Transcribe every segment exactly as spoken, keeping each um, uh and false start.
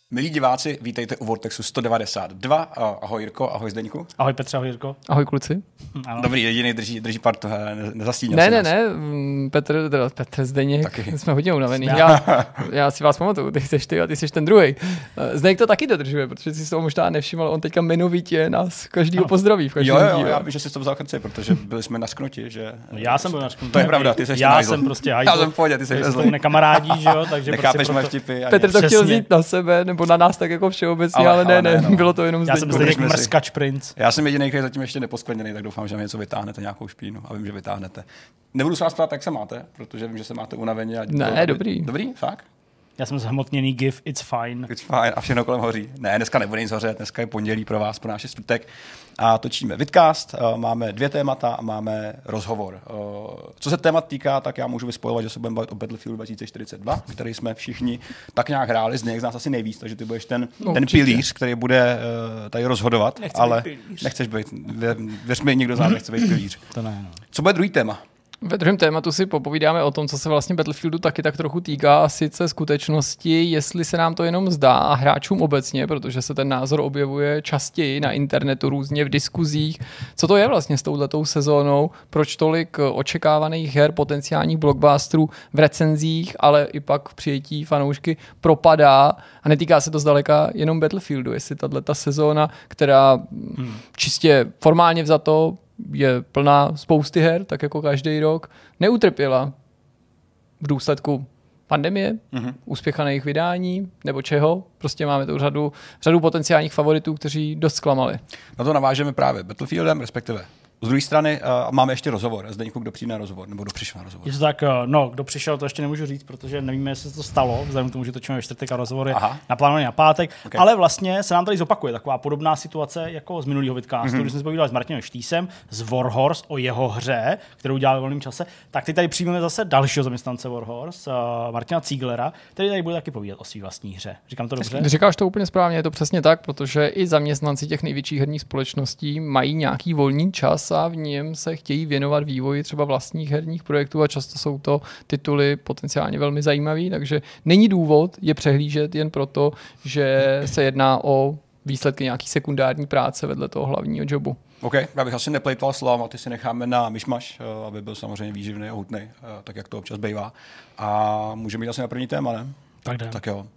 Milí diváci, vítejte u Vortexu sto devadesát dva. Ahoj Jirko, ahoj Zdeňku. Ahoj Petře, ahoj Jirko. Ahoj kluci. Ano. Dobrý, jediný drží, drží part, nezastínil Ne, se ne, nás. ne, Petr, teda Petr Zdeněk, Taky. jsme hodně unavený. Já, já si vás pamatuju, ty jsi ty a ty jsi ten druhý. Zdeněk to taky dodržuje, protože jsi si toho možná nevšiml, on teďka jmenovitě nás každýho Ano. pozdraví v každém Jo, jo, díle. já vím, že jsi to vzal krci, protože byli jsme nasknuti, že... No, já jsem byl nasknutý. To je pravda, ty jsi Já hajzl. jsem prostě Já hajzl. jsem v pohodě, ty jsi Ty se hajzl. tomu nekamarádí, že jo, takže Nechápeš prostě moje proto... vtipy. ani- Petr to chtěl Přesně. vzít na sebe, nebo na nás tak jako všeobecně, Ale- ale, ale ne, ne, ne, no. bylo to jenom Já jsem Zdeňku. zde Podržme si. mrskač princ. Já jsem jediný, který zatím ještě neposkleněný, tak doufám, že mi něco vytáhnete, nějakou špínu a vím, že vytáhnete. Nebudu se vás ptát, jak se máte, protože vím, že se máte unaveně. A Ne, dobrý. Dobrý, fakt? Já jsem zhmotněný gif, it's fine. It's fine a všechno kolem hoří. Ne, dneska nebude nic hořet, dneska je pondělí pro vás, pro náš čtvrtek. A točíme vidcast, máme dvě témata a máme rozhovor. Co se témat týká, tak já můžu vyspojovat, že se budeme bavit o Battlefield dva tisíce čtyřicet dva, který jsme všichni tak nějak hráli, z něj z nás asi nejvíc, takže ty budeš ten, No, ten určitě. pilíř, který bude uh, tady rozhodovat, Nechci ale být pilíř. nechceš být, vě, věř mi, nikdo z nás nechce být pilíř. To ne, no. Co bude druhý téma? Ve druhém tématu si popovídáme o tom, co se vlastně Battlefieldu taky tak trochu týká, a sice skutečnosti, jestli se nám to jenom zdá a hráčům obecně, protože se ten názor objevuje častěji na internetu, různě v diskuzích, co to je vlastně s touhletou sezónou, proč tolik očekávaných her, potenciálních blockbusterů v recenzích, ale i pak v přijetí fanoušky propadá a netýká se to zdaleka jenom Battlefieldu, jestli tato sezóna, která hmm. čistě formálně vzato je plná spousty her, tak jako každý rok, neutrpěla v důsledku pandemie, mm-hmm. úspěchaných vydání nebo čeho. Prostě máme tu řadu, řadu potenciálních favoritů, kteří dost zklamali. Na to navážeme právě Battlefieldem, respektive z druhé strany uh, máme ještě rozhovor. Zdeňku, kdo přijde na rozhovor, nebo kdo přišel na rozhovor. Je to tak, no, kdo přišel, to ještě nemůžu říct, protože nevíme, jestli se to stalo, vzhledem k tomu, že točíme ve čtvrtek a rozhovor je Aha. naplánovaný na pátek, Okay. ale vlastně se nám tady zopakuje taková podobná situace jako z minulého vidcastu, Mhm. když jsme se povídali s Martinem Štýsem z Warhorse o jeho hře, kterou dělal ve volném čase, tak teď tady přijmeme zase dalšího zaměstnance Warhorse, uh, Martina Zieglera, který tady bude taky povídat o své vlastní hře. Říkám to dobře? Říkáš to úplně správně, je to přesně tak, protože i zaměstnanci těch největších herních společností mají nějaký volný čas a v něm se chtějí věnovat vývoji třeba vlastních herních projektů a často jsou to tituly potenciálně velmi zajímavý, takže není důvod je přehlížet jen proto, že se jedná o výsledky nějaký sekundární práce vedle toho hlavního jobu. OK, já bych asi neplejtval slova, ty si necháme na myšmaš, uh, aby byl samozřejmě výživný a hutný, uh, tak jak to občas bývá. A můžeme jít asi na první téma, ne? Tak jdem. Tak jo.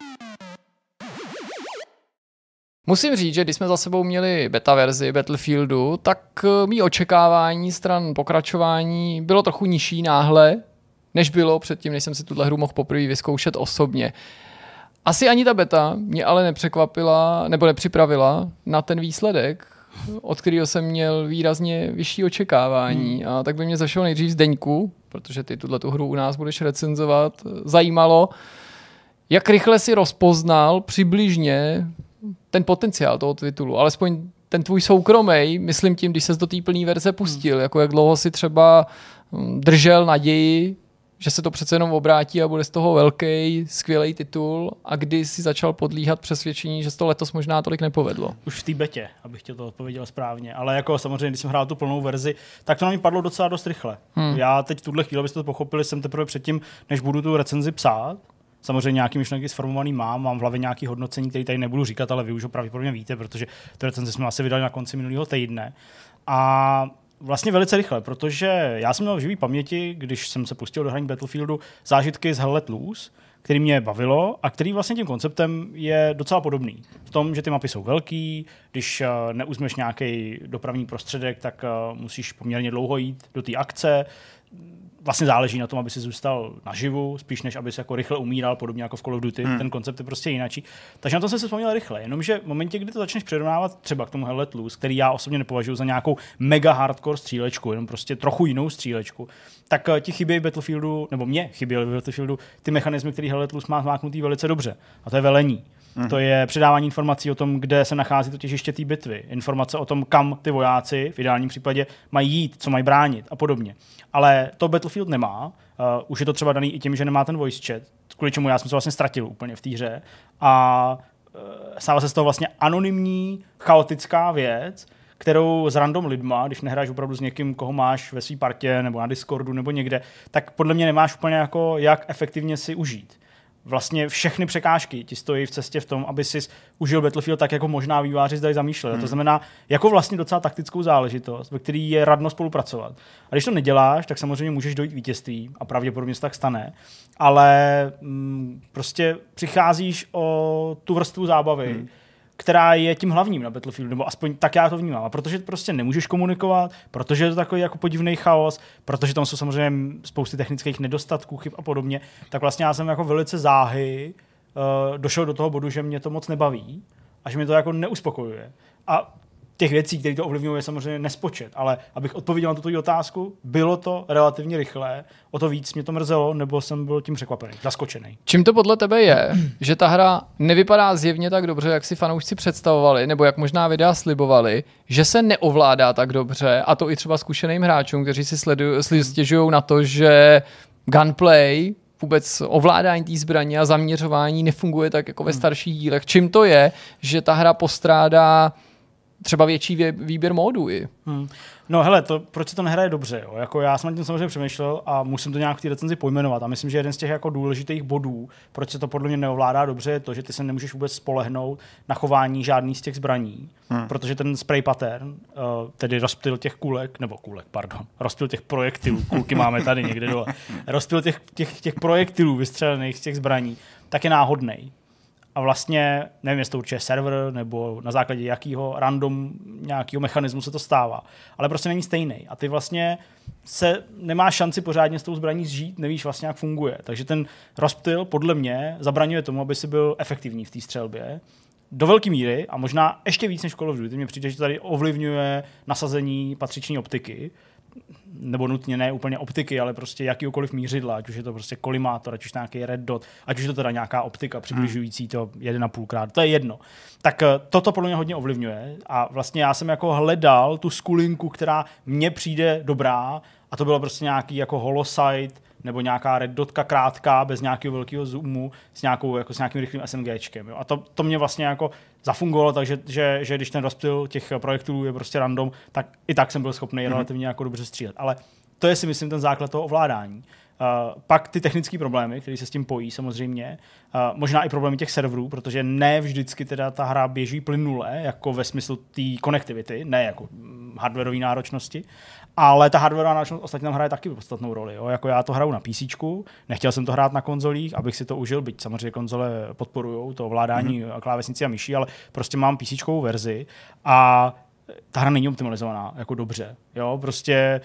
Musím říct, že když jsme za sebou měli beta verzi Battlefieldu, tak mý očekávání stran pokračování bylo trochu nižší náhle, než bylo předtím, než jsem si tuhle hru mohl poprvé vyzkoušet osobně. Asi ani ta beta mě ale nepřekvapila, nebo nepřipravila na ten výsledek, od kterého jsem měl výrazně vyšší očekávání. Hmm. A tak by mě ze všeho nejdřív Zdeňku, protože ty tuto hru u nás budeš recenzovat, zajímalo, jak rychle si rozpoznal přibližně ten potenciál toho titulu, alespoň ten tvůj soukromej, myslím tím, když ses do té plné verze pustil, hmm. jako jak dlouho si třeba držel naději, že se to přece jenom obrátí a bude z toho velký, skvělý titul, a kdy si začal podlíhat přesvědčení, že se to letos možná tolik nepovedlo. Už v té betě, abych tě to odpověděl správně. Ale jako samozřejmě, když jsem hrál tu plnou verzi, tak to na mě padlo docela dost rychle. Hmm. Já teď v tuhle chvíli, abyste to pochopili, jsem teprve předtím, než budu tu recenzi psát. Samozřejmě nějaký myšlenky sformovaný mám, mám v hlavě nějaký hodnocení, který tady nebudu říkat, ale vy už ho pravděpodobně víte, protože tu recenzi jsme asi vydali na konci minulého týdne. A vlastně velice rychle, protože já jsem měl v živý paměti, když jsem se pustil do hraní Battlefieldu, zážitky z Hell Let Loose, který mě bavilo a který vlastně tím konceptem je docela podobný. V tom, že ty mapy jsou velký, když neuzmeš nějaký dopravní prostředek, tak musíš poměrně dlouho jít do té akce. Vlastně záleží na tom, aby si zůstal naživu, spíš než aby se jako rychle umíral, podobně jako v Call of Duty. Hmm. Ten koncept je prostě jináčí. Takže na to jsem se vzpomněl rychle. Jenomže v momentě, kdy to začneš přirovnávat třeba k tomu Hell Let Loose, který já osobně nepovažuji za nějakou mega hardcore střílečku, jenom prostě trochu jinou střílečku, tak ti chybějí v Battlefieldu, nebo mě chyběly v Battlefieldu ty mechanismy, který Hell Let Loose má zmáknutý velice dobře. A to je velení. Mm. To je předávání informací o tom, kde se nachází to těžiště té bitvy. Informace o tom, kam ty vojáci v ideálním případě mají jít, co mají bránit a podobně. Ale to Battlefield nemá. Uh, už je to třeba daný i tím, že nemá ten voice chat, kvůli čemu já jsem se vlastně ztratil úplně v té hře. A uh, stává se z toho vlastně anonymní, chaotická věc, kterou s random lidma, když nehráš opravdu s někým, koho máš ve své partě nebo na Discordu nebo někde, tak podle mě nemáš úplně jako jak efektivně si užít. vlastně všechny překážky ti stojí v cestě v tom, aby si užil Battlefield tak, jako možná vývojáři zde zamýšleli. Hmm. To znamená, jako vlastně docela taktickou záležitost, ve které je radno spolupracovat. A když to neděláš, tak samozřejmě můžeš dojít vítězství a pravděpodobně se tak stane, ale mm, prostě přicházíš o tu vrstvu zábavy, hmm. která je tím hlavním na Battlefieldu, nebo aspoň tak já to vnímám. A protože prostě nemůžeš komunikovat, protože je to takový jako podivný chaos, protože tam jsou samozřejmě spousty technických nedostatků, chyb a podobně, tak vlastně já jsem jako velice záhy uh, došel do toho bodu, že mě to moc nebaví a že mě to jako neuspokojuje. A těch věcí, které to ovlivňují, je samozřejmě nespočet, ale abych odpověděl na tuto otázku, bylo to relativně rychlé, o to víc mě to mrzelo, nebo jsem byl tím překvapený, zaskočený. Čím to podle tebe je, že ta hra nevypadá zjevně tak dobře, jak si fanoušci představovali, nebo jak možná videa slibovali, že se neovládá tak dobře, a to i třeba zkušeným hráčům, kteří si sledují, stěžují na to, že gunplay, vůbec ovládání té zbraně a zaměřování nefunguje tak jako ve starších dílech. Čím to je, že ta hra postrádá třeba větší výběr módů i. Hmm. No hele, to, proč se to nehraje dobře? Jo? Jako já jsem nad tím samozřejmě přemýšlel a musím to nějak v té recenzi pojmenovat. A myslím, že jeden z těch jako důležitých bodů, proč se to podle mě neovládá dobře, je to, že ty se nemůžeš vůbec spolehnout na chování žádný z těch zbraní, hmm. protože ten spray pattern, uh, tedy rozptyl těch kulek, nebo kulek, pardon, rozptyl těch projektilů, kulky máme tady někde dole, rozptyl těch, těch, těch projektilů vystřelených z těch zbraní, tak je náhodnej. A vlastně, nevím, jestli to určitě server, nebo na základě jakého random nějakého mechanismu se to stává. Ale prostě není stejný. A ty vlastně se nemáš šanci pořádně s tou zbraní zžít, nevíš vlastně, jak funguje. Takže ten rozptyl podle mě zabraňuje tomu, aby si byl efektivní v té střelbě. Do velké míry, a možná ještě víc než Call of Duty, mně přijde, že tady ovlivňuje nasazení patřičné optiky, nebo nutně ne úplně optiky, ale prostě jakýkoliv mířidla, ať už je to prostě kolimátor, ať už nějaký red dot, ať už je to teda nějaká optika přibližující to jeden a půl krát, to je jedno. Tak toto podle mě hodně ovlivňuje a vlastně já jsem jako hledal tu skulinku, která mně přijde dobrá a to bylo prostě nějaký jako holosight nebo nějaká red dotka krátká, bez nějakého velkého zoomu, s, nějakou, jako s nějakým rychlým SMGčkem. Jo. A to, to mě vlastně jako zafungovalo, takže že, že když ten rozptyl těch projektů je prostě random, tak i tak jsem byl schopný mm-hmm. relativně jako dobře střílet. Ale to je si myslím ten základ toho ovládání. Uh, pak ty technické problémy, které se s tím pojí samozřejmě, uh, možná i problémy těch serverů, protože ne vždycky teda ta hra běží plynule, jako ve smyslu té konektivity, ne jako hardwareové náročnosti, ale ta hardwareová náročnost ostatně tam hraje taky podstatnou roli. Jo? Jako já to hraju na PCčku, nechtěl jsem to hrát na konzolích, abych si to užil, byť samozřejmě konzole podporujou to ovládání mm-hmm. klávesnici a myší, ale prostě mám PCčkovou verzi a ta hra není optimalizovaná jako dobře. Jo? Prostě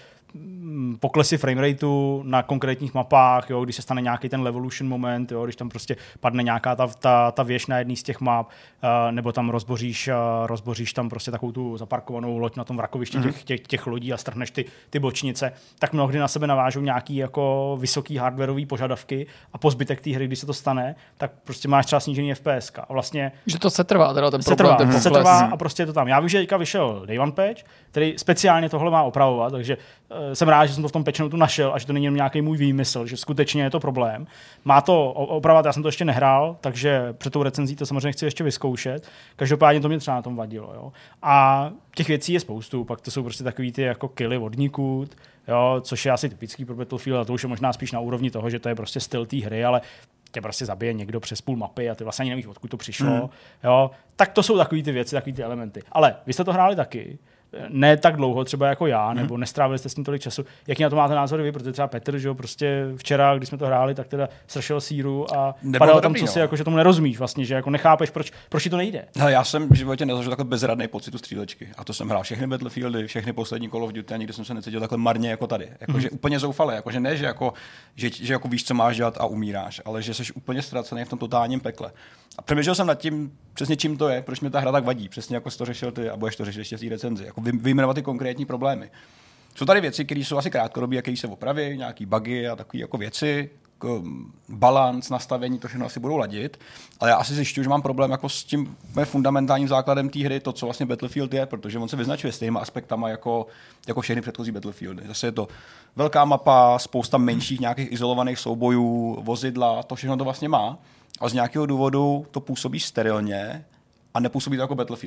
poklesy framerateu na konkrétních mapách, jo, když se stane nějaký ten levolution moment, jo, když tam prostě padne nějaká ta, ta, ta věž na jedný z těch map, uh, nebo tam rozboříš, uh, rozboříš tam prostě takovou tu zaparkovanou loď na tom vrakovišti mm-hmm. těch, těch, těch lodí a strhneš ty, ty bočnice, tak mnohdy na sebe navážou nějaký jako vysoký hardwareový požadavky a po zbytek té hry, když se to stane, tak prostě máš třeba snížený F P S ka. A vlastně že to se trvá, teda ten se problém, trvá, ten se trvá a prostě je to tam. Já vím, že teďka vyšel Day One patch, který speciálně tohle má opravovat, takže jsem rád, že jsem to v tom patch notu našel a že to není jenom nějaký můj výmysl, že skutečně je to problém. Má to opravovat, já jsem to ještě nehrál, takže před tou recenzí to samozřejmě chci ještě vyzkoušet. Každopádně to mě třeba na tom vadilo. Jo. A těch věcí je spoustu, pak to jsou prostě takový ty jako killy vodníků, jo, což je asi typický pro Battlefield, a to už je možná spíš na úrovni toho, že to je prostě styl té hry, ale tě prostě zabije někdo přes půl mapy a ty vlastně ani nevíš, odkud to přišlo. Mm. Jo. Tak to jsou takový ty věci, takový ty elementy. Ale vy jste to hráli taky. Ne tak dlouho třeba jako já, nebo hmm. nestrávili jste s tím tolik času. Jaký na to máte názory vy? Protože třeba Petr, že jo, prostě včera, když jsme to hráli, tak teda sršel síru a padalo tam co si, jako, že tomu nerozumíš vlastně, že jako nechápeš, proč, proč ti to nejde. Hele, já jsem v životě nezažil takhle bezradný pocit u střílečky. A to jsem hrál všechny Battlefieldy, všechny poslední Call of Duty a nikdy jsem se necítil takhle marně jako tady. Jako, hmm. že úplně zoufale, jako, že ne, že, jako, že, že jako víš, co máš dělat a umíráš, ale že jsi úplně ztracený v tom totálním pekle. A přemýšlel jsem nad tím, přesně čím to je, proč mi ta hra tak vadí, přesně jako jsi to řešil ty a budeš to řešit ještě v té recenzi. Jako vyjmenovat ty konkrétní problémy. Jsou tady věci, které jsou asi krátkodobé, které se opraví, nějaký bugy a takové jako věci, jako balans, nastavení, to všechno asi budou ladit, ale já asi zjišťuju, že mám problém jako s tím fundamentálním základem té hry, to, co vlastně Battlefield je, protože on se vyznačuje stejnýma aspektama jako, jako všechny předchozí Battlefieldy. Zase je to velká mapa, spousta menších nějakých izolovaných soubojů, vozidla, to všechno to vlastně má a z nějakého důvodu to působí sterilně a nepůsobí to jako Battlefield.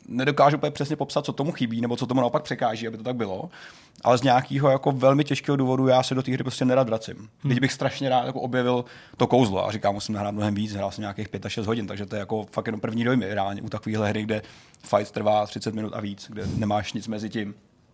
nedokážu úplně přesně popsat, co tomu chybí, nebo co tomu naopak překáží, aby to tak bylo. Ale z nějakého jako velmi těžkého důvodu já se do té hry prostě nerad vracím. Hmm. Teď bych strašně rád jako objevil to kouzlo a říkám, musím hrát mnohem víc, hrál jsem nějakých pět až šest hodin, takže to je jako fakt jenom první dojmy reálně u takovéhle hry, kde fight trvá třicet minut a víc, kde nemáš nic mezi tím.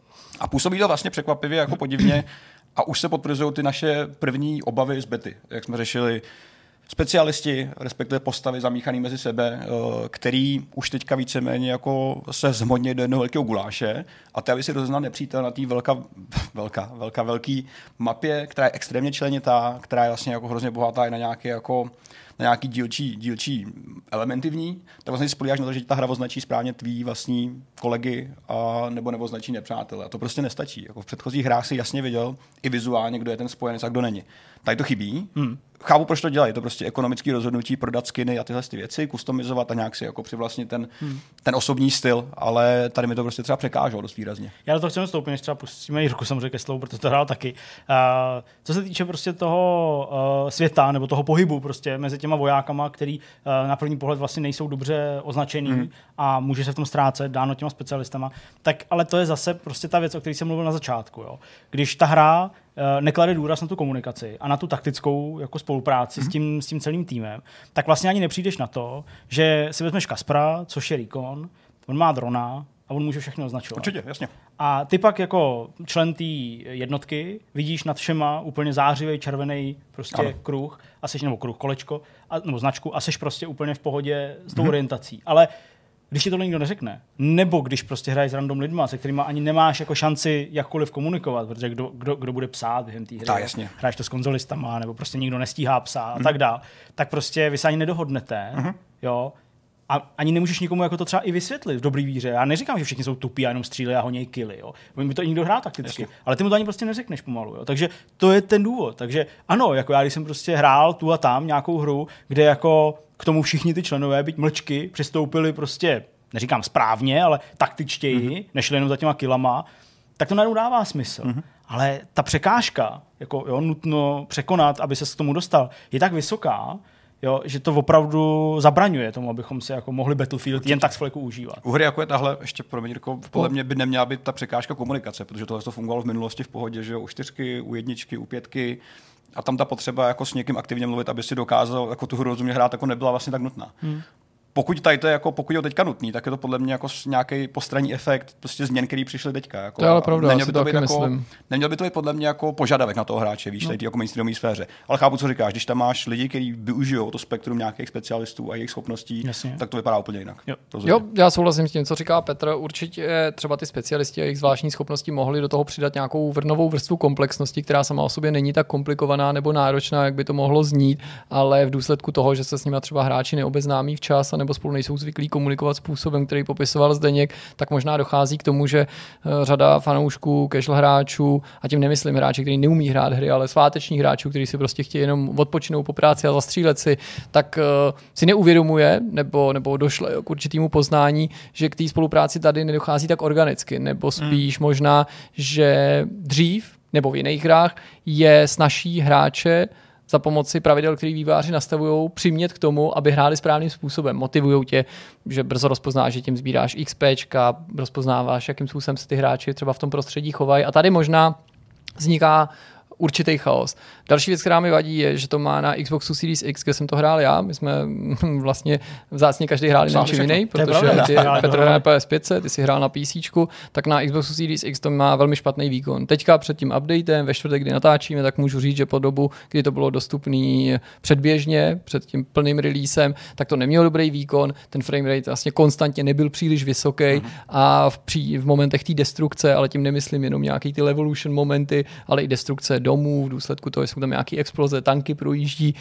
A působí to vlastně překvapivě jako podivně a už se potvrzují ty naše první obavy z bety, jak jsme řešili specialisti, respektive postavy zamíchaný mezi sebe, který už teďka víceméně jako se zhmotně do jednoho velkého guláše a ty, aby si rozeznal nepřítel na té velká, velká, velká, velký mapě, která je extrémně členitá, která je vlastně jako hrozně bohatá i na nějaké jako na nějaký dílčí, dílčí elementy v ní, tak vlastně spolíháš na to, že ta hra označí správně tvý vlastní kolegy a nebo nebo označí nepřátele. A to prostě nestačí. Jako v předchozích hrách si jasně viděl i vizuálně, kdo je ten spojenec a kdo není. Tady to chybí. Hmm. Chápu, proč to dělají. Je to prostě ekonomické rozhodnutí prodat skiny a tyhle ty věci, customizovat a nějak si jako přivlastnit ten, hmm. ten osobní styl, ale tady mi to prostě třeba překáželo dost výrazně. Já do toho chci vstoupit, než třeba pustíme Jirku samozřejmě ke slovu, protože to hrál taky. Uh, co se týče prostě toho uh, světa nebo toho pohybu prostě mezi těma vojákama, který uh, na první pohled vlastně nejsou dobře označený hmm. a může se v tom ztrácet, dáno těma specialistama, tak ale to je zase prostě ta věc, o které jsem mluvil na začátku. Jo. Když ta hra neklade důraz na tu komunikaci a na tu taktickou jako spolupráci mm-hmm. s, tím, s tím celým týmem, tak vlastně ani nepřijdeš na to, že si vezmeš Kaspra, což je Recon, on má drona a on může všechno označovat. Určitě, jasně. A ty pak jako člen té jednotky vidíš nad všema úplně zářivý červený prostě ano. kruh, a seš, nebo kruh, kolečko, a, nebo značku a seš prostě úplně v pohodě s tou mm-hmm. orientací. Ale když ti to nikdo neřekne, nebo když prostě hraješ s random lidma, se kterými ani nemáš jako šanci jakkoliv komunikovat, protože kdo, kdo, kdo bude psát během té hry, Ta, jasně. hraješ to s konzolistama, nebo prostě nikdo nestíhá psát mm. a tak dál, tak prostě vy se ani nedohodnete, mm-hmm. jo, a ani nemůžeš nikomu jako to třeba i vysvětlit v dobrý víře. Já neříkám, že všichni jsou tupí a jenom střílejí a honějí killy, jo. By to nikdo hrál takticky, jasně. ale ty mu to ani prostě neřekneš pomalu, jo. Takže to je ten důvod. Takže ano, jako já když jsem prostě hrál tu a tam nějakou hru, kde jako k tomu všichni ty členové, byť mlčky, přistoupili prostě neříkám správně, ale taktičtěji, mm-hmm. nešli jenom za těma kilama, tak to najednou dává smysl. Mm-hmm. Ale ta překážka, jako jo, nutno překonat, aby se k tomu dostal, je tak vysoká, jo, že to opravdu zabraňuje tomu, abychom si jako mohli Battlefield určitě jen tak z fleku užívat. U hry jako je tahle, ještě pro mě, Jirko, podle mě by neměla být ta překážka komunikace, protože tohle to fungovalo v minulosti v pohodě, že jo, u čtyřky, u jedničky, u pětky, a tam ta potřeba jako s někým aktivně mluvit, aby si dokázal jako tu hru rozumě hrát, jako nebyla vlastně tak nutná. Hmm. Pokud tady to je jako, pokud je to teďka nutný, tak je to podle mě jako nějaký postranní efekt prostě změn, který přišly teďka. Jako, to je ale pravda, neměl by to, to být jako, neměl by to být podle mě jako požadavek na toho hráče, víš, no. tady jako mainstreamové sféře. Ale chápu, co říkáš, když tam máš lidi, kteří využijou to spektrum nějakých specialistů a jejich schopností, jasně. tak to vypadá úplně jinak. Jo. jo, já souhlasím s tím, co říká Petr. Určitě třeba ty specialisti a jejich zvláštní schopnosti mohli do toho přidat nějakou novou vrstvu komplexnosti, která sama o sobě není tak komplikovaná nebo náročná, jak by to mohlo znít, ale v důsledku toho, že se s nimi třeba hráči neobeznámí včas a nebo spolu nejsou zvyklí komunikovat způsobem, který popisoval Zdeněk, tak možná dochází k tomu, že řada fanoušků, casual hráčů, a tím nemyslím hráči, kteří neumí hrát hry, ale sváteční hráčů, kteří si prostě chtějí jenom odpočinout po práci a zastřílet si, tak uh, si neuvědomuje nebo, nebo došle k určitému poznání, že k té spolupráci tady nedochází tak organicky, nebo spíš hmm. možná, že dřív nebo v jiných hrách je snazší hráče za pomoci pravidel, který vývojáři nastavují, přimět k tomu, aby hráli správným způsobem. Motivují tě, že brzo rozpoznáš, že tím sbíráš XPčka, rozpoznáváš, jakým způsobem se ty hráči třeba v tom prostředí chovají. A tady možná vzniká určitý chaos. Další věc, která mi vadí, je, že to má na Xboxu Series X, kde jsem to hrál já. My jsme vlastně vzácně každý hráli na čem jiný, protože ty, Petr hrál na P S pět, ty si hrál na PCčku, tak na Xboxu Series X to má velmi špatný výkon. Teďka před tím updatem, ve čtvrtek, kdy natáčíme, tak můžu říct, že po dobu, kdy to bylo dostupné předběžně, před tím plným releasem, tak to nemělo dobrý výkon, ten framerate vlastně konstantně nebyl příliš vysoký uh-huh. a v, pří, v momentech té destrukce, ale tím nemyslím jenom nějaký ty Levolution momenty, ale i destrukce domů, v důsledku toho, jsou tam nějaké exploze, tanky projíždí,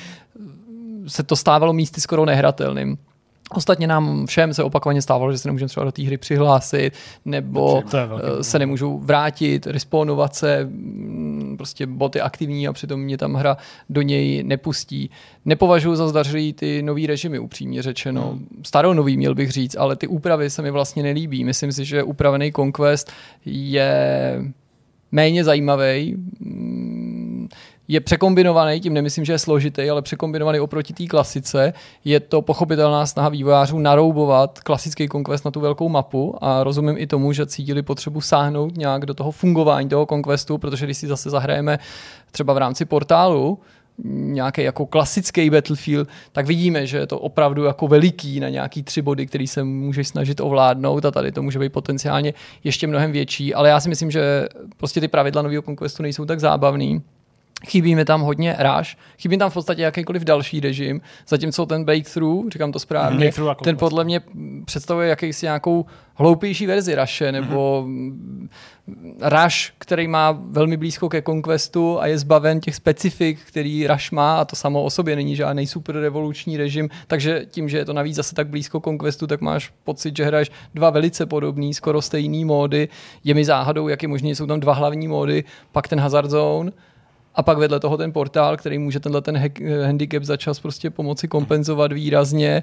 se to stávalo místy skoro nehratelným. Ostatně nám všem se opakovaně stávalo, že se nemůžeme třeba do té hry přihlásit, nebo se nemůžou vrátit, respawnovat se, prostě boty aktivní a přitom mě tam hra do něj nepustí. Nepovažuji za zdařilý ty nový režimy, upřímně řečeno. Hmm. Staronový měl bych říct, ale ty úpravy se mi vlastně nelíbí. Myslím si, že upravený Conquest je méně zajímavý. je překombinovaný, tím nemyslím, že je složitý, ale překombinovaný oproti té klasice. Je to pochopitelná snaha vývojářů naroubovat klasický Conquest na tu velkou mapu a rozumím i tomu, že cítili potřebu sáhnout nějak do toho fungování toho Conquestu, protože když si zase zahrajeme třeba v rámci portálu nějaký jako klasický Battlefield, tak vidíme, že je to opravdu jako veliký na nějaký tři body, který se můžeš snažit ovládnout a tady to může být potenciálně ještě mnohem větší, ale já si myslím, že prostě ty pravidla nového Conquestu nejsou tak zábavný. Chybí mi tam hodně rush, chybí tam v podstatě jakýkoliv další režim, zatímco ten breakthrough, říkám to správně, mm, ten podle mě představuje jakýsi nějakou hloupější verzi rushe, nebo mm. rush, který má velmi blízko ke Conquestu a je zbaven těch specifik, který rush má a to samo o sobě není žádný super revoluční režim, takže tím, že je to navíc zase tak blízko Conquestu, tak máš pocit, že hraješ dva velice podobný, skoro stejný módy. Je mi záhadou, jak je možné, jsou tam dva hlavní módy, pak ten Hazard Zone, a pak vedle toho ten portál, který může tenhle ten handicap za čas prostě pomoci kompenzovat výrazně.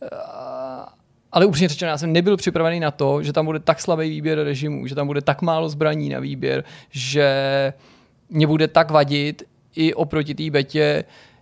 Ale upřímně řečeno, já jsem nebyl připravený na to, že tam bude tak slabý výběr režimů, že tam bude tak málo zbraní na výběr, že mě bude tak vadit i oproti té betě,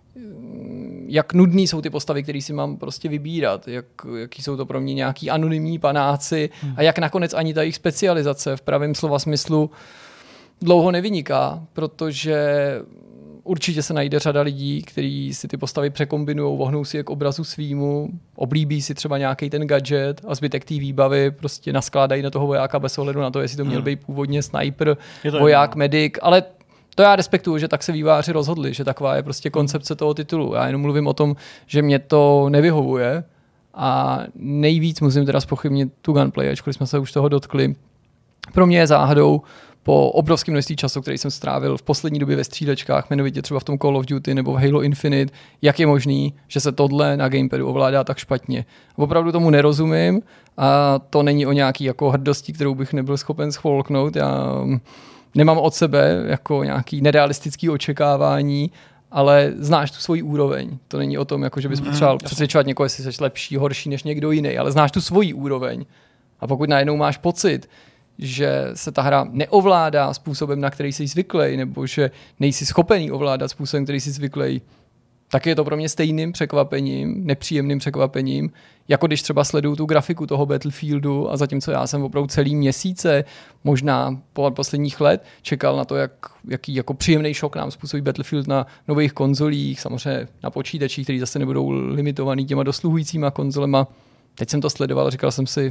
jak nudný jsou ty postavy, které si mám prostě vybírat, jak, jaký jsou to pro mě nějaký anonymní panáci a jak nakonec ani ta jejich specializace v pravém slova smyslu dlouho nevyniká, protože určitě se najde řada lidí, kteří si ty postavy překombinujou, vohnou si je k obrazu svýmu, oblíbí si třeba nějaký ten gadget a zbytek té výbavy prostě naskládají na toho vojáka bez ohledu na to, jestli to měl být původně sniper, voják, jedno. medic, ale to já respektuju, že tak se vývojáři rozhodli, že taková je prostě koncepce toho titulu. Já jenom mluvím o tom, že mě to nevyhovuje a nejvíc musím teda zpochybnit tu gunplay, ačkoliv jsme se už toho dotkli. Pro mě je záhadou, po obrovském množství času, který jsem strávil v poslední době ve střílečkách, jmenovitě třeba v tom Call of Duty nebo v Halo Infinite, jak je možný, že se tohle na gamepadu ovládá tak špatně. Opravdu tomu nerozumím a to není o nějaký jako hrdosti, kterou bych nebyl schopen schvolknout. Já nemám od sebe jako nějaký nerealistický očekávání, ale znáš tu svoji úroveň. To není o tom, jako, že bys potřeboval přesvědčovat někoho, jestli jsi lepší, horší než někdo jiný, ale znáš tu svoji úroveň. A pokud najednou máš pocit, že se ta hra neovládá způsobem, na který jsi zvyklý, nebo že nejsi schopený ovládat způsobem, který jsi zvyklý, tak je to pro mě stejným překvapením, nepříjemným překvapením, jako když třeba sleduju tu grafiku toho Battlefieldu a zatímco já jsem opravdu celý měsíce, možná po posledních let, čekal na to, jak, jaký jako příjemný šok nám způsobí Battlefield na nových konzolích, samozřejmě na počítačích, které zase nebudou limitovaný těma dosluhujícíma konzolema. Teď jsem to sledoval a říkal jsem si,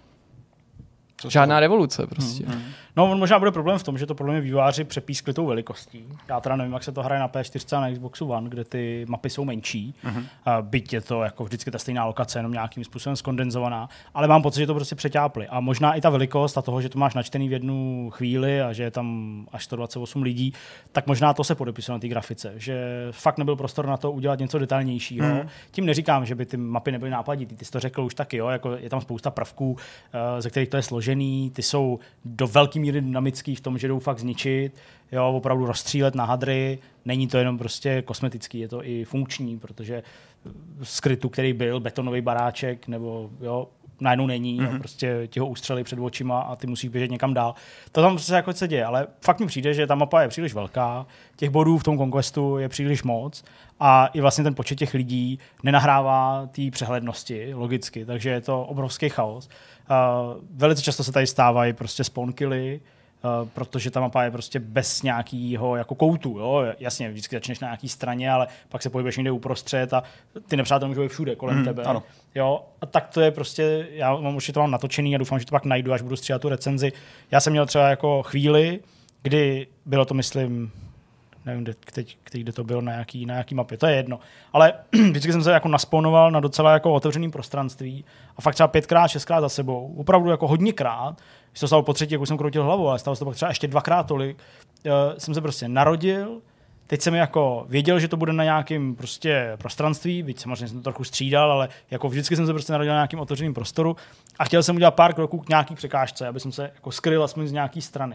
Co žádná revoluce prostě. Hmm, hmm. No, možná bude problém v tom, že to podle mě vývojáři přepískli tou velikostí. Já teda nevím, jak se to hraje na P čtyři a na Xboxu One, kde ty mapy jsou menší. Hmm. Byť je to jako vždycky ta stejná lokace, jenom nějakým způsobem skondenzovaná, ale mám pocit, že to prostě přeťápli. A možná i ta velikost a toho, že to máš načtený v jednu chvíli a že je tam až sto dvacet osm lidí, tak možná to se podepisuje na té grafice, že fakt nebyl prostor na to udělat něco detailnějšího. Hmm. Tím neříkám, že by ty mapy nebyly nápaditý. Ty jsi to řekl už taky, jo, jako je tam spousta prvků, ze kterých to je složený, ty jsou do velké míry dynamický v tom, že jdou fakt zničit, jo, opravdu rozstřílet na hadry, není to jenom prostě kosmetický, je to i funkční, protože skrytu, který byl, betonový baráček, nebo jo, najednou není, mm-hmm. jo, prostě ti ho ustřelí před očima a ty musíš běžet někam dál. To tam se jako se děje, ale fakt mi přijde, že ta mapa je příliš velká, těch bodů v tom Conquestu je příliš moc a i vlastně ten počet těch lidí nenahrává té přehlednosti, logicky, takže je to obrovský chaos. Uh, velice často se tady stávají prostě spawn killy, Uh, protože ta mapa je prostě bez nějakého jako koutu. Jo? Jasně, vždycky začneš na nějaký straně, ale pak se pohybuješ někde uprostřed a ty nepřátelé můžou být všude kolem mm, tebe. Ano. Jo? A tak to je prostě, já mám určitě to mám natočený a doufám, že to pak najdu, až budu stříhat tu recenzi. Já jsem měl třeba jako chvíli, kdy bylo to, myslím, nevím, kde, teď, kde to bylo, na jaký, na jaký mapě, to je jedno. Ale vždycky jsem se jako naspawnoval na docela jako otevřeném prostranství a fakt třeba pětkrát, šestkrát za sebou, opravdu jako hodněkrát, když to stalo po třetí, jak už jsem kroutil hlavou, ale stalo se to pak třeba ještě dvakrát tolik, uh, jsem se prostě narodil, teď jsem jako věděl, že to bude na nějakém prostě prostranství, byť samozřejmě jsem to trochu střídal, ale jako vždycky jsem se prostě narodil na nějakém otevřeném prostoru a chtěl jsem udělat pár kroků k nějaký překážce, aby jsem se jako skryl aspoň z nějaký strany.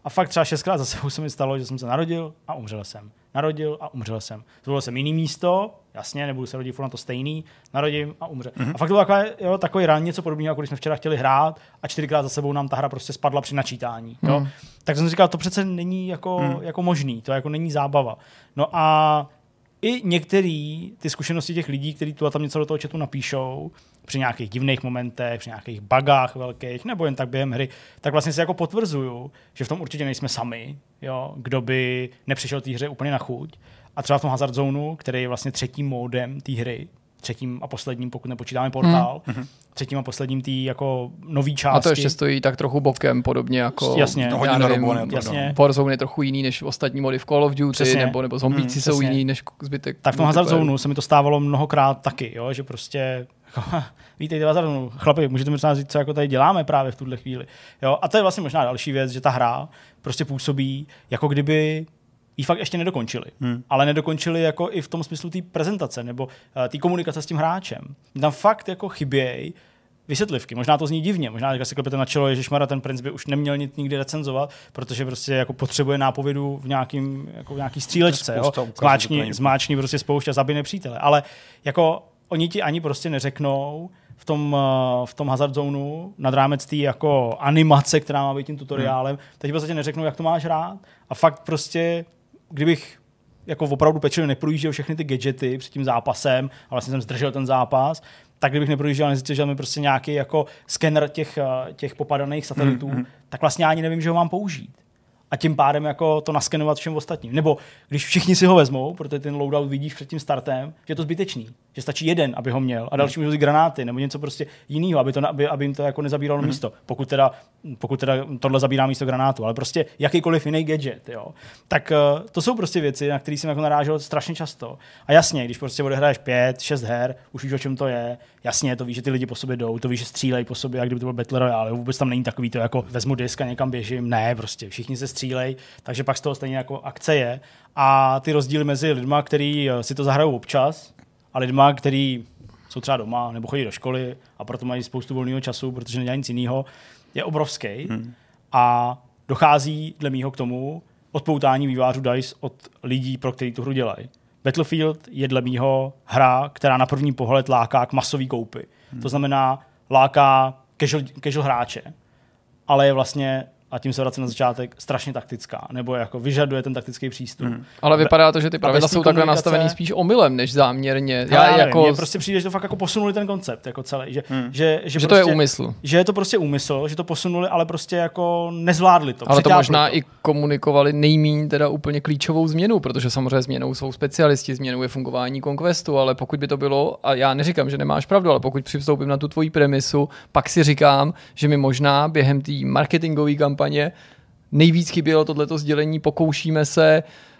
A fakt třeba šestkrát za sebou se mi stalo, že jsem se narodil a umřel jsem. Narodil a umřel jsem. Zvolil jsem jiný místo, jasně, nebudu se rodit furt na to stejný, narodím a umře. Mm-hmm. A fakt to bylo takové, jo, takový ran, něco podobného, jako když jsme včera chtěli hrát a čtyřikrát za sebou nám ta hra prostě spadla při načítání. Jo? Mm. Tak jsem si říkal, to přece není jako, mm. jako možný, to jako není zábava. No a i některé ty zkušenosti těch lidí, kteří tu a tam něco do toho chatu napíšou, při nějakých divných momentech, při nějakých bugách velkých, nebo jen tak během hry, tak vlastně si jako potvrzuju, že v tom určitě nejsme sami, jo, kdo by nepřišel té hře úplně na chuť. A třeba v tom Hazard Zoneu, který je vlastně třetím módem té hry, třetím a posledním, pokud nepočítáme portál, hmm. třetím a posledním té jako nový části. A to ještě stojí tak trochu bokem, podobně jako jasně, no, já nevím, jasně. Warzone je trochu jiný než ostatní mody v Call of Duty, přesně. nebo, nebo zombíci hmm, jsou přesně. jiný než zbytek. Tak v tom Hazard Zoneu se mi to stávalo mnohokrát taky, jo, že prostě vítejte v Hazard Zoneu, chlapi, můžete mi říct, co jako tady děláme právě v tuhle chvíli. Jo? A to je vlastně možná další věc, že ta hra prostě působí, jako kdyby ji fakt ještě nedokončili. Hmm. Ale nedokončili jako i v tom smyslu té prezentace nebo uh, té komunikace s tím hráčem. Tam fakt jako chybějí vysvětlivky. Možná to zní divně, možná když si klepete na čelo, ježišmarja, ten princ by už neměl nic nikdy recenzovat, protože prostě jako potřebuje nápovědu v nějakým, jako v nějaký střílečce. Jo? Zmáčkni, zmáčkni prostě spoušť a zabij nepřítele. Ale jako oni ti ani prostě neřeknou v tom, v tom Hazard Zoneu nad rámec té jako animace, která má být tím tutoriálem, hmm. teď prostě neřeknou, jak to máš hrát. A fakt prostě, kdybych jako opravdu pečlivě neprojížděl všechny ty gadgety před tím zápasem a vlastně jsem zdržel ten zápas, tak kdybych neprojížděl a nezjistil, že tam je prostě nějaký jako skener těch, těch popadaných satelitů, hmm. tak vlastně ani nevím, že ho mám použít. A tím pádem jako to naskenovat všem ostatním. Nebo když všichni si ho vezmou, protože ten loadout vidíš před tím startem, že je to zbytečný, že stačí jeden, aby ho měl a další můžou vzít granáty nebo něco prostě jiného, aby, to, aby, aby jim to jako nezabíralo mm. místo. Pokud teda, pokud teda tohle zabírá místo granátu, ale prostě jakýkoliv jiný gadget, jo. Tak uh, to jsou prostě věci, na které jsem jako narážel strašně často. A jasně, když prostě odehraješ pět, šest her, už víš, o čem to je. Jasně, to víš, že ty lidi po sobě jdou, to víš, že střílejí po sobě, jak kdyby to byl Battle Royale. Vůbec tam není takový to jako vezmu disk a někam běžím. Ne, prostě všichni se střílejí, takže pak z toho stejně jako akce je. A ty rozdíly mezi lidma, kteří si to zahrajou občas, a lidma, kteří jsou třeba doma nebo chodí do školy a proto mají spoustu volného času, protože nedělají nic jiného, je obrovský. Hmm. A dochází dle mýho k tomu odpoutání vývojářů D I C E od lidí, pro který tu hru dělají. Battlefield je dle mýho hra, která na první pohled láká k masový koupy. Hmm. To znamená, láká casual, casual hráče, ale je vlastně, a tím se vracím na začátek, strašně taktická, nebo jako vyžaduje ten taktický přístup. Hmm. Ale vypadá to, že ty pravidla jsou takhle nastavený spíš omylem, než záměrně. Já, já jako... Mně prostě přijde, že to fakt jako posunuli ten koncept jako celý. Že, hmm. že, že, že prostě, to je úmysl. Že je to prostě úmysl, že to posunuli, ale prostě jako nezvládli to. Ale to možná to. I komunikovali nejmíň teda úplně klíčovou změnu, protože samozřejmě změnou jsou specialisti, změnou je fungování Conquestu, ale pokud by to bylo, a já neříkám, že nemáš pravdu, ale pokud přistoupím na tu tvoji premisu, pak si říkám, že mi možná během té marketingové kampaně nejvíc chybělo tohleto sdělení, pokoušíme se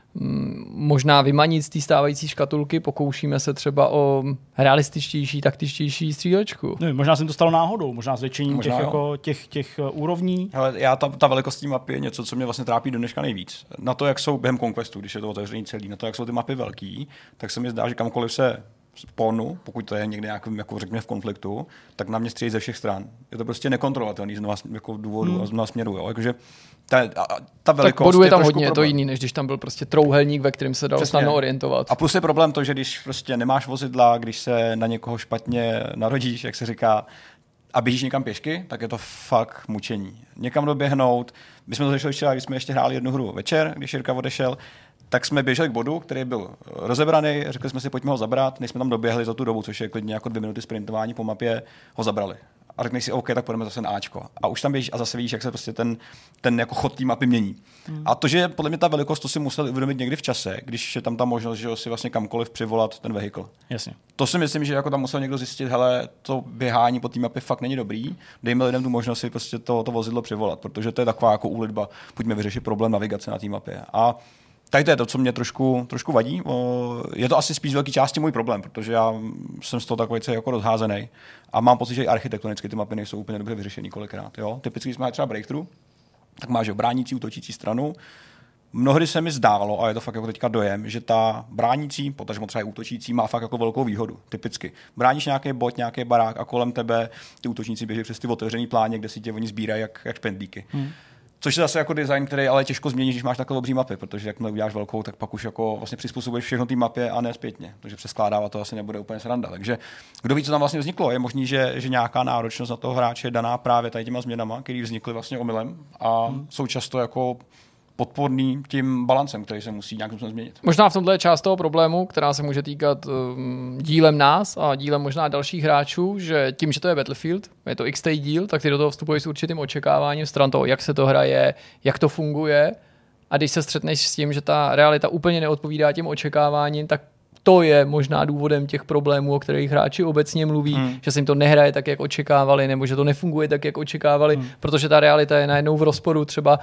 m, možná vymanit z té stávající škatulky, pokoušíme se třeba o realističtější, taktičtější střílečku. No, možná se to stalo náhodou, možná zvětšením těch, jako, těch, těch úrovní. Ale já, ta, ta velikost té mapy je něco, co mě vlastně trápí do dneška nejvíc. Na to, jak jsou během Conquestu, když je to otevřený celý, na to, jak jsou ty mapy velký, tak se mi zdá, že kamkoliv se spawnu, pokud to je někde nějakým, jako řekněme, v konfliktu, tak na mě střílí ze všech stran. Je to prostě nekontrolovatelný z mnoha jako důvodů hmm. a z mnoha směrů. Jo. Jakože ta, ta velikost tak bodů je tam je hodně, je to jiný, než když tam byl prostě trouhelník, ve kterém se dalo snadno orientovat. A plus je problém to, že když prostě nemáš vozidla, když se na někoho špatně narodíš, jak se říká, a běžíš někam pěšky, tak je to fakt mučení. Někam doběhnout. My jsme to řešili včera, když jsme ještě hráli jednu hru večer, když Jirka odešel, tak jsme běželi k bodu, který byl rozebraný, řekli jsme si, pojďme ho zabrat, než jsme tam doběhli za tu dobu, což je klidně jako dvě minuty sprintování po mapě, ho zabrali. A řekneš si, OK, tak půjdeme zase na Ačko. A už tam běžíš a zase vidíš, jak se prostě ten, ten jako chod té mapy mění. Hmm. A to, že podle mě ta velikost, to si museli uvědomit někdy v čase, když je tam ta možnost, že si vlastně kamkoliv přivolat ten vehikl. Jasně. To si myslím, že jako tam musel někdo zjistit, hele, to běhání po té mapě fakt není dobrý, dejme lidem tu možnost si prostě to, to vozidlo přivolat, protože to je taková jako úlitba, pojďme vyřešit problém navigace na té mapě. A tady to je to, co mě trošku, trošku vadí. Je to asi spíš z velké části můj problém, protože já jsem z toho takový jako rozházený a mám pocit, že i architektonicky ty mapy nejsou úplně dobře vyřešený kolikrát. Jo? Typicky, když jsme třeba breakthrough, tak máš bránící, útočící stranu. Mnohdy se mi zdálo, a je to fakt jako teďka dojem, že ta bránící, potažmo třeba útočící, má fakt jako velkou výhodu. Typicky. Bráníš nějaký bod, nějaký barák a kolem tebe ty útočníci běží přes ty otevřený pláně, kde si tě oni sbírají jak, jak špendlíky. Hmm. Což je zase jako design, který ale těžko změníš, když máš takhle obří mapy, protože jakmile uděláš velkou, tak pak už jako vlastně přizpůsobuješ všechno té mapě a ne zpětně. Takže přeskládávat to asi nebude úplně sranda. Takže kdo ví, co tam vlastně vzniklo, je možný, že, že nějaká náročnost na toho hráče je daná právě tady těma změnama, které vznikly vlastně omylem a hmm. jsou často jako podporný tím balancem, který se musí nějakým způsobem změnit. Možná v tomhle je část toho problému, která se může týkat um, dílem nás a dílem možná dalších hráčů, že tím, že to je Battlefield, je to X T díl, tak ty do toho vstupuješ s určitým očekáváním stran toho, jak se to hraje, jak to funguje, a když se střetneš s tím, že ta realita úplně neodpovídá těm očekáváním, tak to je možná důvodem těch problémů, o kterých hráči obecně mluví, hmm. že se jim to nehraje tak, jak očekávali, nebo že to nefunguje tak, jak očekávali, hmm. protože ta realita je najednou v rozporu třeba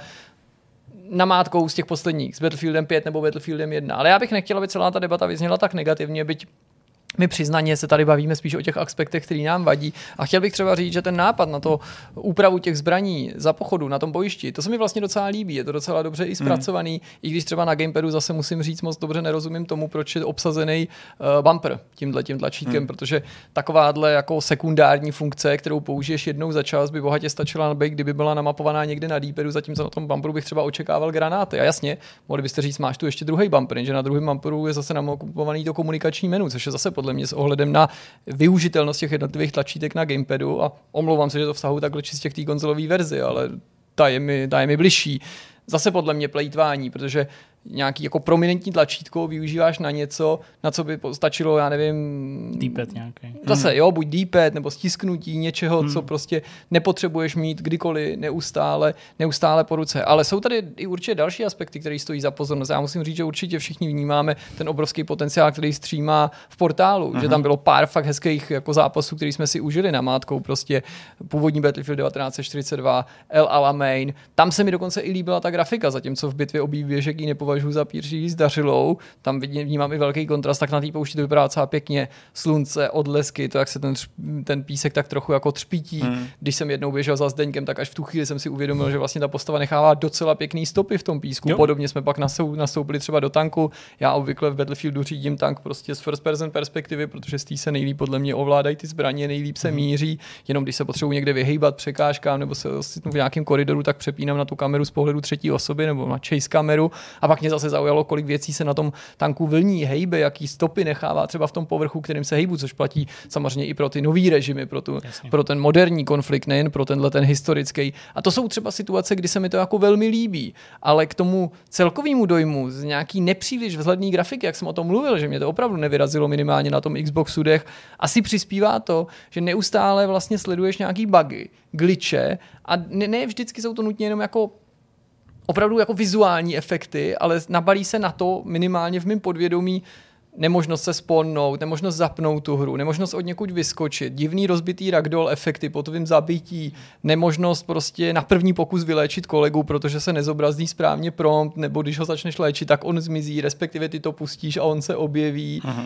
namátkou z těch posledních, s Battlefieldem pět nebo Battlefieldem jedna. Ale já bych nechtěl, aby celá ta debata vyzněla tak negativně, byť my přiznaně se tady bavíme spíš o těch aspektech, který nám vadí. A chtěl bych třeba říct, že ten nápad na to úpravu těch zbraní za pochodu na tom bojišti, to se mi vlastně docela líbí. Je to docela dobře i zpracovaný, mm. i když třeba na gamepadu zase musím říct, moc dobře nerozumím tomu, proč je obsazený uh, bumper tímhle tím tlačítkem, mm. protože takováhle jako sekundární funkce, kterou použiješ jednou za čas, by bohatě stačila na bejk, kdyby byla namapovaná někde na D-padu, zatímco na tom bumperu bych třeba očekával granáty. A jasně, mohli byste říct, máš tu ještě druhý bumper, že na druhém bumperu je zase namapovaný to komunikační menu, což je zase podle mě s ohledem na využitelnost těch jednotlivých tlačítek na gamepadu, a omlouvám se, že to vztahu takhle čistě k té konzolové verzi, ale ta je mi, ta je mi bližší. Zase podle mě plejtvání, protože nějaký jako prominentní tlačítko využíváš na něco, na co by stačilo, já nevím... D-pad nějaký. Zase, mm. jo, buď D-pad nebo stisknutí něčeho, mm. co prostě nepotřebuješ mít kdykoliv, neustále, neustále po ruce. Ale jsou tady i určitě další aspekty, které stojí za pozornost. Já musím říct, že určitě všichni vnímáme ten obrovský potenciál, který střímá v Portálu, mm. že tam bylo pár fakt hezkých jako zápasů, který jsme si užili namátkou, prostě původní Battlefield devatenáct set čtyřicet dva, El Alamein. Tam se mi dokonce i líbila ta grafika, zatímco v bitvě o Výběžek ji nepovažuji za píří zdařilou, tam vnímám i velký kontrast, tak na té poušti to vypadá docela pěkně, slunce, odlesky, to jak se ten, ten písek tak trochu jako třpítí. Hmm. Když jsem jednou běžel za Zdeňkem, tak až v tu chvíli jsem si uvědomil, že vlastně ta postava nechává docela pěkný stopy v tom písku. Jo. Podobně jsme pak nastoupili třeba do tanku. Já obvykle v Battlefieldu řídím tank prostě z first person perspektivy, protože z té se nejlíp podle mě ovládají ty zbraně, nejlíp se hmm. míří, jenom když se potřebuji někde vyhejbat překážkám nebo se v nějakém koridoru, tak přepínám na tu kameru z pohledu třetí osoby nebo na chase kameru, a pak mě zase zaujalo, kolik věcí se na tom tanku vlní, hejbe, jaký stopy nechává třeba v tom povrchu, kterým se hejbu, což platí samozřejmě i pro ty nový režimy, pro, tu, pro ten moderní konflikt, nejen pro tenhle ten historický. A to jsou třeba situace, kdy se mi to jako velmi líbí, ale k tomu celkovému dojmu z nějaký nepříliš vzhledný grafiky, jak jsem o tom mluvil, že mě to opravdu nevyrazilo minimálně na tom Xboxu dech, asi přispívá to, že neustále vlastně sleduješ nějaký bugy, glitche, a ne, ne vždycky jsou to nutně jenom jako opravdu jako vizuální efekty, ale nabalí se na to minimálně v mém podvědomí nemožnost se spawnout, nemožnost zapnout tu hru, nemožnost od někud vyskočit, divný rozbitý ragdoll efekty po tvým zabití, nemožnost prostě na první pokus vyléčit kolegu, protože se nezobrazí správně prompt, nebo když ho začneš léčit, tak on zmizí, respektive ty to pustíš a on se objeví. Uh-huh.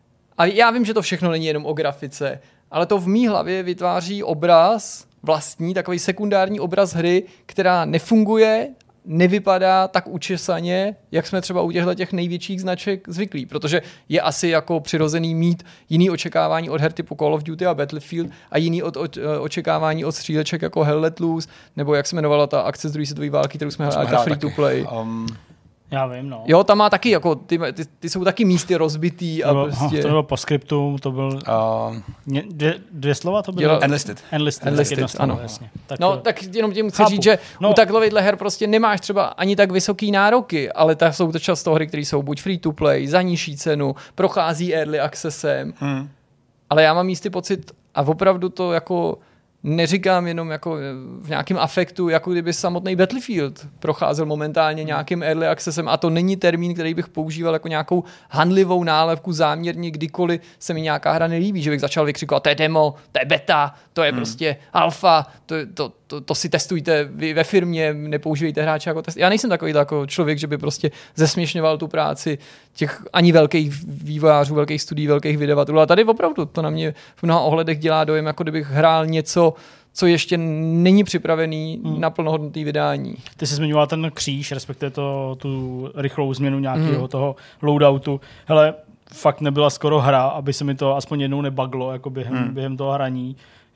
A já vím, že to všechno není jenom o grafice, ale to v mý hlavě vytváří obraz vlastní, takový sekundární obraz hry, která nefunguje, nevypadá tak učesaně, jak jsme třeba u těchto těch největších značek zvyklí, protože je asi jako přirozený mít jiný očekávání od her typu Call of Duty a Battlefield a jiný od, od, očekávání od stříleček jako Hell Let Loose, nebo jak se jmenovala ta akce z druhé světové války, kterou jsme hráli, ta free to play. Um... Já vím, no. Jo, tam má taky, jako, ty, ty, ty jsou taky místy rozbitý. A to bylo, prostě... to bylo po skriptu, to byl... Uh... Ně, dvě, dvě slova to bylo? Enlisted. Enlisted, Enlisted, tak ano. Jasně. Tak no, to... tak jenom tím chci chápu. říct, že no. u takovýchhle her prostě nemáš třeba ani tak vysoký nároky, ale tak jsou to často hry, které jsou buď free to play, za nižší cenu, prochází early accessem, hmm. ale já mám místy pocit, a opravdu to jako... neříkám jenom jako v nějakém afektu, jako kdyby samotný Battlefield procházel momentálně nějakým early accessem, a to není termín, který bych používal jako nějakou handlivou nálepku záměrně, kdykoliv se mi nějaká hra nelíbí, že bych začal vykřikovat, to je demo, to je beta, to je hmm. prostě alfa, to, to, to, to si testujte vy ve firmě, nepoužívejte hráče jako test. Já nejsem takový jako člověk, že by prostě zesměšňoval tu práci těch ani velkých vývojářů, velkých studií, velkých vydavatelů, a tady opravdu to na mě v mnoha ohledech dělá dojem, jako kdybych hrál něco, co ještě není připravený hmm. na plnohodnotné vydání. Ty jsi zmiňoval ten kříž, respektive to, tu rychlou změnu nějakého hmm. toho loadoutu. Hele, fakt nebyla skoro hra, aby se mi to aspoň jednou nebuglo jako během, hmm. během toho hraní.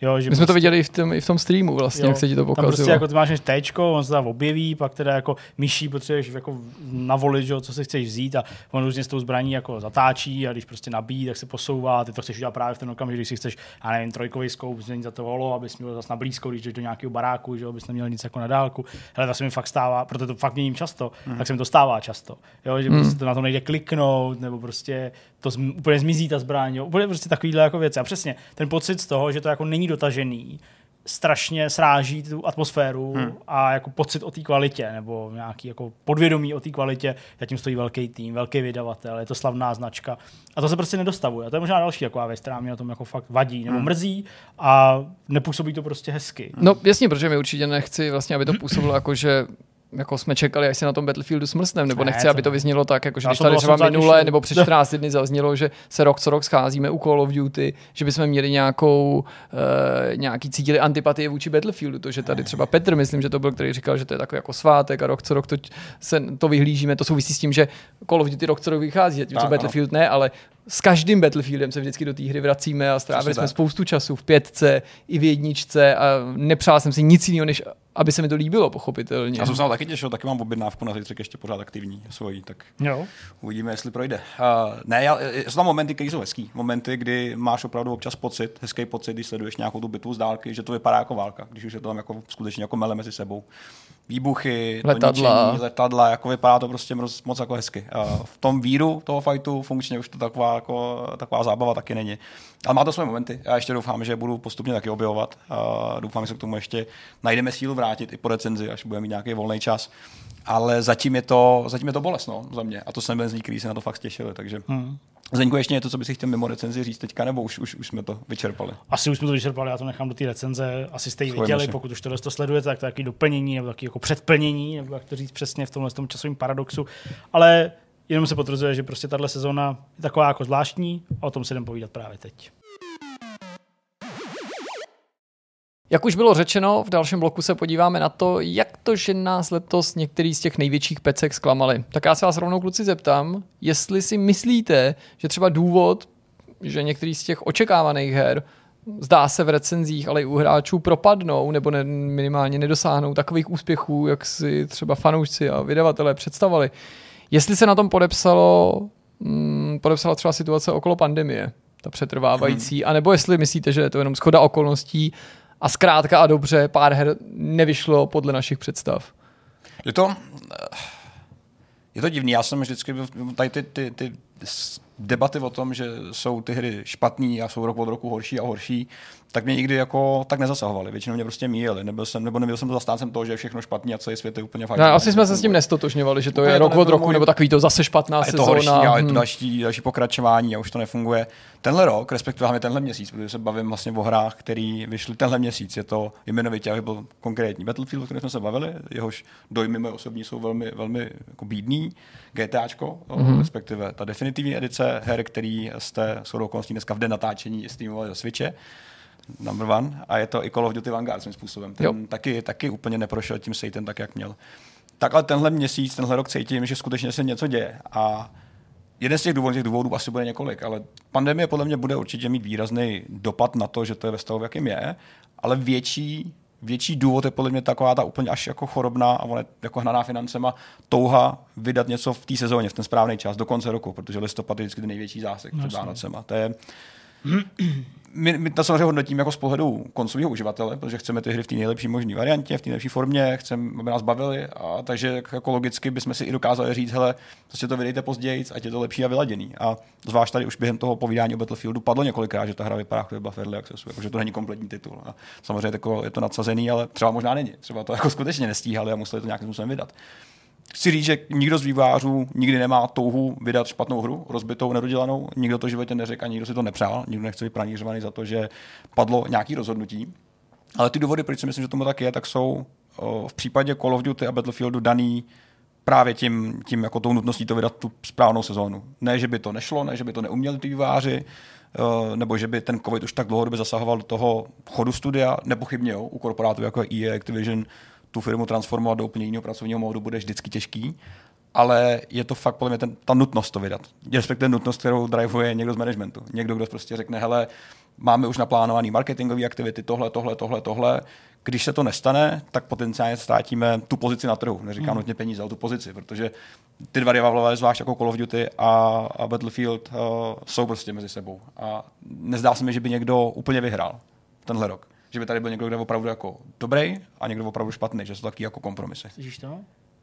Jo, že My jsme prostě, to viděli i v tom, i v tom streamu vlastně, jo, jak se ti to pokazilo. Tam prostě jako ty máš než téčko, on se tam objeví, pak teda jako myší potřebuješ jako navolit, že, co si chceš vzít a on různě s tou zbraní jako zatáčí a když prostě nabíjí, tak se posouvá, ty to chceš udělat právě v ten okamžik, když si chceš, já nevím, trojkový scope, změnit za to holo, abys měl zase na blízko, když jdeš do nějakého baráku, že abys neměl nic jako na dálku. Ale to se mi fakt stává, protože to fakt měním často, mm. tak se mi to stává často. Jo, že mm. prostě to na to nejde kliknout, nebo prostě to zm, úplně zmizí ta zbraň, jo, úplně prostě takovýhle jako věci. A přesně ten pocit z toho, že to jako není dotažený, strašně sráží tu atmosféru hmm. a jako pocit o té kvalitě nebo nějaký jako podvědomí o té kvalitě, zatím stojí velký tým, velký vydavatel, je to slavná značka a to se prostě nedostavuje. A to je možná další taková věc, která mě na tom jako fakt vadí nebo mrzí a nepůsobí to prostě hezky. No jasně, protože mi určitě nechci vlastně, aby to působilo jako, že jako jsme čekali, až se na tom Battlefieldu smrsknem, nebo ne, nechci, aby to vyznělo tak, jako že když tady třeba minule nebo před čtrnácti dny zaznělo, že se rok co rok scházíme u Call of Duty, že bychom měli nějakou, uh, nějaký cítili antipatie vůči Battlefieldu, to, že tady třeba Petr, myslím, že to byl, který říkal, že to je takový jako svátek a rok co rok to, se to vyhlížíme, to souvisí s tím, že Call of Duty rok co rok vychází, tím co Battlefield ne, ale s každým Battlefieldem se vždycky do té hry vracíme a strávili jsme spoustu času v pětce i v jedničce a nepřál jsem si nic jiného, než aby se mi to líbilo, pochopitelně. Já jsem se taky těšil, taky mám objednávku na zítřek ještě pořád aktivní svojí, tak jo. Uvidíme, jestli projde. Uh, ne, já, jsou tam momenty, které jsou hezký. Momenty, kdy máš opravdu občas pocit, hezký pocit, když sleduješ nějakou tu bitvu z dálky, že to vypadá jako válka, když už je to tam jako skutečně jako mele mezi sebou. Výbuchy, letadla, ničení, letadla, jako vypadá to prostě moc, moc jako hezky. Uh, v tom víru toho fightu funkčně už to taková, jako, taková zábava taky není. Ale má to své momenty. Já ještě doufám, že budu postupně taky objevovat. Uh, doufám, že se k tomu ještě najdeme sílu vrátit i po recenzi, až budeme mít nějaký volný čas. Ale zatím je to, zatím je to bolest, no, za mě. A to jsem byl z lidí, kteří se na to fakt těšili. Takže hmm. Zdeňku, ještě něco, co bys chtěl mimo recenzi říct teďka, nebo už, už, už jsme to vyčerpali? Asi už jsme to vyčerpali, já to nechám do té recenze. Asi jste ji viděli, pokud už tohle to sledujete, tak to je taky doplnění, nebo taky jako předplnění, nebo jak to říct přesně v tomhle tom časovém paradoxu. Ale jenom se potvrzuje, že prostě tahle sezóna je taková jako zvláštní a o tom si jdem povídat právě teď. Jak už bylo řečeno, v dalším bloku se podíváme na to, jak to, že nás letos některý z těch největších pecek zklamali. Tak já se vás rovnou, kluci, zeptám, jestli si myslíte, že třeba důvod, že některý z těch očekávaných her zdá se v recenzích, ale i u hráčů propadnou nebo ne, minimálně nedosáhnou takových úspěchů, jak si třeba fanoušci a vydavatelé představovali. Jestli se na tom podepsalo, hmm, podepsala třeba situace okolo pandemie, ta přetrvávající, hmm. anebo jestli myslíte, že je to jenom shoda okolností a zkrátka a dobře pár her nevyšlo podle našich představ. Je to, je to divný. Já jsem vždycky tady ty, ty, ty debaty o tom, že jsou ty hry špatný a jsou rok od roku horší a horší, tak mě nikdy jako tak nezasahovaly. Většinou mě prostě míjeli. Nebyl jsem, nebo nebyl jsem to zastáncem toho, že je všechno špatný a celý svět je úplně fakt. No, asi jsme se s tím nestotožňovali, že to je rok od roku, můj... nebo takový to zase špatná a sezóna. Je to horší a je to další, další pokračování a už to nefunguje. Tenhle rok, respektive hlavně tenhle měsíc, protože se bavím vlastně o hrách, který vyšly tenhle měsíc. Je to jmenovitě, aby byl konkrétní Battlefield, o kterém jsme se bavili, jehož dojmy moje osobní jsou velmi, velmi jako bídný. GTAčko, mm-hmm. respektive ta definitivní edice her, který jste shodou okolností dneska v den natáčení streamovali do Switche. Number one. A je to i Call of Duty Vanguard svým způsobem. Ten taky, taky úplně neprošel tím sejtem tak, jak měl. Tak ale tenhle měsíc, tenhle rok cítím, že skutečně se něco děje. A jeden z těch důvodů, těch důvodů asi bude několik, ale pandemie podle mě bude určitě mít výrazný dopad na to, že to je ve stavu, jakým je, ale větší, větší důvod je podle mě taková ta úplně až jako chorobná a ona jako hnaná financema touha vydat něco v té sezóně, v ten správný čas, do konce roku, protože listopad je vždycky ten největší zásek před Vánocema. To je My, my to samozřejmě hodnotíme jako z pohledu koncového uživatele, protože chceme ty hry v té nejlepší možné variantě, v té nejlepší formě, chceme, aby nás bavili, a takže jako logicky bychom si i dokázali říct, hele, prostě to vydejte později, ať je to lepší a vyladěný. A zvlášť tady už během toho povídání o Battlefieldu padlo několikrát, že ta hra vypadá, jako by byla v early accessu, jako, že to není kompletní titul. A samozřejmě tako, je to nadsazený, ale třeba možná není. Třeba to jako skutečně nestíhali a museli to nějakým způsobem vydat. Chci říct, že nikdo z vývojářů nikdy nemá touhu vydat špatnou hru, rozbitou, nedodělanou. Nikdo to v životě neřekl a nikdo si to nepřál. Nikdo nechce být pranířovaný za to, že padlo nějaké rozhodnutí. Ale ty důvody, proč si myslím, že tomu tak je, tak jsou o, v případě Call of Duty a Battlefieldu daný právě tím, tím jako tou nutností to vydat tu správnou sezónu. Ne, že by to nešlo, ne, že by to neuměli ty vývojáři, o, nebo že by ten COVID už tak dlouhodobě zasahoval do toho chodu studia. Nepochybně jo, u korporátů jako E A, Activision, tu firmu transformovat do úplně jiného pracovního módu bude vždycky těžký, ale je to fakt podle mě ten, ta nutnost to vydat. Respektive nutnost, kterou drivuje někdo z managementu. Někdo, kdo prostě řekne, hele, máme už naplánované marketingové aktivity, tohle, tohle, tohle, tohle. Když se to nestane, tak potenciálně ztratíme tu pozici na trhu. Neříkám hmm. nutně peníze, ale tu pozici, protože ty dva rivalové, zvlášť jako Call of Duty a, a Battlefield, uh, jsou prostě mezi sebou. A nezdá se mi, že by někdo úplně vyhrál tenhle rok. Že by tady byl někdo, kdo je opravdu jako dobrý a někdo opravdu špatný, že jsou taky jako kompromisy. Slyšíš to?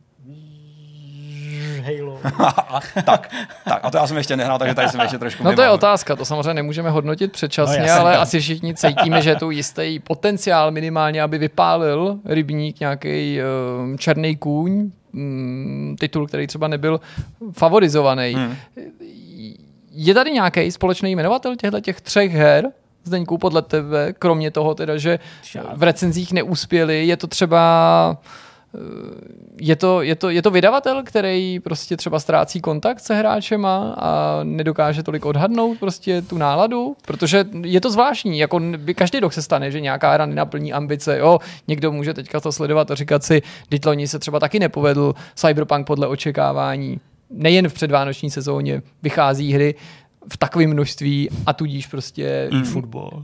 Halo. tak, tak, a to já jsem ještě nehrál, takže tady jsem ještě trošku No to je otázka, to samozřejmě nemůžeme hodnotit předčasně, no, ale asi všichni cítíme, že je tu jistý potenciál minimálně, aby vypálil rybník nějaký uh, černý kůň, um, titul, který třeba nebyl favorizovaný. Hmm. Je tady nějaký společný jmenovatel těchto těch třech her, Zdeňku, podle tebe, kromě toho teda, že v recenzích neuspěli, je to třeba... Je to, je, to, je to vydavatel, který prostě třeba ztrácí kontakt se hráčema a nedokáže tolik odhadnout prostě tu náladu, protože je to zvláštní, jako každý rok se stane, že nějaká hra nenaplní ambice, jo, někdo může teďka to sledovat a říkat si, vždyť loni se třeba taky nepovedl Cyberpunk podle očekávání, nejen v předvánoční sezóně vychází hry v takovém množství a tudíž prostě mm. fotbal.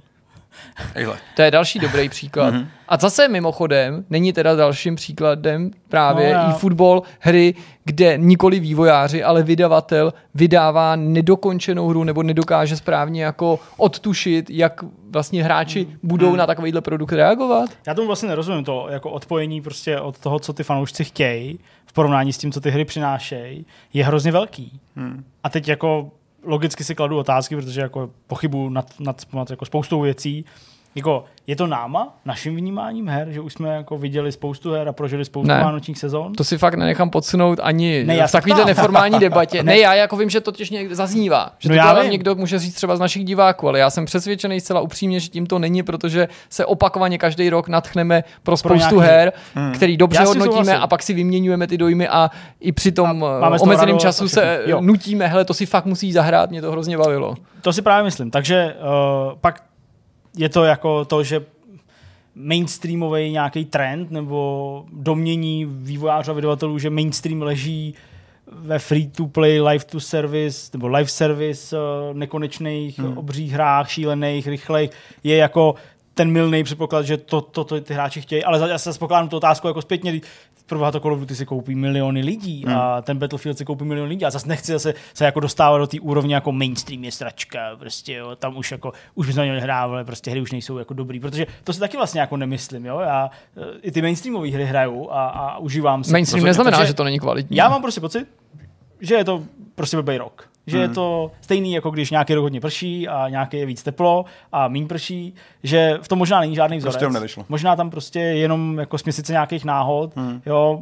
To je další dobrý příklad. Mm-hmm. A zase mimochodem, není teda dalším příkladem právě no, eFootball hry, kde nikoli vývojáři, ale vydavatel vydává nedokončenou hru nebo nedokáže správně jako odtušit, jak vlastně hráči mm. budou mm. na takovýhle produkt reagovat. Já tomu vlastně nerozumím, to jako odpojení prostě od toho, co ty fanoušci chtějí v porovnání s tím, co ty hry přinášejí, je hrozně velký. Mm. A teď jako logicky si kladu otázky, protože jako pochybuju nad, nad, nad jako spoustou věcí. Jako, je to náma, naším vnímáním her, že už jsme jako viděli spoustu her a prožili spoustu ne, vánočních sezon? To si fakt nenechám podsunout ani ne, v takovéhle neformální debatě. Ne, já jako vím, že to těž někde zaznívá. Že no to někdo může říct třeba z našich diváků, ale já jsem přesvědčený zcela upřímně, že tím to není, protože se opakovaně každý rok nadchneme pro spoustu pro her, hmm. který dobře hodnotíme souhlasim. A pak si vyměňujeme ty dojmy a i při tom omezeném času se jo. nutíme, hele, to si fakt musí zahrát, mě to hrozně bavilo. To si právě myslím. Takže uh, pak je to jako to, že mainstreamový nějaký trend nebo domění vývojářů a vydavatelů, že mainstream leží ve free-to-play, live-to-service nebo live-service nekonečných hmm. obřích hrách, šílených, rychlejch, je jako ten mylný předpoklad, že to, to, to ty hráči chtějí. Ale já se spokládám tu otázku jako zpětně, pro to Call of Duty si koupí miliony lidí hmm. a ten Battlefield si koupí miliony lidí a zase nechci zase se jako dostávat do té úrovně jako mainstream je stračka, prostě jo, tam už jako, už bychom měli hrát, ale prostě hry už nejsou jako dobrý, protože to si taky vlastně jako nemyslím, jo, já i ty mainstreamové hry hraju a, a užívám si. Mainstream rozhodně, neznamená, že to není kvalitní. Já mám prostě pocit, že je to prostě blbej rok. Že hmm. je to stejný, jako když nějaký rok hodně prší a nějaký je víc teplo a míň prší, že v tom možná není žádný vzorec. Prostě možná tam prostě jenom jako směsice nějakých náhod. Hmm. Jo,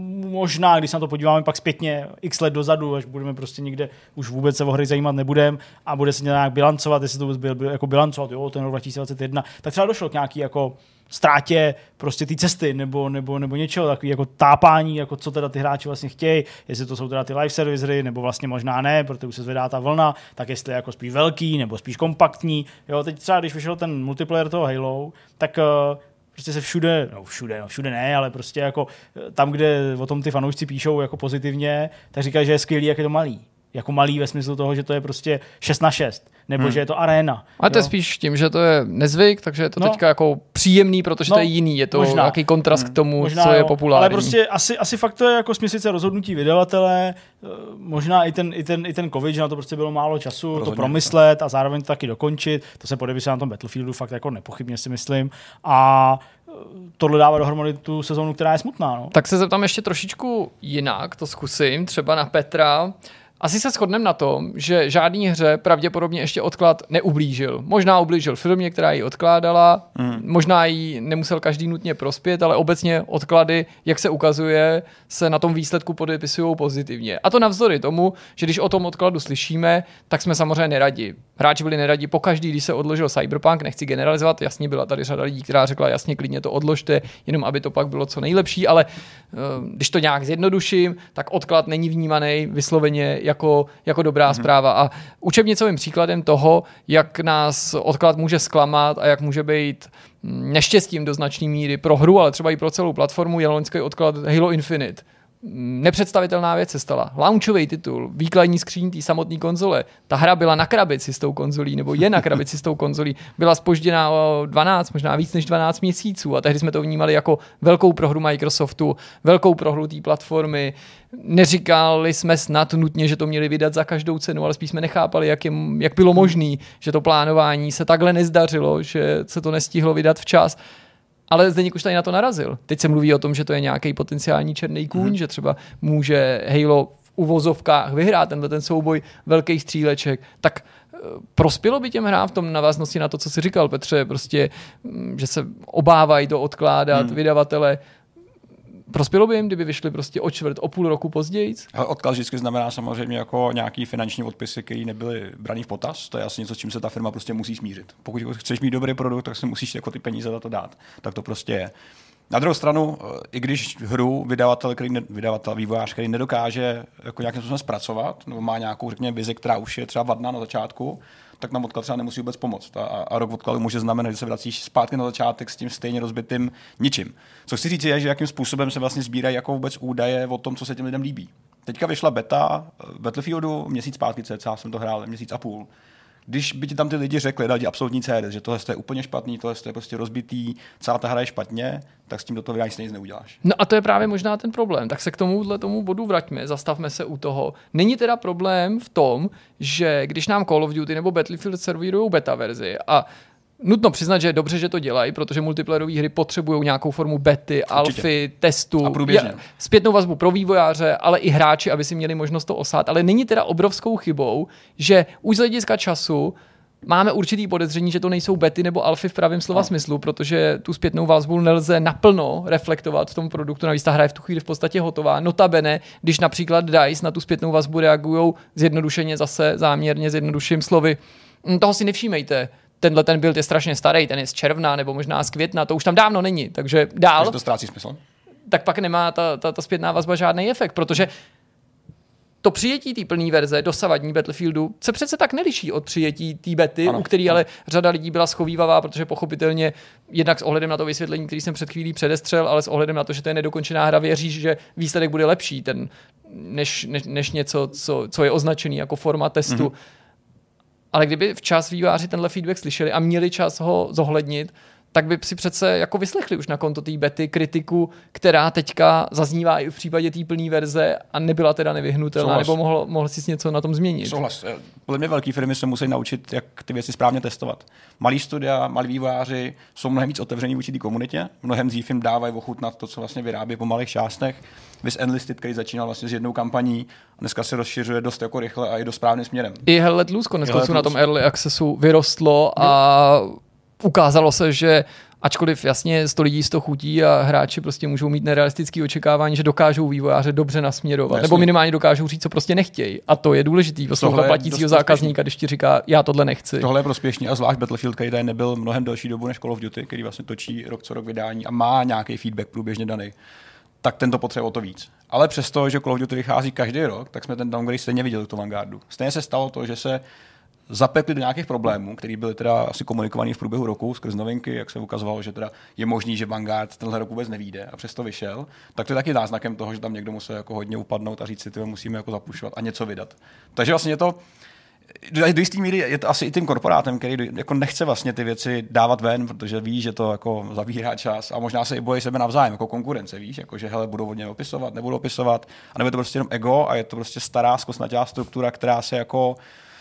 možná, když se na to podíváme pak zpětně x let dozadu, až budeme prostě někde už vůbec se o hry zajímat nebudeme a bude se nějak bilancovat, jestli to vůbec byl, byl jako bilancovat, jo, ten rok dva tisíce dvacet jedna, tak třeba došlo k nějaký jako ztrátě prostě té cesty nebo, nebo, nebo něčeho, takový jako tápání, jako co teda ty hráči vlastně chtějí, jestli to jsou teda ty live service hry, nebo vlastně možná ne, protože už se zvedá ta vlna, tak jestli jako spíš velký, nebo spíš kompaktní. Jo, teď třeba, když vyšel ten multiplayer toho Halo, tak uh, prostě se všude, no všude, no všude ne, ale prostě jako tam, kde o tom ty fanoušci píšou jako pozitivně, tak říkají, že je skvělý, jak je to malý. Jako malý ve smyslu toho, že to je prostě šest na šest, nebo hmm. že je to arena. A to je spíš tím, že to je nezvyk, takže je to no. teďka jako příjemný, protože no, to je jiný, je to možná. Nějaký kontrast hmm. k tomu, možná, co je populární. Ale prostě asi, asi fakt to je jako směsice rozhodnutí vydavatele, možná i ten, i ten, i ten covid, že na to prostě bylo málo času rozhodně, to promyslet a zároveň to taky dokončit. To se podepisuje na tom Battlefieldu fakt jako nepochybně si myslím. A tohle dává dohromady tu sezónu, která je smutná. No. Tak se zeptám ještě trošičku jinak, to zkusím, třeba na Petra. Asi se shodneme na tom, že žádný hře pravděpodobně ještě odklad neublížil. Možná ublížil firmě, která ji odkládala, mm. možná ji nemusel každý nutně prospět, ale obecně odklady, jak se ukazuje, se na tom výsledku podepisují pozitivně. A to navzdory tomu, že když o tom odkladu slyšíme, tak jsme samozřejmě neradi. Hráči byli neradi pokaždý, když se odložil Cyberpunk, nechci generalizovat, jasně byla tady řada lidí, která řekla jasně klidně to odložte, jenom aby to pak bylo co nejlepší, ale uh, když to nějak zjednoduším, tak odklad není vnímaný vysloveně jako, jako dobrá mm-hmm. zpráva. A učebnicovým příkladem toho, jak nás odklad může zklamat a jak může být neštěstím do značné míry pro hru, ale třeba i pro celou platformu, je loňský odklad Halo Infinite. nepředstavitelná věc se stala. Launchový titul, výkladní skříň té samotné konzole. Ta hra byla na krabici s tou konzolí, nebo je na krabici s tou konzolí. Byla zpožděná o dvanáct, možná víc než dvanáct měsíců a tehdy jsme to vnímali jako velkou prohru Microsoftu, velkou prohru té platformy. Neříkali jsme snad nutně, že to měli vydat za každou cenu, ale spíš jsme nechápali, jak, je, jak bylo možné, že to plánování se takhle nezdařilo, že se to nestihlo vydat včas. Ale Zdeněk už tady na to narazil. Teď se mluví o tom, že to je nějaký potenciální černý kůň, hmm. že třeba může Halo v uvozovkách vyhrát tenhle ten souboj velkých stříleček. Tak prospělo by těm hrám v tom navaznosti na to, co jsi říkal, Petře, prostě, že se obávají to odkládat, hmm. vydavatele. Prospělo by jim, kdyby vyšli prostě o čtvrt, o půl roku později? Odklad vždycky znamená samozřejmě jako nějaký finanční odpisy, které nebyly braný v potaz. To je asi něco, s čím se ta firma prostě musí smířit. Pokud chceš mít dobrý produkt, tak si musíš jako ty peníze za to dát. Tak to prostě je. Na druhou stranu, i když hru vydavatel, který ne, vydavatel, vývojář, který nedokáže jako nějakým způsobem zpracovat, nebo má nějakou, řekněme, vizi, která už je třeba vadná na začátku, tak nám odklad třeba nemusí vůbec pomoct. A, a rok odkladu může znamenat, že se vracíš zpátky na začátek s tím stejně rozbitým ničím. Co chci říct je, že jakým způsobem se vlastně sbírají jako vůbec údaje o tom, co se těm lidem líbí. Teďka vyšla beta Battlefieldu, měsíc zpátky cca jsem to hrál, měsíc a půl. Když by ti tam ty lidi řekli, dali absolutní C D, že tohle je úplně špatný, tohle je prostě rozbitý, celá ta hra je špatně, tak s tím do toho vydání nic neuděláš. No a to je právě možná ten problém. Tak se k tomuhle tomu bodu vraťme, zastavme se u toho. Není teda problém v tom, že když nám Call of Duty nebo Battlefield servírují beta verzi a nutno přiznat, že je dobře, že to dělají, protože multiplayerové hry potřebují nějakou formu bety, alfy, testu, a průběžně. Zpětnou vazbu pro vývojáře, ale i hráči, aby si měli možnost to osát. Ale není teda obrovskou chybou, že už z hlediska času máme určitý podezření, že to nejsou bety nebo alfy v pravém slova no. smyslu, protože tu zpětnou vazbu nelze naplno reflektovat v tom produktu. Navíc ta hra je v tu chvíli v podstatě hotová. Notabene, když například DICE na tu zpětnou vazbu reagují zjednodušeně, zase záměrně zjednoduším slovy, toho si nevšímejte. Tenhle ten build je strašně starý, ten je z června nebo možná z května, to už tam dávno není, takže dál. Takže to ztrácí smysl. Tak pak nemá ta, ta, ta zpětná vazba žádný efekt, protože to přijetí té plné verze dosavadní Battlefieldu se přece tak neliší od přijetí té bety, ano, u který ale řada lidí byla schovívavá, protože pochopitelně jednak s ohledem na to vysvětlení, který jsem před chvílí předestřel, ale s ohledem na to, že to je nedokončená hra, věříš, že výsledek bude lepší ten, než, než, než něco, co, co je označený jako forma testu. Mm-hmm. Ale kdyby včas vývojáři tenhle feedback slyšeli a měli čas ho zohlednit, tak by si přece jako vyslechli už na konto té bety kritiku, která teďka zaznívá i v případě té plné verze a nebyla teda nevyhnutelná, Souhlas. nebo mohl, mohl si něco na tom změnit. Souhlas. Podle mě velké firmy se musí naučit, jak ty věci správně testovat. Malí studia, malí vývojáři jsou mnohem víc otevření vůči té komunitě, mnohem dřív jim dávají ochutnat to, co vlastně vyrábí po malých částech. Vys Enlisted, který začínal vlastně s jednou kampaní, a dneska se rozšiřuje dost jako rychle a i do správným směrem. I Hell Let Loose konec konců na tom Early Accessu vyrostlo a ukázalo se, že ačkoliv jasně sto lidí sto chutí a hráči prostě můžou mít nerealistické očekávání, že dokážou vývojáře dobře nasměrovat, jasně. nebo minimálně dokážou říct, co prostě nechtějí. A to je důležitý poslouchat platícího zákazníka, když ti říká, já tohle nechci. Tohle je prospěšný a zvlášť Battlefield, který tady nebyl mnohem delší dobu než Call of Duty, který vlastně točí rok co rok vydání a má nějaký feedback průběžně daný. Tak tento potřebuje o to víc. Ale přesto, že Call of Duty vychází každý rok, tak jsme ten downgrade stejně viděli to Vanguardu. Stejně se stalo to, že se zapekli do nějakých problémů, které byly teda asi komunikované v průběhu roku skrz novinky, jak se ukazovalo, že teda je možný, že Vanguard tenhle rok vůbec nevyjde a přesto vyšel, tak to je taky náznakem toho, že tam někdo musel jako hodně upadnout a říct si, že musíme jako zapušovat a něco vydat. Takže vlastně je to do jisté míry je to asi i tím korporátem, který jako nechce vlastně ty věci dávat ven, protože ví, že to jako zavírá čas a možná se i bojí sebe navzájem, jako konkurence, víš, jako že hele, budou hodně opisovat, nebudou opisovat, a nebo je to prostě jenom ego a je to prostě stará zkostnatá struktura, která se jako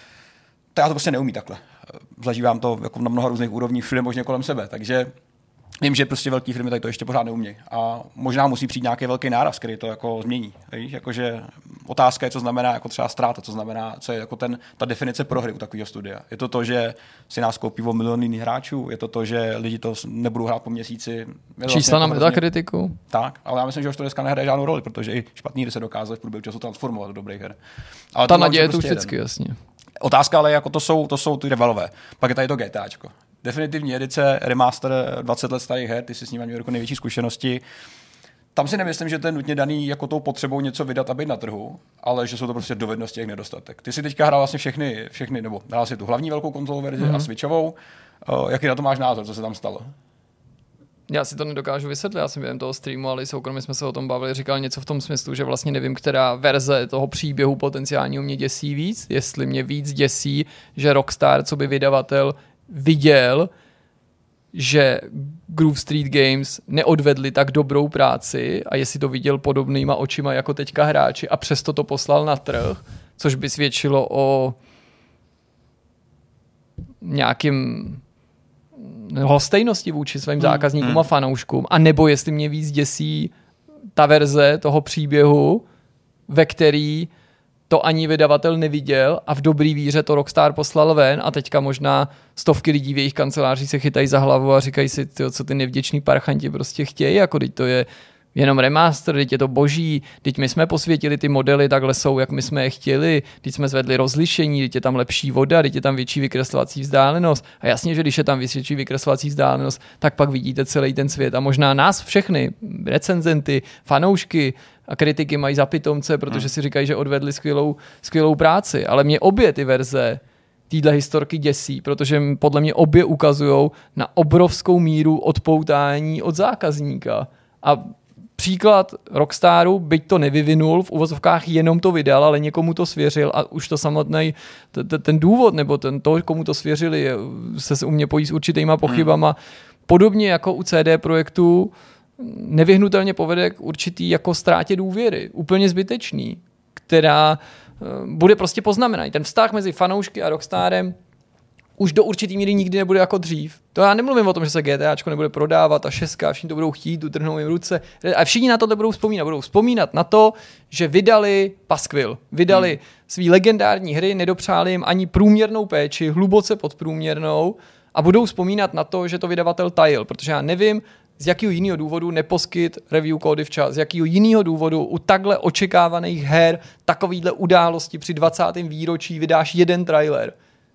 já to prostě neumí takhle. Zažívám to jako na mnoha různých úrovních všude možně kolem sebe, takže vím, že prostě velké firmy tady to ještě pořád neumějí. A možná musí přijít nějaký velký náraz, který to jako změní. Víš? Jakože otázka je, co znamená jako třeba ztráta, co znamená, co je jako ten, ta definice prohry u takového studia. Je to to, že si nás koupí o miliony hráčů, je to to, že lidi to nebudou hrát po měsíci. Čísla na Metakritiku. Tak, ale já myslím, že už to dneska nehraje žádnou roli, protože i špatný hry se dokázaly v průběhu času transformovat do dobrých her. Ale ta naděje je tu vždycky, jasně. Otázka ale jako to jsou, to jsou ty rivalové. Pak je tady to GTAčko. Definitivní edice, remaster dvacet let starých her, ty si s ním měl jako největší zkušenosti. Tam si nemyslím, že to je nutně daný jako tou potřebou něco vydat a být na trhu, ale že jsou to prostě dovednosti, jak nedostatek. Ty si teďka hrál vlastně všechny, všechny nebo hrál si tu hlavní velkou konzolovou verzi mm-hmm. a switchovou. Uh, jaký na to máš názor, co se tam stalo? Já si to nedokážu vysvětlit, já jsem během toho streamu, ale soukromně jsme se o tom bavili, říkal něco v tom smyslu, že vlastně nevím, která verze toho příběhu potenciálního mě děsí víc, jestli mě víc děsí, že Rockstar, co by vydavatel, viděl, že Groove Street Games neodvedli tak dobrou práci a jestli to viděl podobnýma očima jako teďka hráči a přesto to poslal na trh, což by svědčilo o nějakým lhostejnosti vůči svým zákazníkům hmm. a fanouškům, a nebo jestli mě víc děsí ta verze toho příběhu, ve který to ani vydavatel neviděl a v dobrý víře to Rockstar poslal ven a teďka možná stovky lidí v jejich kancelářích se chytají za hlavu a říkají si, tyjo, co ty nevděční parchanti prostě chtějí, jako teď to je jenom remaster, teď je to boží, teď my jsme posvětili ty modely, takhle jsou, jak my jsme je chtěli, teď jsme zvedli rozlišení, teď je tam lepší voda, teď je tam větší vykreslovací vzdálenost. A jasně, že když je tam větší vykreslovací vzdálenost, tak pak vidíte celý ten svět. A možná nás všechny, recenzenty, fanoušky a kritiky mají za pitomce, protože hmm. si říkají, že odvedli skvělou, skvělou práci. Ale mě obě ty verze týhle historky děsí, protože podle mě obě ukazují na obrovskou míru odpoutání od zákazníka. A příklad Rockstaru, byť to nevyvinul, v uvozovkách jenom to vydal, ale někomu to svěřil a už to samotný t- ten důvod, nebo ten to, komu to svěřili, se u mě pojí s určitýma pochybama. Podobně jako u C D Projektu nevyhnutelně povede k určitý jako ztrátě důvěry. Úplně zbytečný, která bude prostě poznamenaný. Ten vztah mezi fanoušky a Rockstarem už do určitý míry nikdy nebude jako dřív. To já nemluvím o tom, že se GTAčko nebude prodávat a šestka, všichni to budou chtít, utrhnou jim ruce. A všichni na to budou vzpomínat. Budou vzpomínat na to, že vydali paskvil. Vydali hmm. svý legendární hry, nedopřáli jim ani průměrnou péči, hluboce podprůměrnou, a budou vzpomínat na to, že to vydavatel tajil, protože já nevím, z jakého jiného důvodu neposkyt review kódy včas, z jakého jiného důvodu u takhle očekávaných her, takovýhle události při dvacátém výročí vydáš jeden trailer.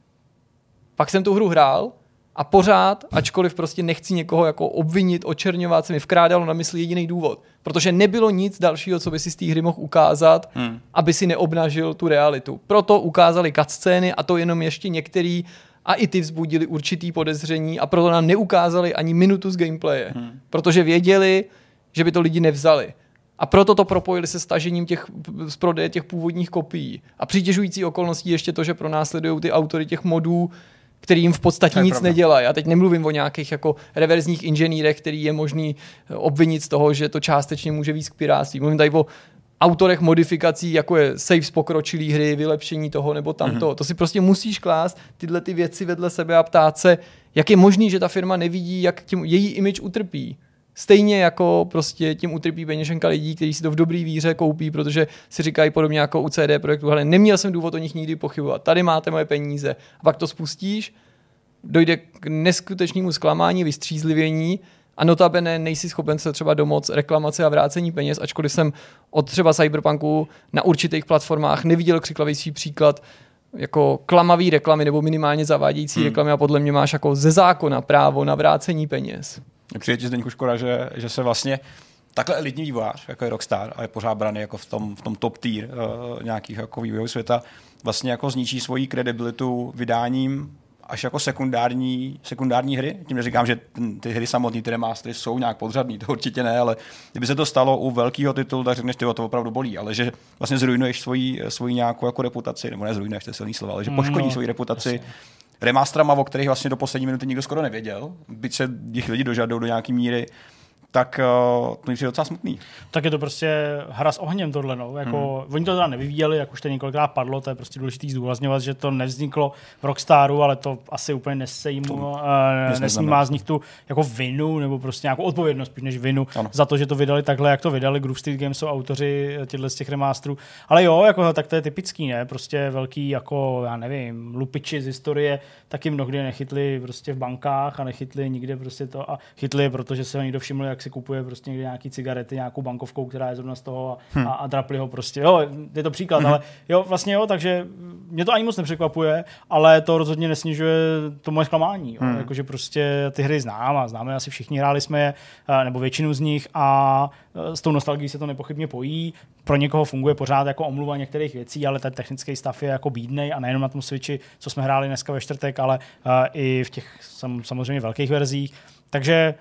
Pak jsem tu hru hrál a pořád, ačkoliv prostě nechci někoho jako obvinit, očerňovat, se mi vkrádalo na mysli jediný důvod. Protože nebylo nic dalšího, co by si z té hry mohl ukázat, hmm. aby si neobnažil tu realitu. Proto ukázali cutscény a to jenom ještě některý a i ty vzbudili určitý podezření a proto nám neukázali ani minutu z gameplaye. Hmm. Protože věděli, že by to lidi nevzali. A proto to propojili se stažením těch, z prodeje těch původních kopií. A přitěžující okolností ještě to, že pronásledují ty autory těch modů, který jim v podstatě nic pravda. nedělají. Já teď nemluvím o nějakých jako reverzních inženýrech, který je možný obvinit z toho, že to částečně může víc k pirátství. Mluvím tady o autorech modifikací, jako je save z pokročilý hry, vylepšení toho nebo tamto. Mm-hmm. To si prostě musíš klást tyhle ty věci vedle sebe a ptát se, jak je možný, že ta firma nevidí, jak tím její image utrpí. Stejně jako prostě tím utrpí peněženka lidí, kteří si to v dobrý víře koupí, protože si říkají podobně jako u C D Projektu, hele, neměl jsem důvod o nich nikdy pochybovat, tady máte moje peníze. A pak to spustíš, dojde k neskutečnému zklamání, vystřízlivění a notabene nejsi schopen se třeba domoct reklamace a vrácení peněz, ačkoliv jsem od třeba Cyberpunku na určitých platformách neviděl křiklavější příklad jako klamavý reklamy nebo minimálně zavádějící hmm. reklamy a podle mě máš jako ze zákona právo na vrácení peněz. Přijde ti Zdeňku škoda, že, že se vlastně takhle elitní vývojář, jako je Rockstar, a je pořád braný jako v tom, v tom top tier uh, nějakých jako vývojů světa, vlastně jako zničí svoji kredibilitu vydáním až jako sekundární, sekundární hry. Tím neříkám, že ty hry samotné, ty remastery jsou nějak podřadný, to určitě ne, ale kdyby se to stalo u velkého titulu, tak řekneš, tyho, to opravdu bolí, ale že vlastně zrujnuješ svoji, svoji nějakou jako reputaci, nebo ne zrujnuješ, to je silný slovo, ale že poškodíš no, svoji reputaci jasně. remasterama, o kterých vlastně do poslední minuty nikdo skoro nevěděl, byť se jich lidi dožadou do nějaký míry, tak uh, to mi přijde docela smutný. Tak je to prostě hra s ohněm tohle, no. Jako, hmm. Oni to teda nevyvíjeli, jak už to několikrát padlo, to je prostě důležitý zdůrazňovat, že to nevzniklo v Rockstaru, ale to asi úplně nesejmu, uh, nesnímá z nich tu jako vinu, nebo prostě nějakou odpovědnost, spíš než vinu, ano. za to, že to vydali takhle, jak to vydali. Groove Street Games jsou autoři těchto z těch remasterů. Ale jo, jako, tak to je typický, ne? Prostě velký, jako, já nevím, lupiči z historie taky mnohdy nechytli prostě v bankách a nechytli nikde prostě to a chytli je, protože se ho někdo všiml, jak si kupuje prostě někde nějaký cigarety, nějakou bankovkou, která je zrovna z toho a, hmm. a, a drapli ho prostě. Jo, je to příklad, hmm. ale jo, vlastně jo, takže mě to ani moc nepřekvapuje, ale to rozhodně nesnižuje to moje zklamání. Hmm. Jakože prostě ty hry znám a známe asi všichni, hráli jsme je, nebo většinu z nich a s tou nostalgií se to nepochybně pojí. Pro někoho funguje pořád jako omluva některých věcí, ale ten technický stav je jako bídnej a nejenom na tom Switchi, co jsme hráli dneska ve čtvrtek, ale uh, i v těch sam, samozřejmě velkých verzích. Takže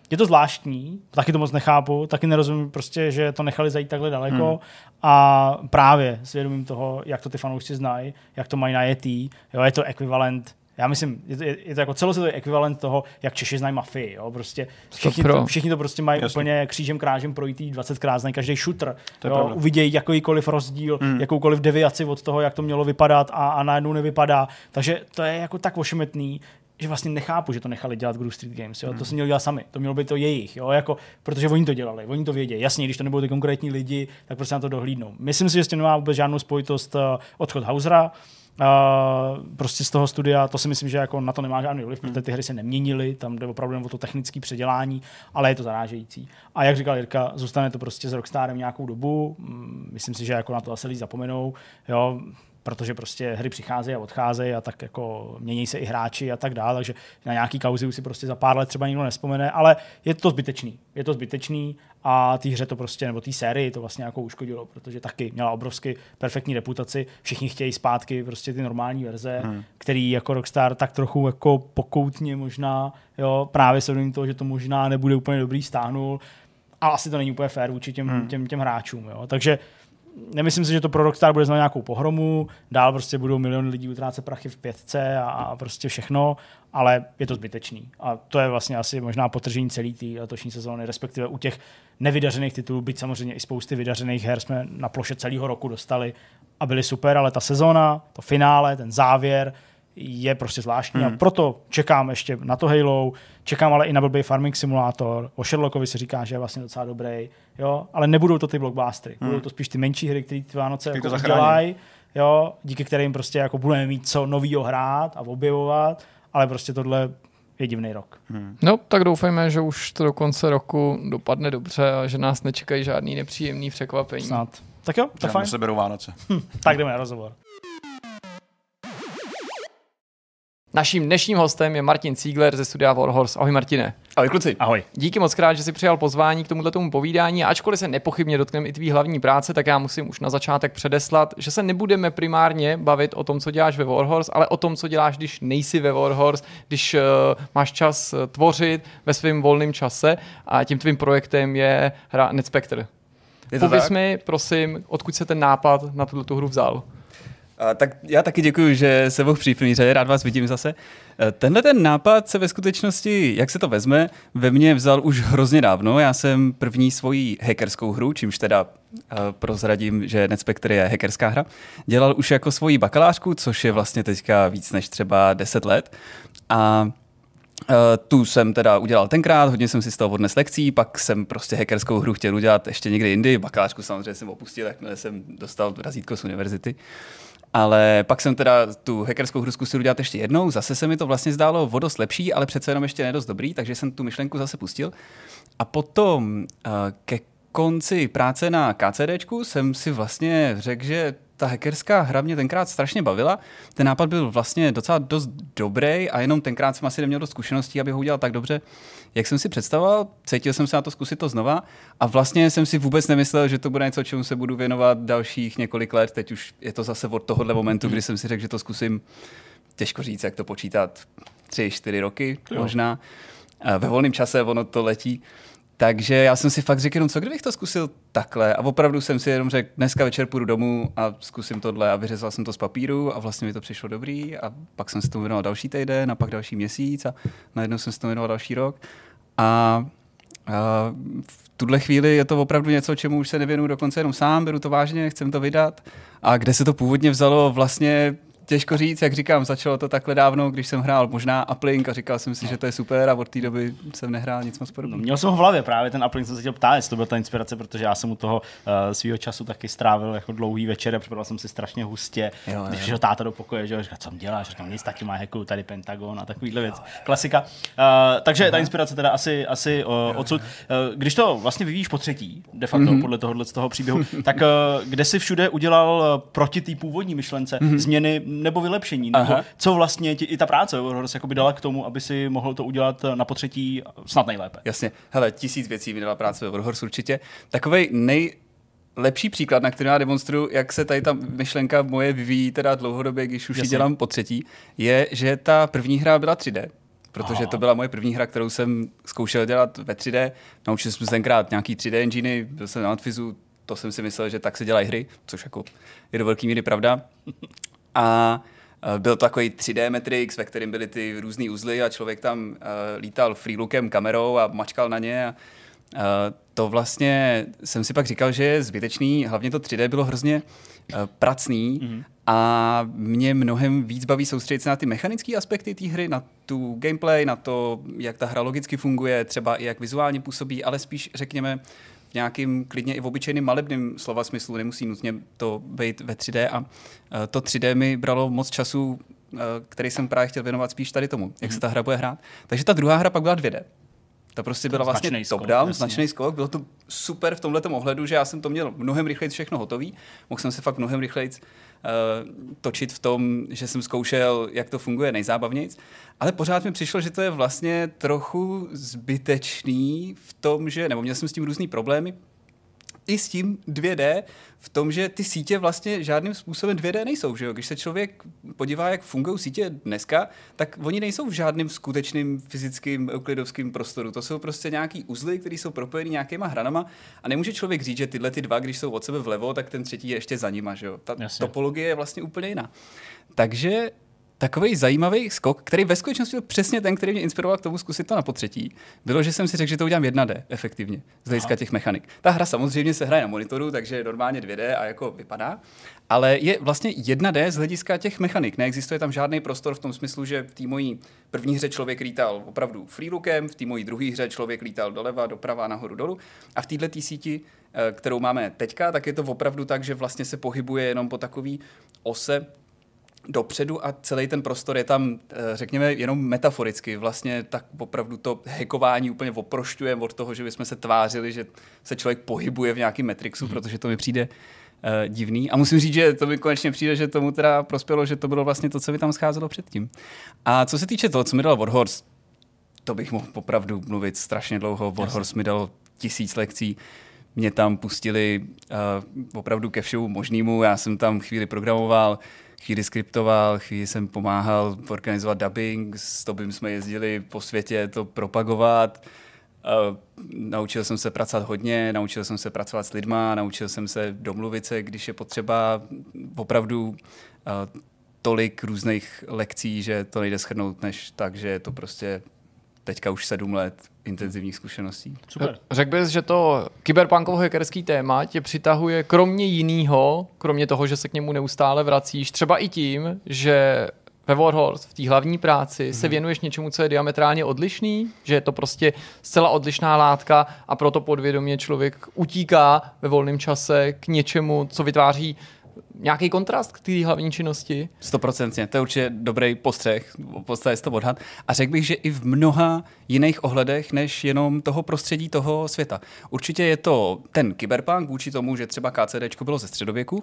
je to zvláštní, taky to moc nechápu, taky nerozumím prostě, že to nechali zajít takhle daleko hmm. a právě svědomím toho, jak to ty fanoušci znají, jak to mají najetý, jo, je to ekvivalent. Já myslím, je to, je, je to jako celosvětový ekvivalent toho, jak Češi znají Mafii. Jo? Prostě všichni, to, všichni to prostě mají Jasně. úplně křížem krážem projítý dvacetkrát, znají každý shooter. Uvidějí jakýkoliv rozdíl, mm. jakoukoliv deviaci od toho, jak to mělo vypadat a, a najednou nevypadá. Takže to je jako tak ošemetný, že vlastně nechápu, že to nechali dělat Groove Street Games. Jo? Mm. To si měli dělat sami. To mělo být to jejich. Jo? Jako, protože oni to dělali, oni to vědějí. Jasně, když to nebudou ty konkrétní lidi, tak prostě na to dohlídnou. Myslím si, že s tím nemá vůbec žádnou spojitost uh, odchod Hausera. Uh, prostě z toho studia, to si myslím, že jako na to nemá žádný vliv, protože ty hry se neměnily, tam jde opravdu o to technické předělání, ale je to zarážející. A jak říkal Jirka, zůstane to prostě s Rockstarem nějakou dobu, myslím si, že jako na to asi lidi zapomenou, jo, protože prostě hry přicházejí a odcházejí a tak jako mění se i hráči a tak dále, takže na nějaký kauzy už si prostě za pár let třeba nikdo nespomene, ale je to zbytečný. Je to zbytečný a té hře to prostě, nebo té sérii to vlastně jako uškodilo, protože taky měla obrovsky perfektní reputaci, všichni chtějí zpátky prostě ty normální verze, hmm. který jako Rockstar tak trochu jako pokoutně možná, jo, právě se do toho, že to možná nebude úplně dobrý, stáhnul, a asi to není úplně fér vůči těm, hmm. těm, těm hráčům, jo, takže nemyslím si, že to pro Rockstar bude znamenat nějakou pohromu, dál prostě budou miliony lidí utrácet prachy v pětce a, a prostě všechno, ale je to zbytečný. A to je vlastně asi možná potržení celý té letošní sezóny, respektive u těch nevydařených titulů, byť samozřejmě i spousty vydařených her jsme na ploše celého roku dostali a byly super, ale ta sezóna, to finále, ten závěr je prostě zvláštní hmm. a proto čekám ještě na to Halo, čekám ale i na blbý Farming Simulator, o Sherlockovi se říká, že je vlastně docela dobrý, jo, ale nebudou to ty blockbustery, hmm. budou to spíš ty menší hry, které ty Vánoce jako dělají, jo, díky kterým prostě jako budeme mít co novýho hrát a objevovat, ale prostě tohle je divný rok. Hmm. No, tak doufejme, že už to do konce roku dopadne dobře a že nás nečekají žádný nepříjemný překvapení. Snad. Tak jo, tak fajn. Se berou Vánoce. Hm, tak jdeme na rozhovor. Naším dnešním hostem je Martin Ziegler ze studia Warhorse. Ahoj Martine. Ahoj kluci. Ahoj. Díky moc krát, že jsi přijal pozvání k tomuto tomu povídání. A ačkoliv se nepochybně dotkneme i tvý hlavní práce, tak já musím už na začátek předeslat, že se nebudeme primárně bavit o tom, co děláš ve Warhorse, ale o tom, co děláš, když nejsi ve Warhorse, když uh, máš čas tvořit ve svém volném čase a tím tvým projektem je hra Net Spectre. Pověz mi, prosím, odkud se ten nápad na tuto hru vzal. A tak já taky děkuji, že se mohl přijít v první řadě, rád vás vidím zase. Tenhle ten nápad se ve skutečnosti, jak se to vezme, ve mně vzal už hrozně dávno. Já jsem první svoji hackerskou hru, čímž teda uh, prozradím, že Net Spectre je hackerská hra, dělal už jako svoji bakalářku, což je vlastně teďka víc než třeba deset let. A Uh, tu jsem teda udělal tenkrát, hodně jsem si z toho odnes lekcí, pak jsem prostě hackerskou hru chtěl udělat ještě někdy jindy, bakalářku samozřejmě jsem opustil, jakmile jsem dostal razítko z univerzity. Ale pak jsem teda tu hackerskou hru zkusil udělat ještě jednou, zase se mi to vlastně zdálo o dost lepší, ale přece jenom ještě nedost dobrý, takže jsem tu myšlenku zase pustil. A potom uh, ke konci práce na KCDčku jsem si vlastně řekl, že ta hackerská hra mě tenkrát strašně bavila. Ten nápad byl vlastně docela dost dobrý a jenom tenkrát jsem asi neměl dost zkušeností, aby ho udělal tak dobře, jak jsem si představoval. Cítil jsem se na to zkusit to znova a vlastně jsem si vůbec nemyslel, že to bude něco, čemu se budu věnovat dalších několik let. Teď už je to zase od tohohle momentu, kdy jsem si řekl, že to zkusím, těžko říct, jak to počítat, tři, čtyři roky jo. možná. Ve volném čase ono to letí. Takže já jsem si fakt řekl jenom, co kdybych to zkusil takhle a opravdu jsem si jenom řekl, dneska večer půjdu domů a zkusím tohle a vyřezal jsem to z papíru a vlastně mi to přišlo dobrý a pak jsem se tomu věnoval další týden a pak další měsíc a najednou jsem se tomu věnoval další rok a, a v tuhle chvíli je to opravdu něco, čemu už se nevěnuju dokonce jenom sám, beru to vážně, chcem to vydat a kde se to původně vzalo vlastně těžko říct, jak říkám, začalo to takhle dávno, když jsem hrál možná Uplink a říkal jsem si, že to je super a od té doby jsem nehrál nic moc podobného. No, měl jsem ho v hlavě právě, ten Uplink jsem se chtěl ptát, jestli to byla ta inspirace, protože já jsem u toho uh, svýho času taky strávil jako dlouhý večer a připadal jsem si strašně hustě. Jo, jo. Když přišel táta do pokoje, že říká, co děláš, říkám, nic, taky má hacku, tady Pentagon a takovýhle věc. Klasika. Uh, takže Aha. ta inspirace teda asi, asi uh, odsud. Uh, když to vlastně vyvíjíš po třetí, de facto mm-hmm. podle tohohle z toho příběhu, tak uh, kde si všude udělal uh, proti té původní myšlence mm-hmm. změny nebo vylepšení? Nebo co vlastně ti, i ta práce Warhorse jako by dala k tomu, aby si mohl to udělat na potřetí snad nejlépe? Jasně. Hele, tisíc věcí mi dala práce ve Warhorse určitě. Takovej nejlepší příklad, na který já demonstruju, jak se tady ta myšlenka moje vyvíjí teda dlouhodobě, když už ji dělám po třetí, je, že ta první hra byla tři dé. protože Aha. to byla moje první hra, kterou jsem zkoušel dělat ve tři dé. Naučil jsem se tenkrát nějaký tři dé enginy, byl jsem na Matfizu, to jsem si myslel, že tak se dělají hry, což jako je do velké míry pravda. A byl to takový tři dé Matrix, ve kterém byly ty různý uzly a člověk tam uh, lítal freelookem kamerou a mačkal na ně. A, uh, to vlastně jsem si pak říkal, že je zbytečný, hlavně to tři dé bylo hrozně uh, pracný mm-hmm. a mě mnohem víc baví soustředit se na ty mechanické aspekty té hry, na tu gameplay, na to, jak ta hra logicky funguje, třeba i jak vizuálně působí, ale spíš řekněme v nějakým klidně i v obyčejným malebným slova smyslu, nemusí nutně to být ve tři dé a uh, to tři dé mi bralo moc času, uh, který jsem právě chtěl věnovat spíš tady tomu, jak mm-hmm. se ta hra bude hrát. Takže ta druhá hra pak byla dvě dé. To prostě byla vlastně top-down, značný skok. Bylo to super v tomhletom ohledu, že já jsem to měl mnohem rychleji všechno hotový. Mohl jsem se fakt mnohem rychleji uh, točit v tom, že jsem zkoušel, jak to funguje nejzábavnějc. Ale pořád mi přišlo, že to je vlastně trochu zbytečný v tom, že, nebo měl jsem s tím různý problémy, i s tím dvě dé v tom, že ty sítě vlastně žádným způsobem dvě dé nejsou. Že jo? Když se člověk podívá, jak fungují sítě dneska, tak oni nejsou v žádným skutečným fyzickým euklidovským prostoru. To jsou prostě nějaký uzly, které jsou propojený nějakýma hranama a nemůže člověk říct, že tyhle ty dva, když jsou od sebe vlevo, tak ten třetí je ještě za nima. Že jo? Ta Jasně. topologie je vlastně úplně jiná. Takže takový zajímavý skok, který ve skutečnosti byl přesně ten, který mě inspiroval k tomu zkusit to na potřetí, bylo, že jsem si řekl, že to udělám jedna dé efektivně z hlediska těch mechanik. Ta hra samozřejmě se hraje na monitoru, takže je normálně dvě dé a jako vypadá, ale je vlastně jedna dé z hlediska těch mechanik. Neexistuje tam žádný prostor v tom smyslu, že v té mojí první hře člověk lítal opravdu freelookem, v té mojí druhé hře člověk lítal doleva, doprava, nahoru, dolů a v této síti, kterou máme teďka, tak je to opravdu tak, že vlastně se pohybuje jenom po takový ose dopředu a celý ten prostor je tam, řekněme, jenom metaforicky. Vlastně tak opravdu to hackování úplně oprošťujeme od toho, že bychom se tvářili, že se člověk pohybuje v nějakém Matrixu, mm. protože to mi přijde uh, divný. A musím říct, že to mi konečně přijde, že tomu teda prospělo, že to bylo vlastně to, co mi tam scházelo předtím. A co se týče toho, co mi dal Warhorse, to bych mohl opravdu mluvit strašně dlouho. Warhorse mi dal tisíc lekcí. Mě tam pustili uh, opravdu ke všemu možnému. Já jsem tam chvíli programoval, chvíli skriptoval, chvíli jsem pomáhal organizovat dubbing, s Tobím jsme jezdili po světě to propagovat. Uh, naučil jsem se pracovat hodně, naučil jsem se pracovat s lidma, naučil jsem se domluvit se, když je potřeba opravdu uh, tolik různých lekcí, že to nejde shrnout, než tak, že je to prostě teďka už sedm let intenzivních zkušeností. Super. Řekl bys, že to kyberpunkovo hackerský téma tě přitahuje kromě jinýho, kromě toho, že se k němu neustále vracíš, třeba i tím, že ve Warhorse, v té hlavní práci, hmm. se věnuješ něčemu, co je diametrálně odlišný, že je to prostě zcela odlišná látka a proto podvědomě člověk utíká ve volném čase k něčemu, co vytváří nějaký kontrast k té hlavní činnosti? Stoprocentně, to je určitě dobrý postřeh, v podstatě to odhad. A řekl bych, že i v mnoha jiných ohledech, než jenom toho prostředí, toho světa. Určitě je to ten kyberpunk vůči tomu, že třeba KCDčko bylo ze středověku,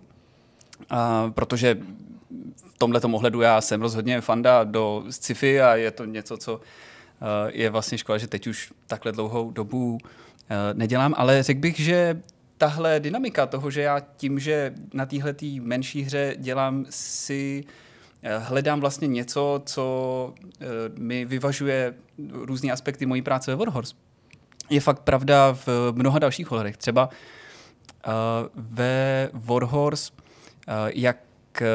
a protože v tomhletom ohledu já jsem rozhodně fanda do sci-fi a je to něco, co je vlastně škoda, že teď už takhle dlouhou dobu nedělám, ale řekl bych, že tahle dynamika toho, že já tím, že na téhletý menší hře dělám si, hledám vlastně něco, co mi vyvažuje různý aspekty mojí práce ve Warhorse. Je fakt pravda v mnoha dalších ohledech. Třeba uh, ve Warhorse, uh, jak uh,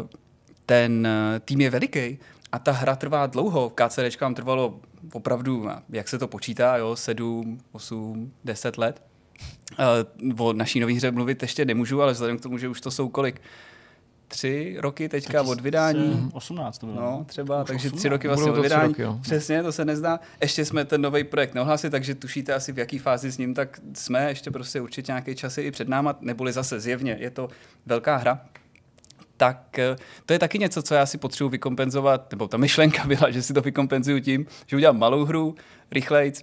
ten tým je veliký a ta hra trvá dlouho, KCDčkám trvalo opravdu, jak se to počítá, jo, sedm, osm, deset let. Uh, o naší nový hře mluvit ještě nemůžu, ale vzhledem k tomu, že už to jsou kolik? Tři roky teďka od vydání. osmnáct to bylo. No, třeba, takže osmnáct. Tři roky vlastně od vydání. Roky, přesně, to se nezdá. Ještě jsme ten nový projekt neohlásili, takže tušíte asi v jaký fázi s ním, tak jsme ještě prostě určitě nějaké časy i před náma, neboli zase zjevně, je to velká hra. Tak to je taky něco, co já si potřebuji vykompenzovat, nebo ta myšlenka byla, že si to vykompenzuju tím, že udělám malou hru, rychlejc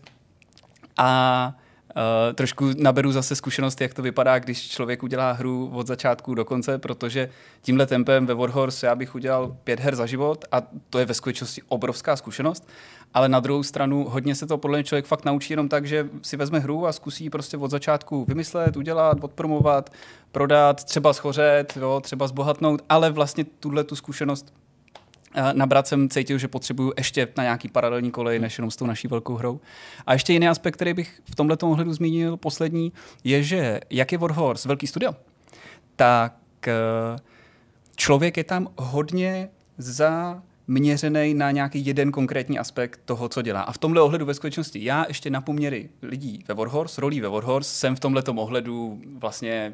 a Uh, trošku naberu zase zkušenost, jak to vypadá, když člověk udělá hru od začátku do konce, protože tímhle tempem ve Warhorse já bych udělal pět her za život a to je ve skutečnosti obrovská zkušenost, ale na druhou stranu hodně se to podle mě člověk fakt naučí jenom tak, že si vezme hru a zkusí prostě od začátku vymyslet, udělat, odpromovat, prodat, třeba schořet, jo, třeba zbohatnout, ale vlastně tuhle tu zkušenost nabrat jsem cítil, že potřebuju ještě na nějaký paralelní kolej, než jenom s tou naší velkou hrou. A ještě jiný aspekt, který bych v tomhletom ohledu zmínil poslední, je, že jak je Warhorse velký studio, tak člověk je tam hodně zaměřený na nějaký jeden konkrétní aspekt toho, co dělá. A v tomhle ohledu ve skutečnosti já ještě na poměry lidí ve Warhorse, rolí ve Warhorse, jsem v tomhletom ohledu vlastně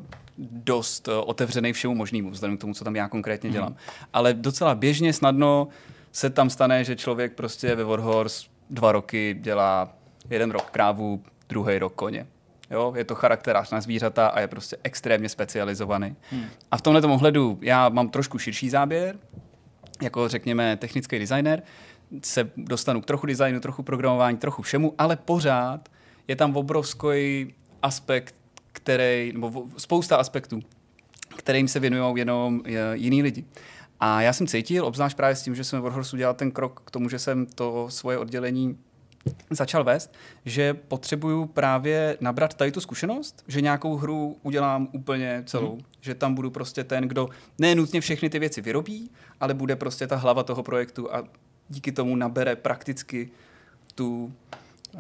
dost otevřený všemu možnému, vzhledem k tomu, co tam já konkrétně dělám. Hmm. Ale docela běžně, snadno se tam stane, že člověk prostě ve Warhorse dva roky dělá jeden rok krávu, druhý rok koně. Jo, je to charakterář na zvířata a je prostě extrémně specializovaný. Hmm. A v tomhletom ohledu já mám trošku širší záběr, jako řekněme technický designer, se dostanu k trochu designu, trochu programování, trochu všemu, ale pořád je tam obrovský aspekt, který, nebo spousta aspektů, kterým se věnují jenom jiní lidi. A já jsem cítil, obzvlášť právě s tím, že jsem v Warhorse udělal ten krok k tomu, že jsem to svoje oddělení začal vést, že potřebuju právě nabrat tady tu zkušenost, že nějakou hru udělám úplně celou. Hmm. Že tam budu prostě ten, kdo ne nutně všechny ty věci vyrobí, ale bude prostě ta hlava toho projektu a díky tomu nabere prakticky tu, uh,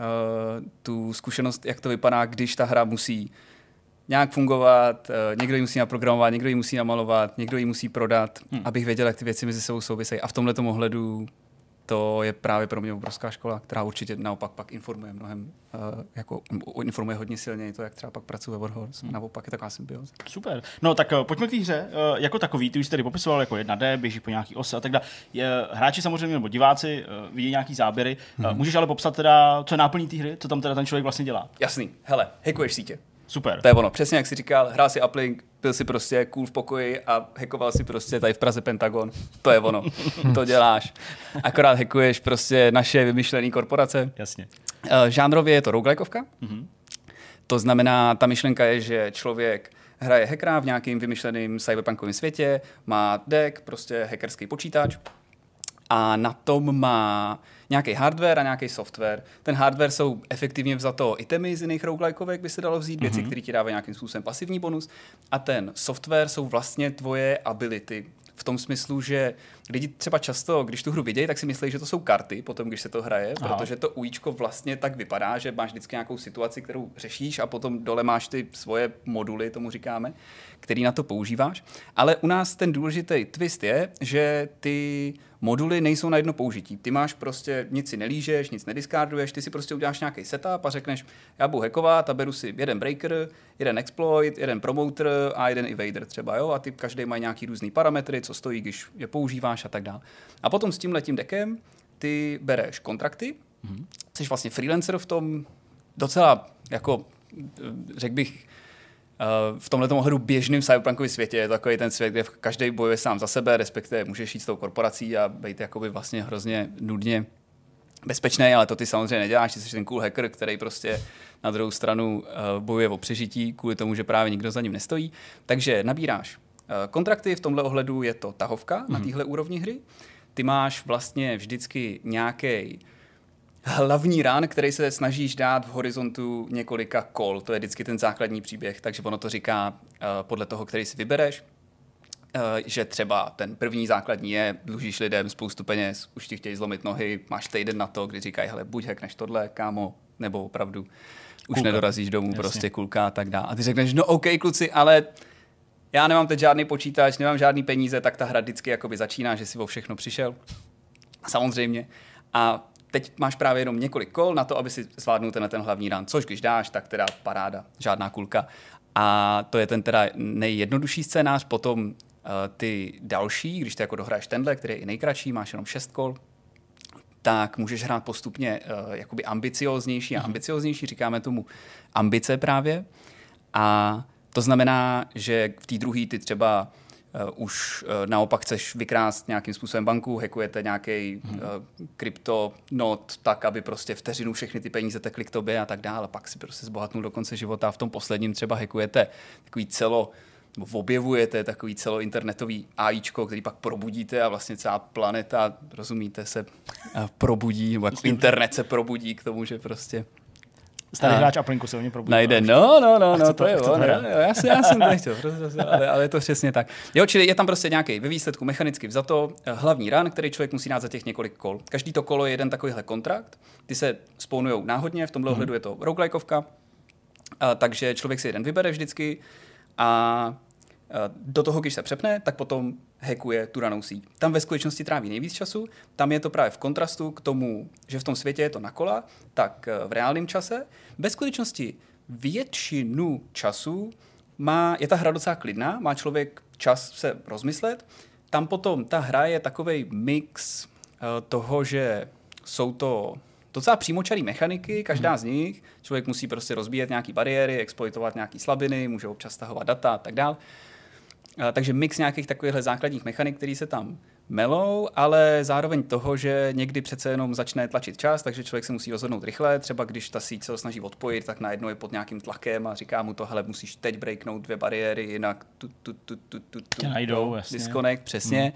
tu zkušenost, jak to vypadá, když ta hra musí nějak fungovat, uh, někdo ji musí naprogramovat, někdo ji musí namalovat, někdo ji musí prodat, hmm. abych věděl, jak ty věci mezi sebou souvisejí. A v tomhletom ohledu to je právě pro mě obrovská škola, která určitě naopak pak informuje mnohem, uh, jako informuje hodně silněji to, jak třeba pak pracuje ve Warhorse. Hmm. Naopak je taková symbioza. Super. No tak uh, pojďme k té hře. Uh, jako takový, ty už jsi tady popisoval jako jedna dé, běží po nějaký ose a tak dále. Hráči samozřejmě, nebo diváci uh, vidí nějaký záběry. Hmm. Uh, můžeš ale popsat teda, co je náplní té hry, co tam teda ten člověk vlastně dělá? Jasný. Hele, hackuješ sítě. Super. To je ono. Přesně jak jsi říkal, hrál si uplink, byl si prostě cool v pokoji a hackoval si prostě tady v Praze Pentagon. To je ono. To děláš. Akorát hackuješ prostě naše vymyšlené korporace. Jasně. Žánrově je to roguelikeovka. Mm-hmm. To znamená, ta myšlenka je, že člověk hraje hackera v nějakým vymyšleným cyberpunkovém světě, má deck, prostě hackerský počítač a na tom má nějaký hardware a nějaký software. Ten hardware jsou efektivně vzato itemy z jiných roguelikovek, by se dalo vzít, věci, mm-hmm. které ti dávají nějakým způsobem pasivní bonus. A ten software jsou vlastně tvoje ability. V tom smyslu, že lidi třeba často, když tu hru vidějí, tak si myslí, že to jsou karty, potom když se to hraje, Aha. protože to újíčko vlastně tak vypadá, že máš vždycky nějakou situaci, kterou řešíš a potom dole máš ty svoje moduly, tomu říkáme, který na to používáš. Ale u nás ten důležitý twist je, že ty moduly nejsou na jedno použití. Ty máš prostě, nic si nelížeš, nic nediskarduješ, ty si prostě uděláš nějaký setup a řekneš, já budu hackovat a beru si jeden breaker, jeden exploit, jeden promoter a jeden evader třeba, jo? A ty každý mají nějaký různý parametry, co stojí, když je používáš a tak dále. A potom s tímhletím deckem ty bereš kontrakty, mm-hmm. jsi vlastně freelancer v tom docela, jako řekl bych, v tomhletom ohledu běžným cyberpunkovém světě je to takový ten svět, kde každý bojuje sám za sebe, respektive můžeš jít s tou korporací a být jakoby vlastně hrozně nudně bezpečný, ale to ty samozřejmě neděláš, ty jsi ten cool hacker, který prostě na druhou stranu bojuje o přežití kvůli tomu, že právě nikdo za ním nestojí. Takže nabíráš kontrakty, v tomhle ohledu je to tahovka mm-hmm. na téhle úrovni hry. Ty máš vlastně vždycky nějaký hlavní run, který se snažíš dát v horizontu několika kol. To je vždycky ten základní příběh, takže ono to říká uh, podle toho, který si vybereš, uh, že třeba ten první základní je, dlužíš lidem spoustu peněz, už ti chtějí zlomit nohy, máš týden na to, kdy říkají, hele, buď hackneš tohle, kámo, nebo opravdu už kulka. Nedorazíš domů, Jasně. prostě kulka a tak dále. A ty řekneš, no OK, kluci, ale já nemám teď žádný počítač, nemám žádný peníze, tak ta hra vždycky jakoby začíná, že si o všechno přišel. Samozřejmě. A teď máš právě jenom několik kol na to, aby si zvládnul ten, ten hlavní run, což když dáš, tak teda paráda, žádná kulka. A to je ten teda nejjednodušší scénář, potom uh, ty další, když ty jako dohraješ tenhle, který je i nejkratší, máš jenom šest kol, tak můžeš hrát postupně uh, jakoby ambicioznější a ambicioznější, říkáme tomu ambice právě. A to znamená, že v té druhé ty třeba Uh, už uh, naopak chceš vykrást nějakým způsobem banku, hackujete nějaký hmm. uh, kryptonot tak, aby prostě vteřinu všechny ty peníze tekly k tobě a tak dále. Pak si prostě zbohatnul do konce života a v tom posledním třeba hackujete takový celo, nebo objevujete takový celointernetový AIčko, který pak probudíte a vlastně celá planeta, rozumíte, se uh, probudí, nebo jako internet se probudí k tomu, že prostě Starý hráč Aplinku se o ně probudil. Najde, no, no, no, no, to, to je to ono, já, já jsem to nechtěl, ale, ale je to přesně tak. Jo, čili je tam prostě nějaký ve výsledku mechanicky vzato hlavní run, který člověk musí dát za těch několik kol. Každý to kolo je jeden takovýhle kontrakt, ty se spawnujou náhodně, v tomhle hmm. ohledu je to roguelikeovka, a, takže člověk si jeden vybere vždycky a do toho, když se přepne, tak potom hackuje tu danou síť. Tam ve skutečnosti tráví nejvíc času, tam je to právě v kontrastu k tomu, že v tom světě je to na kola, tak v reálném čase. Ve skutečnosti většinu času má, je ta hra docela klidná, má člověk čas se rozmyslet. Tam potom ta hra je takovej mix toho, že jsou to docela přímočarý mechaniky, každá hmm. z nich. Člověk musí prostě rozbíjet nějaký bariéry, exploitovat nějaký slabiny, může občas stahovat data a tak dál. Takže mix nějakých takovýchhle základních mechanik, který se tam melou, ale zároveň toho, že někdy přece jenom začne tlačit čas, takže člověk se musí rozhodnout rychle. Třeba když ta síť se ho snaží odpojit, tak najednou je pod nějakým tlakem a říká mu to, hele, musíš teď breaknout dvě bariéry, jinak tu, tu, tu, tu, tu, tu, najdou, jasně. Disconnect, přesně. Hmm.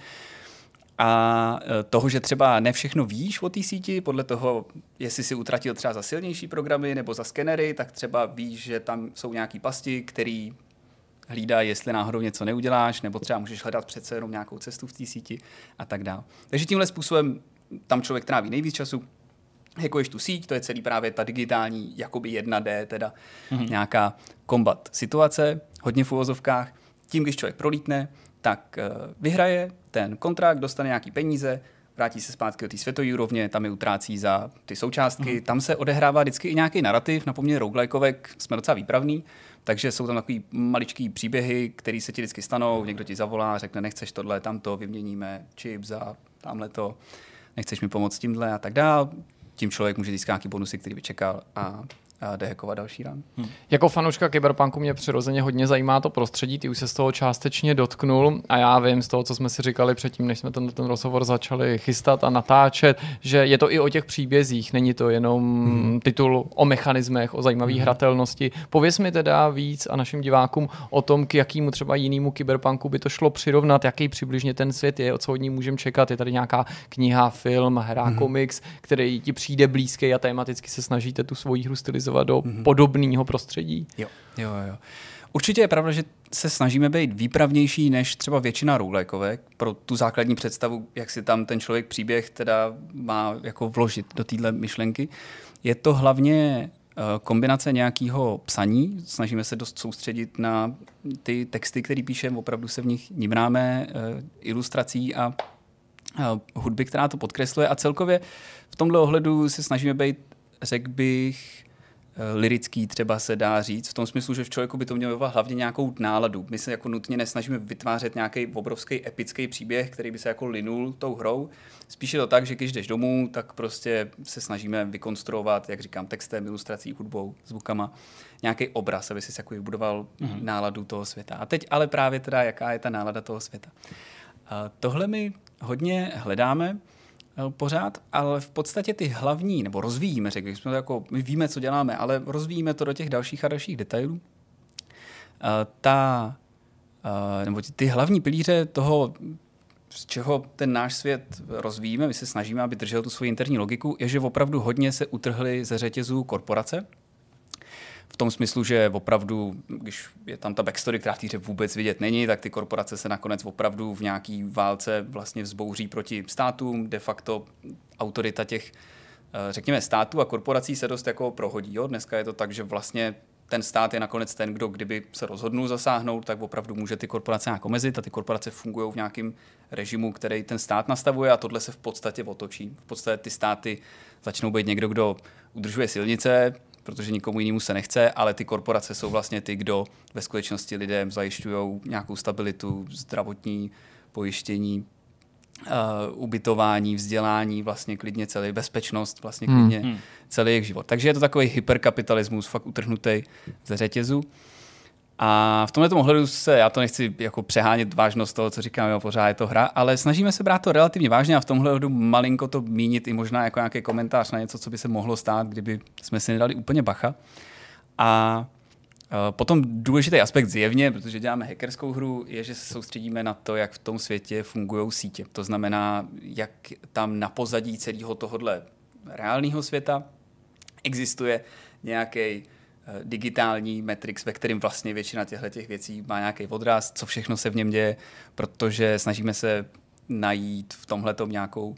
A toho, že třeba ne všechno víš o té síti, podle toho, jestli si utratil třeba za silnější programy nebo za skenery, tak třeba víš, že tam jsou nějaký pasti, který hlídá, jestli náhodou něco neuděláš, nebo třeba můžeš hledat přece jenom nějakou cestu v té síti a tak dále. Takže tímhle způsobem tam člověk tráví nejvíc času. Hackuješ tu síť, to je celý právě ta digitální, jakoby jedna dé, teda mm-hmm. nějaká kombat situace, hodně v uvozovkách. Tím, když člověk prolítne, tak uh, vyhraje ten kontrakt, dostane nějaký peníze, vrátí se zpátky do té světové úrovně, tam je utrácí za ty součástky. Mm-hmm. Tam se odehrává vždycky i nějaký narrativ, na poměr roguelikovek jsme docela výpravní, takže jsou tam takový maličký příběhy, které se ti vždycky stanou, někdo ti zavolá, řekne, nechceš tohle, tamto, vyměníme čip za tamhle to, nechceš mi pomoct s tímhle a tak dál. Tím člověk může získat nějaký bonusy, který by čekal a a dehackovat další run. Hmm. Jako fanouška Cyberpunku mě přirozeně hodně zajímá to prostředí, ty už se z toho částečně dotknul a já vím z toho, co jsme si říkali předtím, než jsme ten, ten rozhovor začali chystat a natáčet, že je to i o těch příbězích, není to jenom hmm. titul o mechanismech, o zajímavé hmm. hratelnosti. Pověz mi teda víc a našim divákům o tom, k jakému třeba jinému Cyberpunku by to šlo přirovnat, jaký přibližně ten svět je, o co od ní můžeme čekat. Je tady nějaká kniha, film, hra, hmm. komiks, který ti přijde blízký a tematicky se snažíte tu svoji hru stylizovat do mm-hmm. podobného prostředí. Jo, jo, jo. Určitě je pravda, že se snažíme být výpravnější než třeba většina roguelikovek pro tu základní představu, jak si tam ten člověk příběh teda má jako vložit do téhle myšlenky. Je to hlavně uh, kombinace nějakého psaní, snažíme se dost soustředit na ty texty, které píšeme, opravdu se v nich nimráme, uh, ilustrací a uh, hudby, která to podkresluje a celkově v tomhle ohledu se snažíme být, řekl bych, lirický třeba se dá říct, v tom smyslu, že v člověku by to mělo hlavně nějakou náladu. My se jako nutně nesnažíme vytvářet nějaký obrovský epický příběh, který by se jako linul tou hrou. Spíš je to tak, že když jdeš domů, tak prostě se snažíme vykonstruovat, jak říkám, textem, ilustrací, hudbou, zvukama, nějaký obraz, aby si jako vybudoval mm-hmm. náladu toho světa. A teď ale právě teda, jaká je ta nálada toho světa. A tohle my hodně hledáme pořád, ale v podstatě ty hlavní, nebo rozvíjíme, řekli jsme to jako, my víme, co děláme, ale rozvíjíme to do těch dalších a dalších detailů. Uh, ta, uh, nebo ty hlavní pilíře toho, z čeho ten náš svět rozvíjíme, my se snažíme, aby držel tu svoji interní logiku, je, že opravdu hodně se utrhly ze řetězů korporace. V tom smyslu, že opravdu, když je tam ta backstory, která v té hře vůbec vidět není, tak ty korporace se nakonec opravdu v nějaký válce vlastně vzbouří proti státům. De facto autorita těch, řekněme, států a korporací se dost jako prohodí. Jo? Dneska je to tak, že vlastně ten stát je nakonec ten, kdo kdyby se rozhodnul zasáhnout, tak opravdu může ty korporace nějak omezit a ty korporace fungují v nějakém režimu, který ten stát nastavuje a tohle se v podstatě otočí. V podstatě ty státy začnou být někdo, kdo udržuje silnice, protože nikomu jinému se nechce, ale ty korporace jsou vlastně ty, kdo ve skutečnosti lidem zajišťují nějakou stabilitu, zdravotní pojištění, uh, ubytování, vzdělání, vlastně klidně celý, bezpečnost, vlastně klidně hmm. celý jejich život. Takže je to takový hyperkapitalismus, fakt utrhnutý ze řetězu. A v tomhle ohledu se, já to nechci jako přehánět vážnost toho, co říkám, jo, pořád je to hra, ale snažíme se brát to relativně vážně a v tomhle ohledu malinko to mínit i možná jako nějaký komentář na něco, co by se mohlo stát, kdyby jsme si nedali úplně bacha. A potom důležitý aspekt zjevně, protože děláme hackerskou hru, je, že se soustředíme na to, jak v tom světě fungují sítě. To znamená, jak tam na pozadí celého tohohle reálného světa existuje nějaký digitální Matrix, ve kterém vlastně většina těchto věcí má nějaký odraz, co všechno se v něm děje, protože snažíme se najít v tomhletom nějakou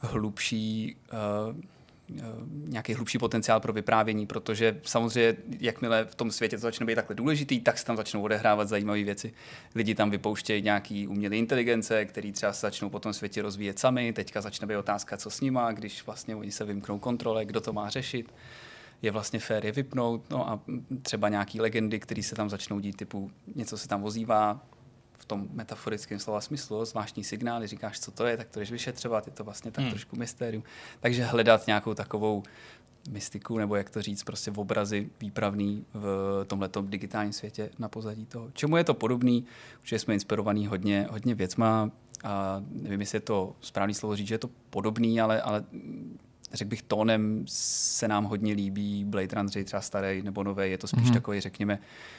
hlubší, uh, uh, nějaký hlubší potenciál pro vyprávění, protože samozřejmě, jakmile v tom světě to začne být takhle důležitý, tak se tam začnou odehrávat zajímavé věci. Lidi tam vypouštějí nějaký umělé inteligence, které třeba se začnou po tom světě rozvíjet sami, teďka začne být otázka, co s nima, když vlastně oni se vymknou kontrole, kdo to má řešit. Je vlastně fér je vypnout, no a třeba nějaký legendy, které se tam začnou dít, typu něco se tam ozývá v tom metaforickém slova smyslu, zvláštní signály, říkáš, co to je, tak to jdeš vyšetřovat, je to vlastně tak hmm. trošku mystérium. Takže hledat nějakou takovou mystiku, nebo jak to říct, prostě v obrazy výpravný v tomhletom digitálním světě na pozadí toho. Čemu je to podobný? Že jsme inspirovaní hodně, hodně věcma a nevím, jestli je to správný slovo říct, že je to podobný, ale, ale řekl bych, tónem se nám hodně líbí Blade Runner, třeba starý nebo nový, je to spíš mm-hmm. takový, řekněme,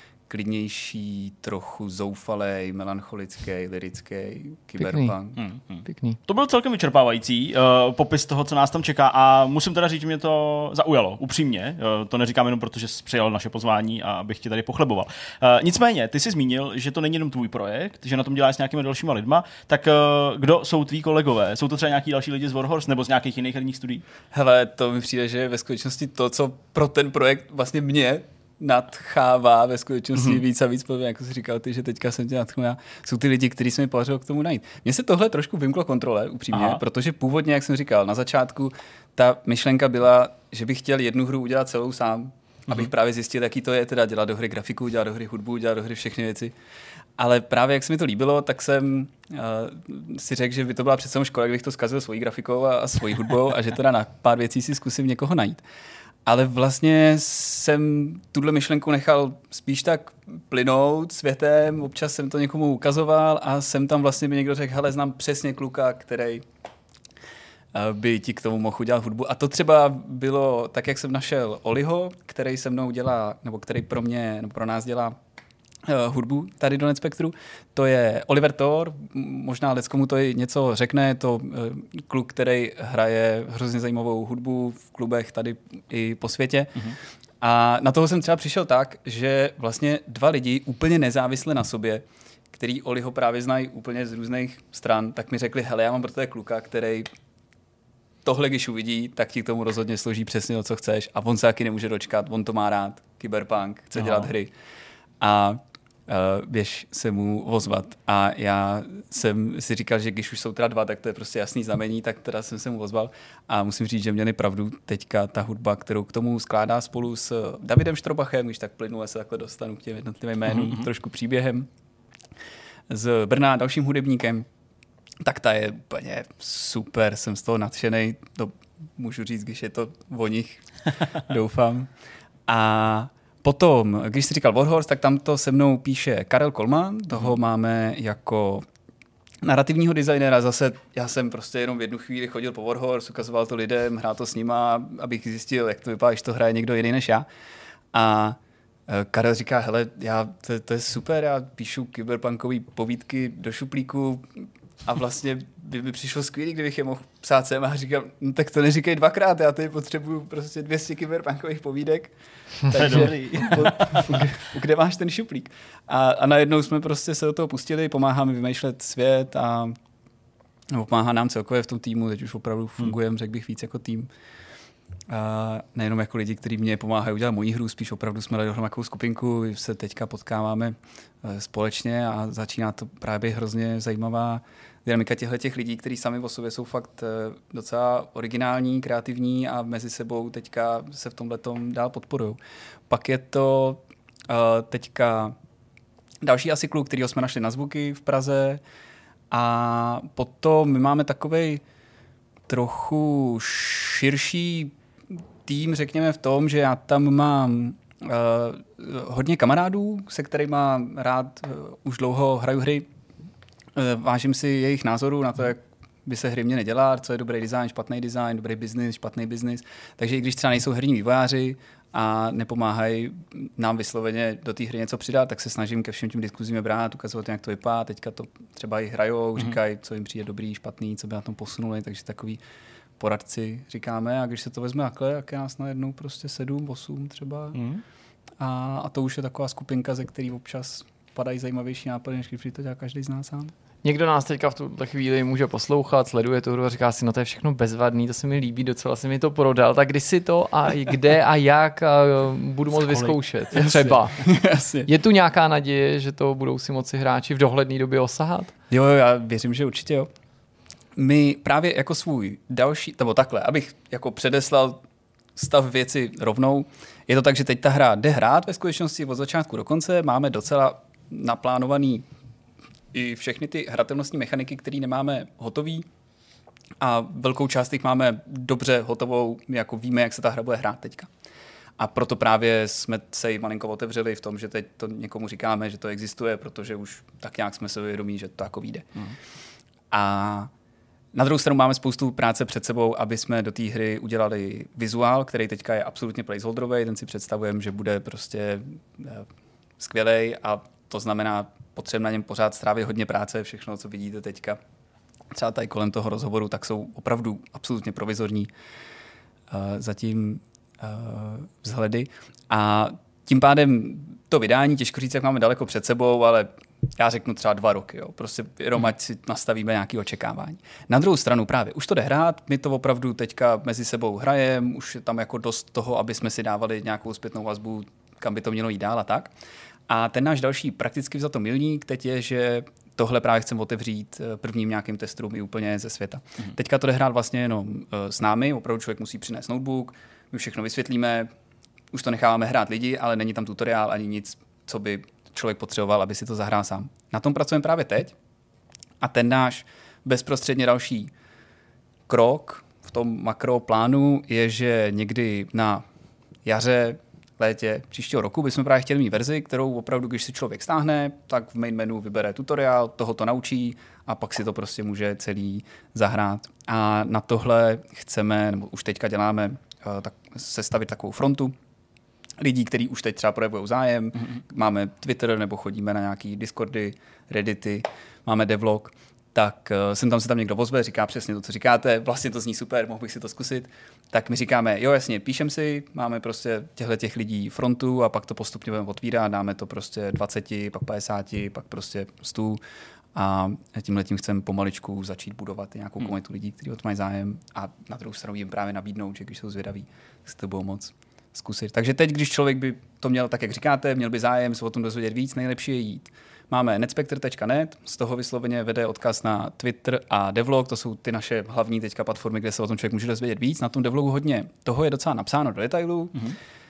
klidnější, trochu zoufalej, melancholický, lirický, kyberpunk. Pěkný. Hmm. Pěkný. To byl celkem vyčerpávající uh, popis toho, co nás tam čeká a musím teda říct, že mě to zaujalo, upřímně. Uh, to neříkám jenom proto, že jsi přijal naše pozvání a abych tě tady pochleboval. Uh, nicméně, ty jsi zmínil, že to není jenom tvůj projekt, že na tom děláš s nějakými dalšíma lidma, tak uh, kdo jsou tví kolegové? Jsou to třeba nějaký další lidi z Warhorse nebo z nějakých jiných herních studií? Hele, to mi přijde, že ve skutečnosti to, co pro ten projekt vlastně mě nadchává ve skutečnosti mm-hmm. víc a víc, jako jsi říkal ty, že teďka jsem tě nadchnul já, jsou ty lidi, kteří se mi podařilo k tomu najít. Mně se tohle trošku vymklo kontrole, upřímně, Aha. protože původně, jak jsem říkal, na začátku ta myšlenka byla, že bych chtěl jednu hru udělat celou sám, mm-hmm. abych právě zjistil, jaký to je, teda dělat do hry grafiku, dělat do hry hudbu, dělat do hry všechny věci. Ale právě jak se mi to líbilo, tak jsem uh, si řekl, že by to byla přece škoda, kdybych to zkazil svojí grafikou a, a svojí hudbou a že teda na pár věcí si zkusím někoho najít. Ale vlastně jsem tuhle myšlenku nechal spíš tak plynout světem, občas jsem to někomu ukazoval a jsem tam vlastně mi někdo řekl, hele, znám přesně kluka, který by ti k tomu mohl udělat hudbu. A to třeba bylo tak, jak jsem našel Oliho, který se mnou dělá, nebo který pro mě, nebo pro nás dělá uh, hudbu tady do Netspectru. To je Oliver Thor, možná leckomu to i něco řekne, to uh, kluk, který hraje hrozně zajímavou hudbu v klubech tady i po světě. Mm-hmm. A na toho jsem třeba přišel tak, že vlastně dva lidi úplně nezávisle na sobě, který Oliho právě znají úplně z různých stran, tak mi řekli, hele, já mám pro tebe kluka, který tohle, když uvidí, tak ti k tomu rozhodně složí přesně to, co chceš. A on se taky nemůže dočkat, on to má rád, kyberpunk, chce Aha. dělat hry. A uh, běž se mu ozvat. A já jsem si říkal, že když už jsou teda dva, tak to je prostě jasný znamení, tak teda jsem se mu ozval. A musím říct, že měli pravdu teďka ta hudba, kterou k tomu skládá spolu s Davidem Štrobachem, když tak plynule se takhle dostanu k těm jednotlivým jménům, mm-hmm. trošku příběhem. Z Brna dalším hudebníkem. Tak ta je úplně super, jsem z toho nadšenej, to můžu říct, když je to o nich, doufám. A potom, když jsi říkal Warhorse, tak tam to se mnou píše Karel Kolman, toho hmm. máme jako narrativního designéra. Zase já jsem prostě jenom v jednu chvíli chodil po Warhorse, ukazoval to lidem, hrál to s nima, abych zjistil, jak to vypadá, když to hraje někdo jiný než já. A Karel říká, hele, já, to, to je super, já píšu kyberpunkové povídky do šuplíku, a vlastně by mi přišlo skvělý, kdybych je mohl psát sem a říkal, no tak to neříkej dvakrát, já tady potřebuju prostě dvě stě kyberpunkových povídek. Takže kde, kde máš ten šuplík? A, a najednou jsme prostě se do toho pustili, pomáháme vymýšlet svět a nebo pomáhá nám celkově v tom týmu, teď už opravdu fungujeme, řekl bych, víc jako tým. A nejenom jako lidi, kteří mě pomáhají udělat moji hru, spíš opravdu jsme dali dohromady skupinku, se teďka potkáváme společně a začíná to právě hrozně zajímavá dynamika těchto lidí, kteří sami o sobě jsou fakt docela originální, kreativní a mezi sebou teďka se v tomhletom dál podporují. Pak je to uh, teďka další asi kluk, kterýho jsme našli na Zvuky v Praze a potom my máme takovej trochu širší tým, řekněme v tom, že já tam mám uh, hodně kamarádů, se kterými rád uh, už dlouho hraju hry. Uh, vážím si jejich názorů na to, jak by se hry mě nedělat, co je dobrý design, špatný design, dobrý business, špatný business. Takže i když třeba nejsou herní vývojáři a nepomáhají nám vysloveně do té hry něco přidat, tak se snažím ke všem těm diskuzím brát, ukazovat, jak to vypadá. Teďka to třeba i hrajou, říkají, co jim přijde dobrý, špatný, co by na tom posunuli, takže takový poradci říkáme, a když se to vezme takhle, jak je nás najednou prostě sedm, osm třeba. Mm. A, a to už je taková skupinka, ze který občas padají zajímavější nápady, než když to dělá každý z nás sám. Někdo nás teďka v tuhle chvíli může poslouchat, sleduje tu hru a říká si, no to je všechno bezvadný, to se mi líbí, docela se mi to prodal, tak kdy si to a kde a jak a budu moct vyzkoušet. Třeba. Je tu nějaká naděje, že to budou si moci hráči v dohledné době osahat? Jo, jo, já věřím, že určitě jo. My právě jako svůj další, nebo takhle, abych jako předeslal stav věci rovnou, je to tak, že teď ta hra jde hrát ve skutečnosti od začátku do konce, máme docela naplánovaný i všechny ty hratelnostní mechaniky, které nemáme hotový a velkou část těch máme dobře hotovou, jako víme, jak se ta hra bude hrát teďka. A proto právě jsme se i malinko otevřeli v tom, že teď to někomu říkáme, že to existuje, protože už tak nějak jsme se uvědomí, že to jako vyjde. Mm. A na druhou stranu máme spoustu práce před sebou, aby jsme do té hry udělali vizuál, který teďka je absolutně placeholderový, ten si představujeme, že bude prostě skvělej a to znamená, potřebujeme na něm pořád strávit hodně práce, všechno, co vidíte teďka, třeba tady kolem toho rozhovoru, tak jsou opravdu absolutně provizorní uh, zatím uh, vzhledy. A tím pádem to vydání, těžko říct, jak máme daleko před sebou, ale já řeknu třeba dva roky. Jo. Prostě jenom ať si nastavíme nějaké očekávání. Na druhou stranu právě, už to jde hrát, my to opravdu teďka mezi sebou hrajeme, už je tam jako dost toho, aby jsme si dávali nějakou zpětnou vazbu, kam by to mělo jít dál a tak. A ten náš další prakticky vzato milník teď je, že tohle právě chceme otevřít prvním nějakým testům i úplně ze světa. Mm. Teďka to jde hrát vlastně jenom uh, s námi, opravdu člověk musí přinést notebook, my všechno vysvětlíme, už to necháváme hrát lidi, ale není tam tutoriál ani nic, co by člověk potřeboval, aby si to zahrál sám. Na tom pracujeme právě teď a ten náš bezprostředně další krok v tom makroplánu je, že někdy na jaře, létě příštího roku bychom právě chtěli mít verzi, kterou opravdu, když si člověk stáhne, tak v main menu vybere tutoriál, toho to naučí a pak si to prostě může celý zahrát. A na tohle chceme, nebo už teďka děláme, tak sestavit takovou frontu lidí, kteří už teď třeba projevují zájem. Mm-hmm. Máme Twitter nebo chodíme na nějaký Discordy, Reddity, máme devlog, tak uh, sem tam se tam někdo ozve, říká přesně to, co říkáte, vlastně to zní super, mohl bych si to zkusit. Tak my říkáme, jo jasně, píšem si, máme prostě těchto těch lidí frontu a pak to postupně budeme otvírat, dáme to prostě dvacet, pak padesát, pak prostě sto a tímhletím chceme pomaličku začít budovat nějakou hmm. komunitu lidí, kteří o to mají zájem a na druhou stranu jim právě nabídnout, že když jsou zvědaví, tak si to budou moc zkusit. Takže teď, když člověk by to měl tak, jak říkáte, měl by zájem se o tom dozvědět víc, nejlepší je jít. Máme netspector tečka net, z toho vysloveně vede odkaz na Twitter a devlog, to jsou ty naše hlavní teďka platformy, kde se o tom člověk může dozvědět víc. Na tom devlogu hodně toho je docela napsáno do detailů. Mm-hmm.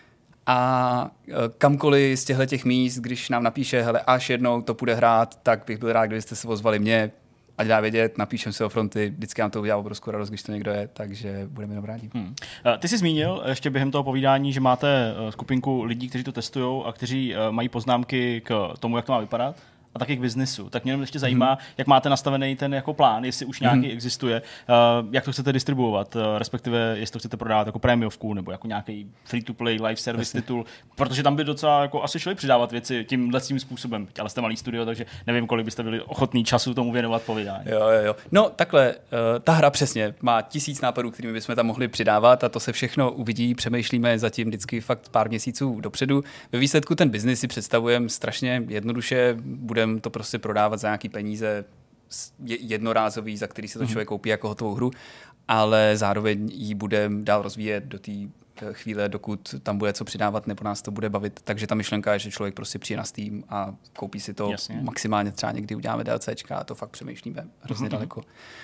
A kamkoliv z těchto těch míst, když nám napíše, hele, až jednou to půjde hrát, tak bych byl rád, kdybyste se ozvali mě, ať dá vědět, napíšem si o fronty, vždycky nám to udělá obrovskou radost, když to někdo je, takže budeme jenom rádi. Hmm. Ty jsi zmínil ještě během toho povídání, že máte skupinku lidí, kteří to testují a kteří mají poznámky k tomu, jak to má vypadat. A taky k biznesu. Tak mě jenom ještě zajímá, mm. jak máte nastavený ten jako plán, jestli už nějaký mm. existuje, uh, jak to chcete distribuovat, uh, respektive jestli to chcete prodávat jako prémiovku nebo jako nějaký free-to-play live service Jasně. titul, protože tam by docela jako asi šli přidávat věci tímhle tím způsobem, ale jste malý studio, takže nevím, kolik byste byli ochotní času tomu věnovat povídání. Jo, jo, jo. No takhle, uh, ta hra přesně má tisíc nápadů, kterými bychom tam mohli přidávat a to se všechno uvidí, přemýšlíme zatím vždycky fakt pár měsíců dopředu. Ve výsledku ten biznis si představujeme strašně jednoduše, bude to prostě prodávat za nějaký peníze jednorázový, za který se to člověk koupí jako hotovou hru, ale zároveň ji budeme dál rozvíjet do té chvíle, dokud tam bude co přidávat, nebo nás to bude bavit. Takže ta myšlenka je, že člověk prostě přijde na Steam a koupí si to. Jasně. Maximálně třeba někdy uděláme DLCčka a to fakt přemýšlíme hrozně daleko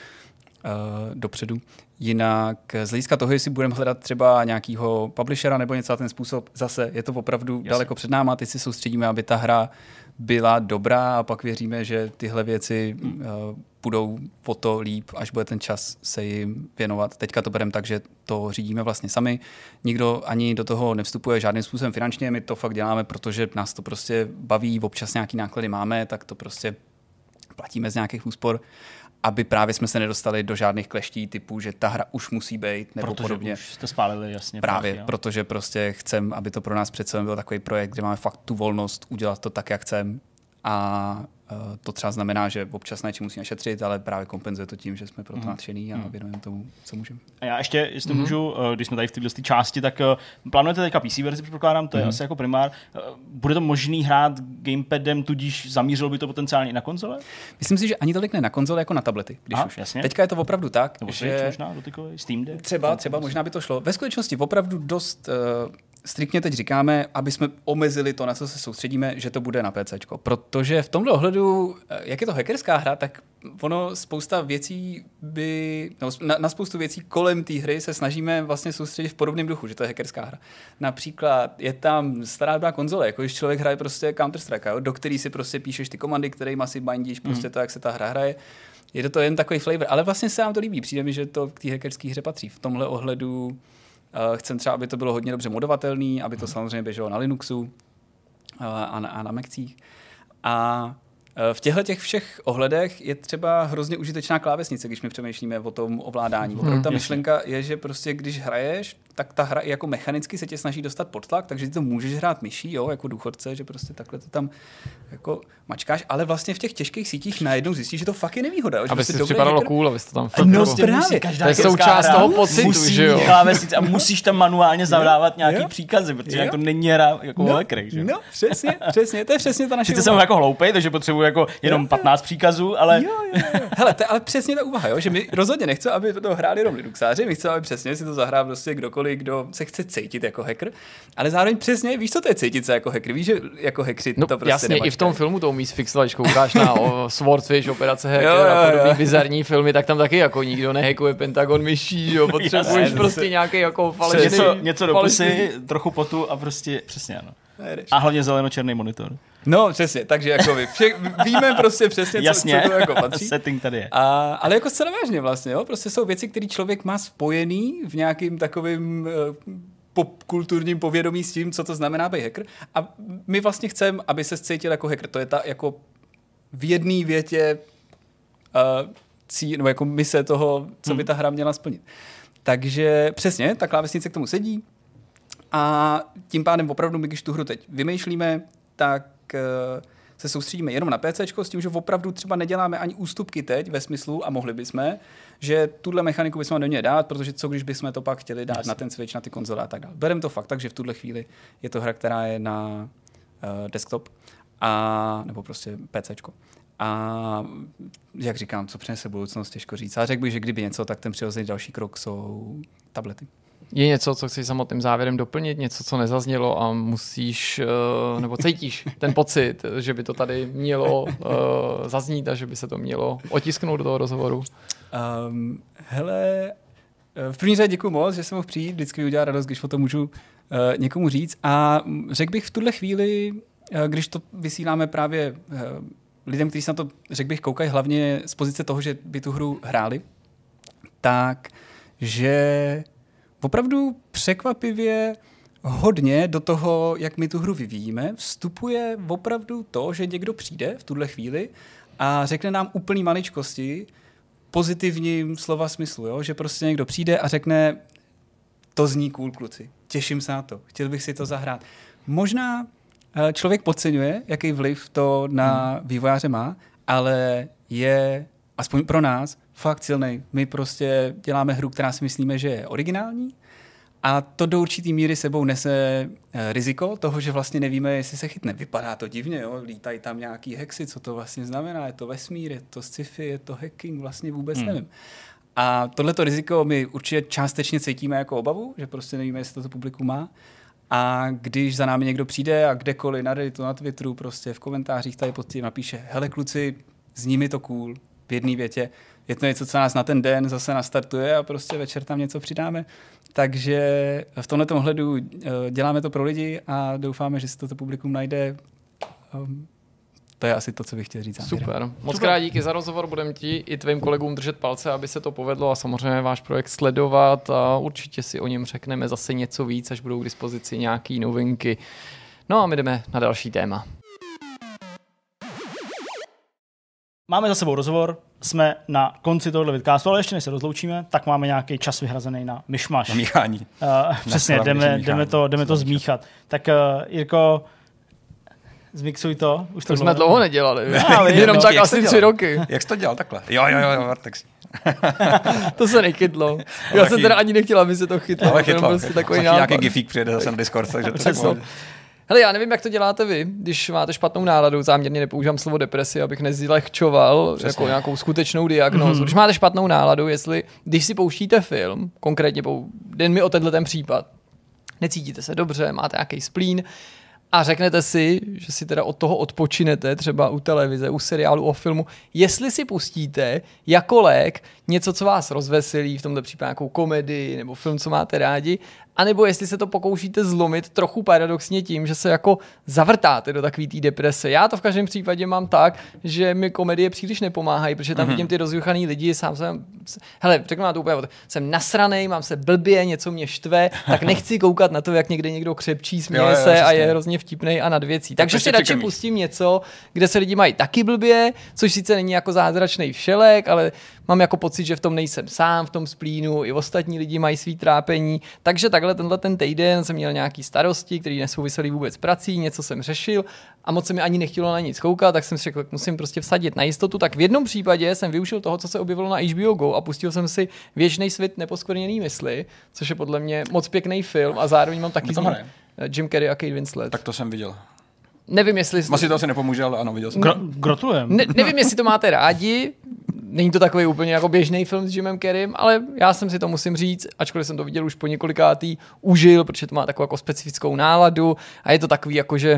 uh, dopředu. Jinak z hlediska toho, jestli budeme hledat třeba nějakého publishera nebo něco na ten způsob, zase je to opravdu Jasně. daleko před náma, teď si soustředíme, aby ta hra byla dobrá a pak věříme, že tyhle věci uh, budou o to líp, až bude ten čas se jim věnovat. Teďka to bereme tak, že to řídíme vlastně sami. Nikdo ani do toho nevstupuje žádným způsobem finančně, my to fakt děláme, protože nás to prostě baví, občas nějaký náklady máme, tak to prostě platíme z nějakých úspor, aby právě jsme se nedostali do žádných kleští typu, že ta hra už musí být, nebo protože podobně. Už jste spálili, jasně. Právě, prachy, protože prostě chcem, aby to pro nás přece byl takový projekt, kde máme fakt tu volnost udělat to tak, jak chcem a to třeba znamená, že občas na něčem musíme šetřit, ale právě kompenzuje to tím, že jsme pro to nadšený a věnujeme tomu, co můžeme. A já ještě, jestli mm-hmm. můžu, když jsme tady v této části, tak plánujete teďka P C verzi, předpokládám, to je mm-hmm. asi jako primár. Bude to možný hrát gamepadem, tudíž zamířilo by to potenciálně i na konzole? Myslím si, že ani tolik ne na konzole, jako na tablety. Když Aha, už. Jasně. Teďka je to opravdu tak, Nebo že... možná dotykový, Steam Deck? Třeba, třeba možná by to šlo. Ve skutečnosti opravdu dost... Uh, striktně teď říkáme, aby jsme omezili to, na co se soustředíme, že to bude na PCčko. Protože v tomhle ohledu, jak je to hackerská hra, tak ono spousta věcí by, no, na, na spoustu věcí kolem té hry se snažíme vlastně soustředit v podobném duchu, že to je hackerská hra. Například je tam stará dobrá konzole, jako když člověk hraje prostě Counter-Strike, jo, do který si prostě píšeš ty komandy, kterými si bindíš, prostě mm. to, jak se ta hra hraje. Je to, to jen takový flavor, ale vlastně se nám to líbí. Přijde mi, že to k té hackerské hře patří. V tomhle ohledu Uh, chcem třeba, aby to bylo hodně dobře modovatelný, aby to samozřejmě běželo na Linuxu uh, a na, a na Macích. A uh, v těchto těch všech ohledech je třeba hrozně užitečná klávesnice, když my přemýšlíme o tom ovládání. Opravdu hmm, ta myšlenka je, že prostě když hraješ, tak ta hra i jako mechanicky se tě snaží dostat pod tlak, takže ty to můžeš hrát myší, jo, jako důchodce, že prostě takhle to tam jako mačkáš, ale vlastně v těch těžkých sítích najednou zjistíš, že to fakt je nevýhoda. Jo, aby si to připadalo hacker... cool, abys to tam fakt... No právě, každá to je součást toho pocitu, musí že jo. Klávesnice a musíš tam manuálně zadávat nějaký jo? příkazy, protože jo? to není hra jako no, hacker, že jo. No, přesně, přesně, to je přesně ta naše. Sice jsem jako hloupej, takže potřebuji jako jenom patnáct příkazů, ale... Jo, jo, jo. Hele, to je ale přesně ta úvaha, jo, že my rozhodně nechceme, aby to hráli jenom Linuxáři, my chceme, aby přesně si to zahrál prostě kdokoliv, kdo se chce cítit jako hacker, ale zároveň přesně víš, co to je cítit se jako hacker, víš, že jako hackři no, to prostě jasně, nemačkají. I v tom filmu to umí sfixovat, koukáš na Swordfish, Operace Hacker jo, jo, jo. a podobný bizarní filmy, tak tam taky jako nikdo nehackuje Pentagon myší, jo, potřebuješ jasně, prostě nějaký jako falešný... Něco, něco do pusy, trochu potu a prostě, přesně ano. A hlavně zeleno-černý monitor. No, přesně, takže jako vy vše, víme prostě přesně, jasně. co, co to jako patří. Setting tady je. A, ale jako zcela vážně vlastně, jo, prostě jsou věci, které člověk má spojený v nějakým takovým uh, popkulturním povědomí s tím, co to znamená být hacker. A my vlastně chceme, aby se cítil jako hacker. To je ta jako v jedné větě uh, cí, no jako mise toho, co by ta hra měla splnit. Takže přesně, ta klávesnice k tomu sedí a tím pádem opravdu, my když tu hru teď vymýšlíme, tak uh, se soustředíme jenom na PCčko s tím, že opravdu třeba neděláme ani ústupky teď ve smyslu, a mohli bychom, že tuhle mechaniku bychom neměli dát, protože co když bychom to pak chtěli dát Jasně. na ten Switch, na ty konzole a tak dále. Bereme to fakt, takže v tuhle chvíli je to hra, která je na uh, desktop a nebo prostě PCčko. A jak říkám, co přinese budoucnost, těžko říct. A řekl bych, že kdyby něco, tak ten přirozený další krok jsou tablety. Je něco, co chceš samotným závěrem doplnit, něco, co nezaznělo a musíš, nebo cítíš ten pocit, že by to tady mělo zaznít a že by se to mělo otisknout do toho rozhovoru? Um, hele, v první řadě děkuji moc, že jsem mohl přijít, vždycky mi udělá radost, když o tom můžu uh, někomu říct. A řekl bych v tuhle chvíli, uh, když to vysíláme právě uh, lidem, kteří se na to, řekl bych, koukají hlavně z pozice toho, že by tu hru hráli, tak, že opravdu překvapivě hodně do toho, jak my tu hru vyvíjíme, vstupuje opravdu to, že někdo přijde v tuhle chvíli a řekne nám úplný maličkosti, pozitivním slova smyslu, jo? Že prostě někdo přijde a řekne, to zní cool, kluci, těším se na to, chtěl bych si to zahrát. Možná člověk podceňuje, jaký vliv to na vývojáře má, ale je, aspoň pro nás, fakt silnej. My prostě děláme hru, která si myslíme, že je originální a to do určitý míry sebou nese riziko toho, že vlastně nevíme, jestli se chytne. Vypadá to divně, jo? Lítají tam nějaký hexy, co to vlastně znamená, je to vesmír, je to sci-fi, je to hacking, vlastně vůbec hmm. nevím. A tohleto riziko my určitě částečně cítíme jako obavu, že prostě nevíme, jestli toto publikum má. A když za námi někdo přijde a kdekoliv na Redditu, na Twitteru, prostě v komentářích tady pod tím napíše, hele kluci, zní mi to cool, v jedné větě, je to něco, co nás na ten den zase nastartuje a prostě večer tam něco přidáme. Takže v tomhletom ohledu děláme to pro lidi a doufáme, že si toto publikum najde. Um, to je asi to, co bych chtěl říct. Super. Moc krát díky za rozhovor, budeme ti i tvým kolegům držet palce, aby se to povedlo a samozřejmě váš projekt sledovat a určitě si o něm řekneme zase něco víc, až budou k dispozici nějaký novinky. No a my jdeme na další téma. Máme za sebou rozhovor, jsme na konci tohoto vidcastu, ale ještě než se rozloučíme, tak máme nějaký čas vyhrazený na myšmaš. Na míchání. Uh, přesně, jdeme, jdeme to, jdeme to zmíchat. Tak uh, Jirko, Zmixuj to. Už to jsme dlouho nedělali. No, jenom no, tak jak asi jsi tři roky. Jak jsi to dělal takhle? Jo, jo, jo, Vertex. To se nechytlo. Já jsem teda ani nechtěl, aby se to chytlo. Ale chytlo. Prostě takový nějaký gifík přijede zase na Discord, takže to tak hele, já nevím, jak to děláte vy, když máte špatnou náladu, záměrně nepoužívám slovo depresi, abych nezlehčoval jako nějakou skutečnou diagnózu. Mm-hmm. Když máte špatnou náladu, jestli, když si pouštíte film, konkrétně den mi o tenhle ten případ, necítíte se dobře, máte nějaký splín a řeknete si, že si teda od toho odpočinete, třeba u televize, u seriálu, o filmu, jestli si pustíte jako lék něco, co vás rozveselí, v tomto případě nějakou komedii nebo film, co máte rádi, anebo jestli se to pokoušíte zlomit trochu paradoxně tím, že se jako zavrtáte do takový té deprese. Já to v každém případě mám tak, že mi komedie příliš nepomáhají, protože tam mm-hmm. vidím ty rozjuchaný lidi, sám jsem, hele, řeknu na to úplně, jsem nasranej, mám se blbě, něco mě štve, tak nechci koukat na to, jak někde někdo křepčí, směje jo, jo, se a je hrozně vtipnej a nad věcí. Takže si radši pustím něco, kde se lidi mají taky blbě, což sice není jako zázračný všelek, ale mám jako pocit, že v tom nejsem sám, v tom splínu, i ostatní lidi mají svý trápení. Takže takhle tenhle ten týden jsem měl nějaký starosti, které nesouvisely vůbec s prací, něco jsem řešil a moc se mi ani nechtělo na nic koukat, tak jsem si řekl, musím prostě vsadit na jistotu. Tak v jednom případě jsem využil toho, co se objevilo na H B O Go a pustil jsem si Věčný svět neposkvrněný mysli, což je podle mě moc pěkný film a zároveň mám taky Jim Carrey a Kate Winslet. Tak to jsem viděl. Nevím, jestli... Asi to asi nepomůže, ale ano, viděl jsem. Gro- gratulujem. Ne, nevím, jestli to máte rádi. Není to takový úplně jako běžný film s Jimem Carreym, ale já jsem si to musím říct, ačkoliv jsem to viděl už po několikátý, užil, protože to má takovou jako specifickou náladu a je to takový jako, že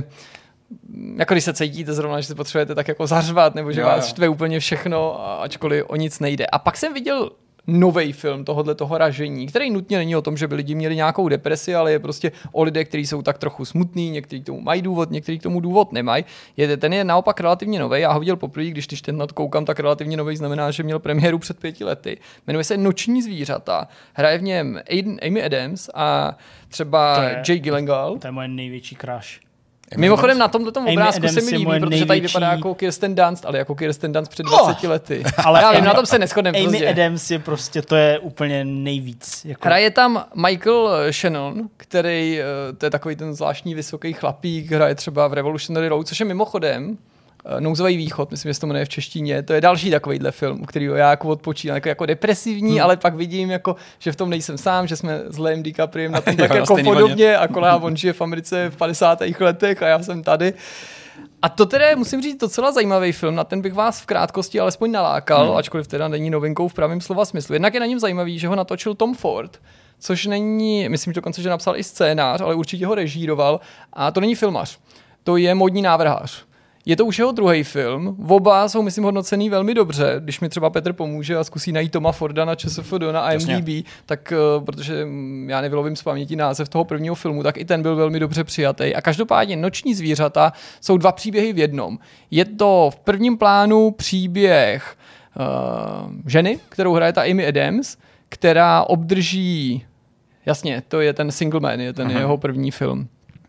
jako když se cítíte zrovna, že se potřebujete tak jako zařvat, nebo že jo, vás štve úplně všechno, ačkoliv o nic nejde. A pak jsem viděl nový film tohohle toho ražení, který nutně není o tom, že by lidi měli nějakou depresi, ale je prostě o lidech, kteří jsou tak trochu smutní, někteří k tomu mají důvod, někteří k tomu důvod nemají. Je, ten je naopak relativně nový, já ho viděl poprvé, když když ten koukám, tak relativně nový znamená, že měl premiéru před pěti lety. Jmenuje se Noční zvířata. Hraje v něm Aiden, Amy Adams a třeba je, Jake Gyllenhaal. To je moje největší crush. Mimochodem na tomto obrázku se mi líbí, protože největší... tady vypadá jako Kirsten Dunst, ale jako Kirsten Dunst před dvaceti oh! lety. Ale já vím, na tom se neshodneme. Amy prostě. Adams je prostě, to je úplně nejvíc. Jako... Hraje tam Michael Shannon, který, to je takový ten zvláštní vysoký chlapík, hraje třeba v Revolutionary Road, což je mimochodem Nouzový východ, myslím, že se to jmenuje v češtině. To je další takovýhle film, u kterého já jako odpočínám, jako, jako depresivní, hmm. ale pak vidím, jako, že v tom nejsem sám, že jsme s Liam DiCapriem na tom tak jako podobně, akorát on žije v Americe v padesátých letech a já jsem tady. A to teda musím říct docela zajímavý film, na ten bych vás v krátkosti alespoň nalákal, hmm. ačkoliv teda není novinkou v pravém slova smyslu. Jednak je na něm zajímavý, že ho natočil Tom Ford, což není, myslím že dokonce, že napsal i scénář, ale určitě ho režíroval a to není filmař, to je módní návrhář. Je to už jeho druhý film. Oba jsou, myslím, hodnocený velmi dobře. Když mi třeba Petr pomůže a zkusí najít Toma Forda na ČSFD na I M D B, Jasně. tak uh, protože já nevylovím z paměti název toho prvního filmu, tak i ten byl velmi dobře přijatý. A každopádně Noční zvířata jsou dva příběhy v jednom. Je to v prvním plánu příběh uh, ženy, kterou hraje ta Amy Adams, která obdrží, jasně, to je ten Single Man, je ten Aha. jeho první film.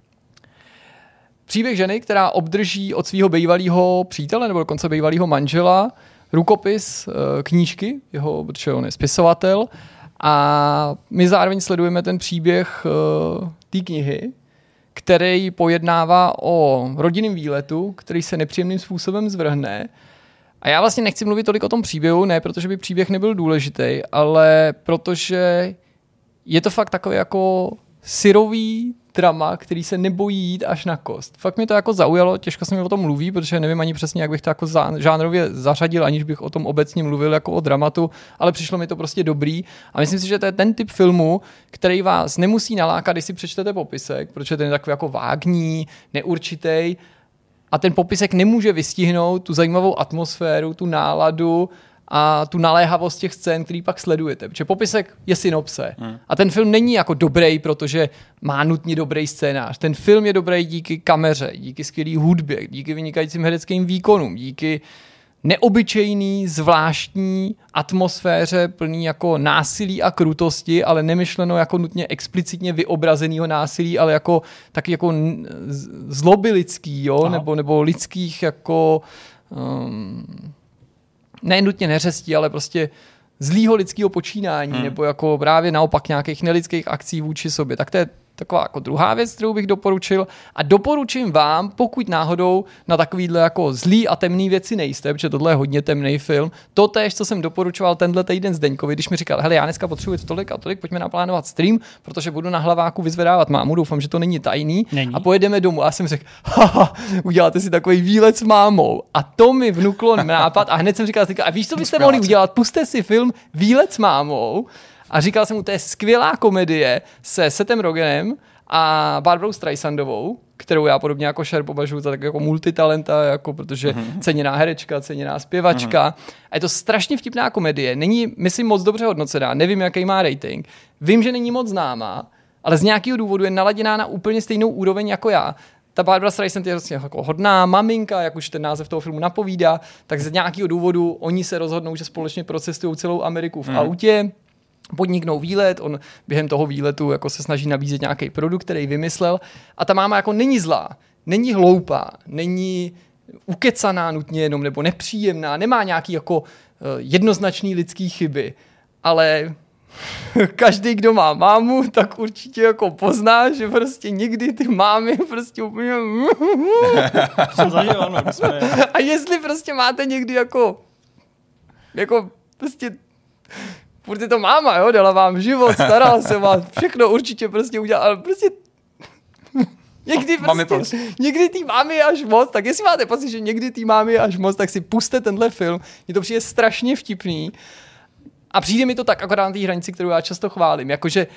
Příběh ženy, která obdrží od svého bývalého přítele nebo dokonce bývalého manžela rukopis knížky, jeho, protože on je spisovatel, a my zároveň sledujeme ten příběh té knihy, který pojednává o rodinném výletu, který se nepříjemným způsobem zvrhne. A já vlastně nechci mluvit tolik o tom příběhu, ne protože by příběh nebyl důležitý, ale protože je to fakt takový jako syrový drama, který se nebojí jít až na kost. Fakt mě to jako zaujalo, těžko se mi o tom mluví, protože nevím ani přesně, jak bych to jako žánrově zařadil, aniž bych o tom obecně mluvil jako o dramatu, ale přišlo mi to prostě dobrý a myslím si, že to je ten typ filmu, který vás nemusí nalákat, když si přečtete popisek, protože ten je takový jako vágní, neurčitý a ten popisek nemůže vystihnout tu zajímavou atmosféru, tu náladu a tu naléhavost těch scén, který pak sledujete. Protože popisek je synopse. Hmm. A ten film není jako dobrý, protože má nutně dobrý scénář. Ten film je dobrý díky kameře, díky skvělý hudbě, díky vynikajícím hereckým výkonům, díky neobyčejný, zvláštní atmosféře plný jako násilí a krutosti, ale nemyšleno jako nutně explicitně vyobrazenýho násilí, ale jako taky jako zloby lidský, jo? Nebo, nebo lidských jako um, ne nutně neřestí, ale prostě zlýho lidského počínání, hmm. nebo jako právě naopak nějakých nelidských akcí vůči sobě. Tak to je taková jako druhá věc, kterou bych doporučil. A doporučím vám, pokud náhodou na takovýhle jako zlý a temný věci nejste, protože tohle je hodně temný film, to též, co jsem doporučoval tenhle týden Zdeňkovi, když mi říkal, hele, já dneska potřebuji tolik a tolik, pojďme naplánovat stream, protože budu na Hlaváku vyzvedávat mámu, doufám, že to není tajný. Není. A pojedeme domů. A já jsem řekl, haha, uděláte si takový výlet s mámou. A to mi vnuklo nápad a hned jsem říkal, a víš, co byste mohli udělat? Puste si film Výlet s mámou. A říkal jsem mu, to je skvělá komedie se Sethem Rogenem a Barbarou Streisandovou, kterou já podobně jako Cher považuji za tak jako multitalenta, jako protože mm-hmm. ceněná herečka, ceněná zpěvačka. Mm-hmm. A je to strašně vtipná komedie. Není, myslím, moc dobře hodnocená. Nevím, jaký má rating. Vím, že není moc známá, ale z nějakého důvodu je naladěná na úplně stejnou úroveň jako já. Ta Barbara Streisand je vlastně jako hodná maminka, jak už ten název toho filmu napovídá, tak z nějakého důvodu oni se rozhodnou, že společně procestují celou Ameriku v mm. autě, podniknou výlet, on během toho výletu jako se snaží nabízet nějaký produkt, který vymyslel a ta máma jako není zlá, není hloupá, není ukecaná nutně jenom nebo nepříjemná, nemá nějaký jako uh, jednoznačný lidský chyby, ale každý, kdo má mámu, tak určitě jako pozná, že prostě někdy ty mámy prostě úplně jsem zažil, ano, jsme... A jestli prostě máte někdy jako jako prostě furt je to máma, jo, dala vám život, starala se vás, všechno určitě prostě udělala, ale prostě někdy prostě, prostě, někdy tý mámy je až moc, tak jestli máte pocit, že někdy tý mámy je až moc, tak si puste tenhle film, mně to přijde strašně vtipný a přijde mi to tak akorát na té hranici, kterou já často chválím, jakože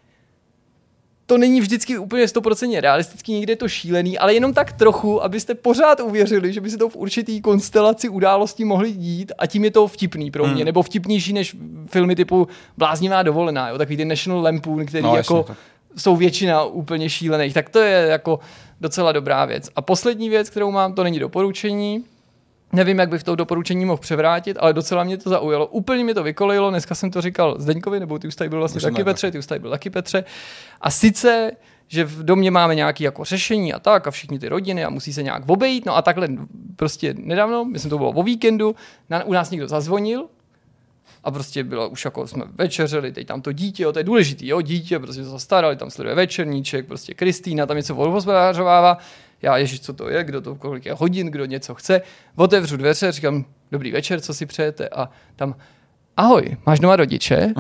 to není vždycky úplně sto procent realistický, někde je to šílený, ale jenom tak trochu, abyste pořád uvěřili, že by se to v určitý konstelaci událostí mohly dít a tím je to vtipný pro mě, hmm. nebo vtipnější než filmy typu Bláznivá dovolená, jo, takový ty National Lampoon, který no, jako jasně, jsou většina úplně šílených, tak to je jako docela dobrá věc. A poslední věc, kterou mám, to není doporučení, nevím, jak bych to doporučení mohl převrátit, ale docela mě to zaujalo. Úplně mě to vykolejilo, dneska jsem to říkal Zdeňkovi, nebo ty už tady byl vlastně Můžeme taky Petře, ty už tady byl taky Petře. A sice, že v domě máme nějaké jako řešení a tak a všichni ty rodiny a musí se nějak obejít. No a takhle prostě nedávno, myslím, to bylo o víkendu, na, u nás někdo zazvonil a prostě bylo už jako jsme večeřeli, teď tam to dítě, jo, to je důležitý, jo, dítě, prostě se starali, tam sleduje večerníček, prostě Kristýna tam něco odhospodařovává. Já, ježiš, co to je, kdo to, kolik je hodin, kdo něco chce. Otevřu dveře, říkám, dobrý večer, co si přejete? A tam, ahoj, máš doma rodiče?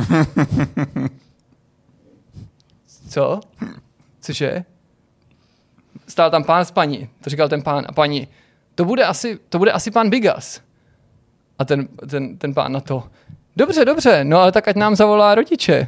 Co? Cože? Stál tam pán s paní, to říkal ten pán a paní, to bude asi, to bude asi pán Bigas. A ten, ten, ten pán na to, dobře, dobře, no ale tak ať nám zavolá rodiče.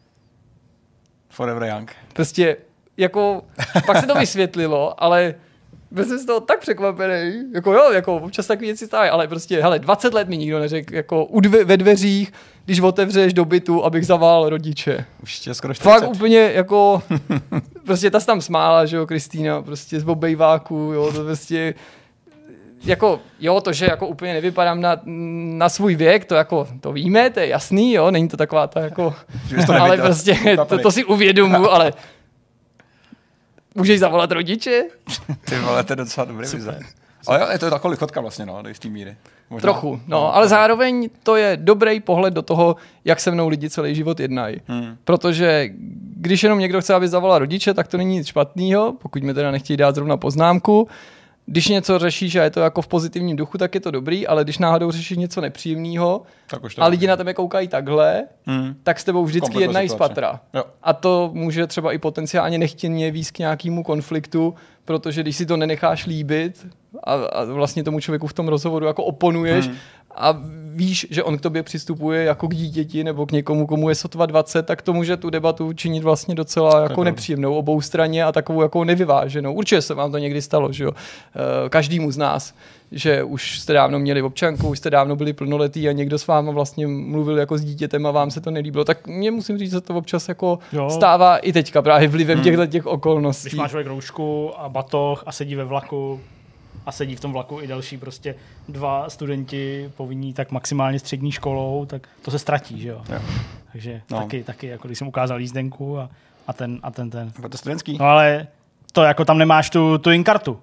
Forever young. Prostě jako, pak se to vysvětlilo, ale byl jsem z toho tak překvapený, jako jo, jako občas takový věci stávají, ale prostě, hele, dvacet let mi nikdo neřekl, jako u dve, ve dveřích, když otevřeš do bytu, abych zavolal rodiče. Už je skoro čtyřicet. Fakt úplně jako, prostě ta se tam smála, že jo, Kristýna, prostě z obejváku, jo, to prostě, jako, jo, to, že jako úplně nevypadám na, na svůj věk, to jako, to víme, to je jasný, jo, není to taková ta jako, ale prostě, to, to si uvědomuji, ale můžeš zavolat rodiče? Ty vole, to je docela dobrý design. Ale jo, je to taková lichotka vlastně, no, do jistý míry. Možná. Trochu, no, ale zároveň to je dobrý pohled do toho, jak se mnou lidi celý život jednají. Hmm. Protože když jenom někdo chce, aby zavolal rodiče, tak to není nic špatného, pokud mi teda nechtějí dát zrovna poznámku. Když něco řešíš a je to jako v pozitivním duchu, tak je to dobrý, ale když náhodou řešíš něco nepříjemného a lidi na tebe koukají takhle, hmm. tak s tebou vždycky jednají z patra. Jo. A to může třeba i potenciálně nechtěně vést k nějakému konfliktu, protože když si to nenecháš líbit a, a vlastně tomu člověku v tom rozhovoru jako oponuješ hmm. a víš, že on k tobě přistupuje jako k dítěti nebo k někomu, komu je sotva dvacet, tak to může tu debatu činit vlastně docela jako nepříjemnou obou straně a takovou jako nevyváženou. Určitě se vám to někdy stalo, že jo? Každému z nás, že už jste dávno měli občanku, už jste dávno byli plnoletí a někdo s váma vlastně mluvil jako s dítětem a vám se to nelíbilo. Tak mě musím říct, že to občas jako jo. stává i teďka právě vlivem hmm. těchto těch okolností. Když máš člověk roušku a batoh a sedí ve vlaku, a sedí v tom vlaku i další prostě dva studenti povinní tak maximálně střední školou, tak to se ztratí, že jo. jo. Takže no. taky, taky, jako když jsem ukázal jízdenku a, a ten, a ten, ten. Bylo to studentský. No ale to jako tam nemáš tu, tu inkartu.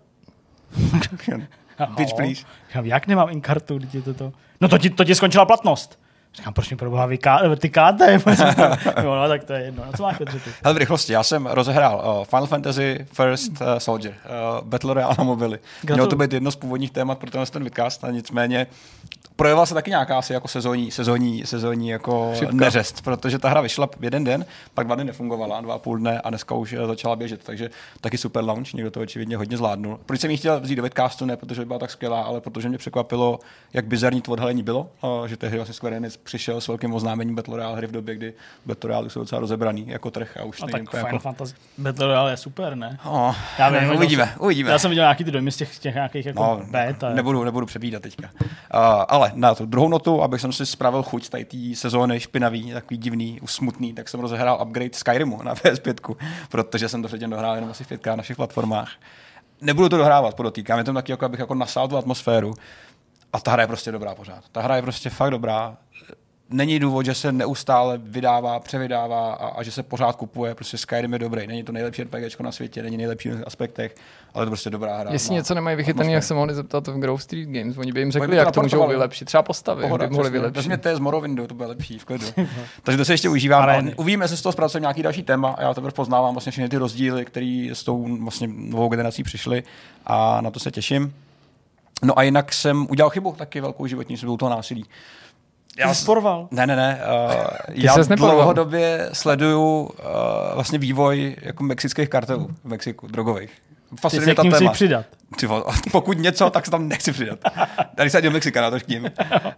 Bitch, please. Jak nemám inkartu, to to? No to ti, to ti skončila platnost. Říkám, proč mi proboha vy ká, ty káte? No, no, tak to je jedno. A co máš, Petře, ty? Hele, v rychlosti, já jsem rozehrál uh, Final Fantasy First uh, Soldier, uh, Battle Royale na mobily. Mělo to být jedno z původních témat pro tenhle ten vidcast, a nicméně projevala se taky nějaká asi jako sezónní, sezónní, sezónní jako Šipka. neřest, protože ta hra vyšla jeden den, pak dva dny nefungovala, dva a půl dne a dneska už začala běžet, takže taky super launch, někdo to očividně hodně zvládnul. Proč jsem ji chtěl vzít do vidcastu, ne protože byla tak skvělá, ale protože mě překvapilo, jak bizarní to odhalení bylo, uh, že tehdy vlastně Square Enix přišel s velkým oznámením Battle Royale hry v době, kdy Battle Royale jsou docela rozebraný jako trh a už A nevím, tak Final jako... Fantasy Battle Royale je super, ne? Oh, Já vím, uvidíme, jsem, uvidíme. Já jsem viděl nějaký ty dojmy z těch, těch nějakých jako No, beta. nebudu, nebudu přebídat teďka. Uh, ale na tu druhou notu, abych jsem si spravil chuť tady té sezóny špinavý, takový divný, smutný, tak jsem rozehrál upgrade Skyrimu na P S pět, protože jsem to předtím dohrál jenom asi pětkrát na všech platformách. Nebudu to dohrávat, podotýkám, je to taky, jako abych jako nasál tu atmosféru. A ta hra je prostě dobrá pořád. Ta hra je prostě fakt dobrá. Není důvod, že se neustále vydává, převydává a, a že se pořád kupuje. Prostě Skyrim je dobrý. Není to nejlepší RPGčko na světě, není nejlepší v aspektech, ale to prostě dobrá hra. Jestli něco nemají vychytaný, jak se mohli zeptat v Grove Street Games. Oni by jim řekli, by to jak to můžou naportovali. vylepšit. Třeba postavy Pohoda, by mohli přesně. vylepšit. Vezměte z Morrowindu, to bude lepší v klidu. Takže to se ještě užívám. Ale- Ale uvidíme, jestli z toho zpracujeme nějaký další téma a já teprve poznávám vlastně všechny ty rozdíly, které s tou vlastně novou generací přišly a na to se těším. No a jinak jsem udělal chybu, taky velkou životní, jsem byl toho násilí. Já jsi porval. Ne, ne, ne. Uh, já ses neporval. dlouhodobě sleduju uh, vlastně vývoj jako mexických kartelů v Mexiku, drogových. Ty Fascinuje se mě k ta ním musíš téma. přidat. Ty vole, pokud něco, tak se tam nechci přidat. Tady se do Mexika, na to chtím.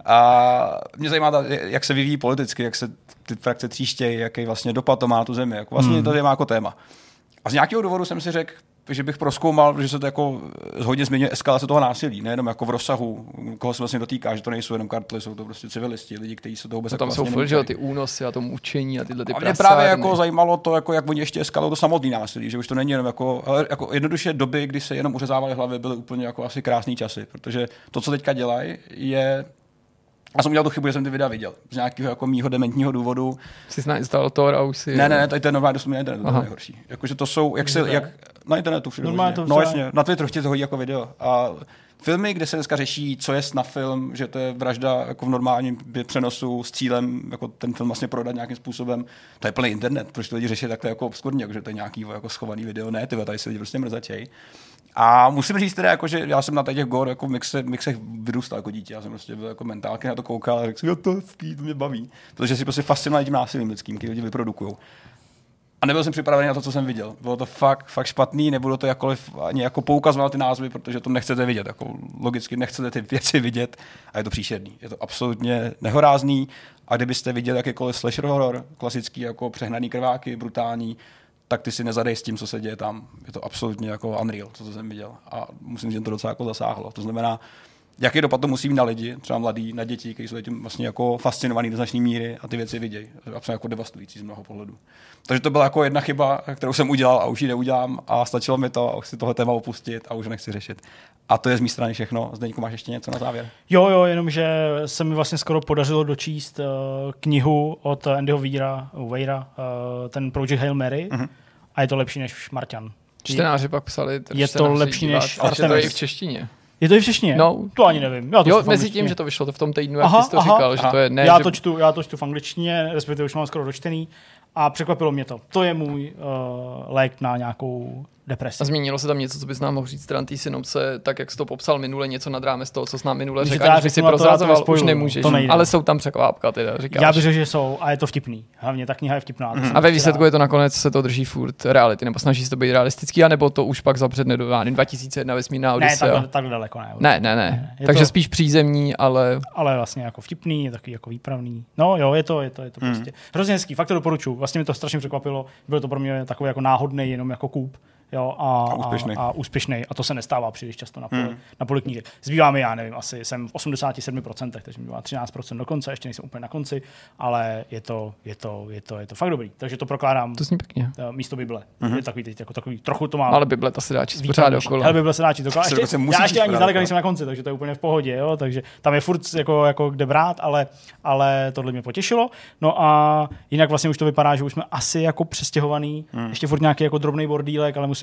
A mě zajímá, ta, jak se vyvíjí politicky, jak se ty frakce tříštějí, jaký vlastně dopad to má na tu zemi. Jako vlastně hmm. to je má jako téma. A z nějakého důvodu jsem si řekl, že bych prozkoumal, že se to jako hodně změňuje eskalace toho násilí, nejenom jako v rozsahu, koho se vlastně dotýká, že to nejsou jenom kartely, jsou to prostě civilisti, lidi, kteří se toho vůbec No tam jako jsou vlastně furt, že jo, nemůžou. ty únosy a to mučení a tyhle ty A mě prasárny. právě jako zajímalo to, jako jak oni ještě eskalují to samotný násilí, že už to není jenom jako, ale jako jednoduše doby, kdy se jenom uřezávaly hlavy, byly úplně jako asi krásný časy, protože to, co teďka dělají, je. Já jsem udělal tu chybu, že jsem ty videa viděl. Z nějakého jako mýho dementního důvodu. Jsi nainstaloval Tor a už si... Ne, ne, ne, to je normálně dost na internetu, to je Aha. nejhorší. Jakože to jsou, jak se, jak na internetu všude. Normálně možně. to No vše- jasně, na Twitteru chtějí to hodit jako video. A filmy, kde se dneska řeší, co je na film, že to je vražda jako v normálním přenosu s cílem jako ten film vlastně prodat nějakým způsobem, to je plný internet, proč to lidi řeší takhle jako obskurně, jako, že to je nějaký jako schovaný video, ne, ty tady se lidi prostě mrzačej. A musím říct teda, jako, že já jsem na těch gore jako v mixe, mixech vyrůstal jako dítě. Já jsem prostě byl jako mentálky na to koukal a řekl si, jo, to, to mě baví. Protože si prostě fascinuje tím násilím lidským, který lidi vyprodukují. A nebyl jsem připravený na to, co jsem viděl. Bylo to fakt, fakt špatný, nebudu to jakkoliv ani jako poukazovat ty názvy, protože to nechcete vidět. Jako logicky nechcete ty věci vidět a je to příšerný. Je to absolutně nehorázný. A kdybyste viděli jakýkoliv slasher horror, klasický jako přehnaný krváky, brutální, tak ty si nezadej s tím, co se děje tam. Je to absolutně jako unreal, co jsem viděl. A musím říct, že to docela jako zasáhlo. To znamená, jaký dopad to musí mít na lidi, třeba mladí, na děti, kteří jsou tím vlastně jako fascinovaní do značné míry a ty věci vidějí. To je absolutně jako devastující z mnoho pohledů. Takže to byla jako jedna chyba, kterou jsem udělal a už ji neudělám a stačilo mi to a už si tohle téma opustit a už ho nechci řešit. A to je z mé strany všechno. Zdeňku, máš ještě něco na závěr? Jo, jo, jenomže se mi vlastně skoro podařilo dočíst uh, knihu od Andyho Weira, Weira uh, ten Project Hail Mary, Mhm. a je to lepší než Marťan. Čtenáři pak psali, tak Je to čtenáři lepší diváci, než že to je i Artemis. v češtině. Je to i v češtině? No. To ani nevím. Já to Jo, čtu v mezi angličtině. tím, že to vyšlo to v tom týdnu, jak Aha, ty jsi to aha. říkal, že Aha. to je ne, já, že... to čtu, já to čtu v angličtině, respektive už mám skoro dočtený a překvapilo mě to. To je můj uh, lék na nějakou depresi. A změnilo se tam něco, co bys nám mohl říct stran té synopse, tak jak jsi to popsal minule, něco nad rámec toho, co jsi nám minule Že řekl, to já aniž bys si řeknu, a to já to prozrazoval, už nespojuju, nemůžeš. to nejde. Ale jsou tam překvápka, teda říkáš. Já bych řekl, že jsou a je to vtipný. Hlavně ta kniha je vtipná. Mhm. A ve výsledku je to nakonec, se to drží furt reality, nebo snaží se to být realistický, anebo to už pak zapředne do já nevím, dva tisíce jedna vesmírná Ne, Odyssea. takhle, takhle daleko ne. Ne, ne, ne. Je Takže to- spíš přízemní, ale Ale vlastně jako vtipný, je takový jako výpravný. No jo, je to, je to, je to Mm. prostě. Hrozně hezký, fakt to doporučuji. Vlastně mě to strašně překvapilo. Byl to pro mě takový jako náhodný, jenom jako kůp. Jo, a, A úspěšnej. A, a úspěšnej. A to se nestává příliš často na poli, Hmm. na poli knížek. Zbývá mi, já nevím, asi jsem v osmdesát sedm procent, takže mi bývá třináct procent do konce, ještě nejsem úplně na konci, ale je to, je to, je to, je to fakt dobrý. Takže to prokládám to zní pěkně. uh, místo Bible. Mhm. Je takový, teď, jako takový, trochu to má. Ale Bible to se dá číst pořád výkladnější. dokola. Hele, Bible se dá číst dokola. Se Ještě, dokonce musí já ještě číst ani pořád zdaleka dokola. nejsem na konci, takže to je úplně v pohodě, jo? Takže tam je furt jako, jako kde brát, ale, ale tohle mě potěšilo. No a jinak vlastně už to vypadá, že už jsme asi jako přestěhovaný, hmm. ještě furt nějaký jako drobný bordílek, ale musím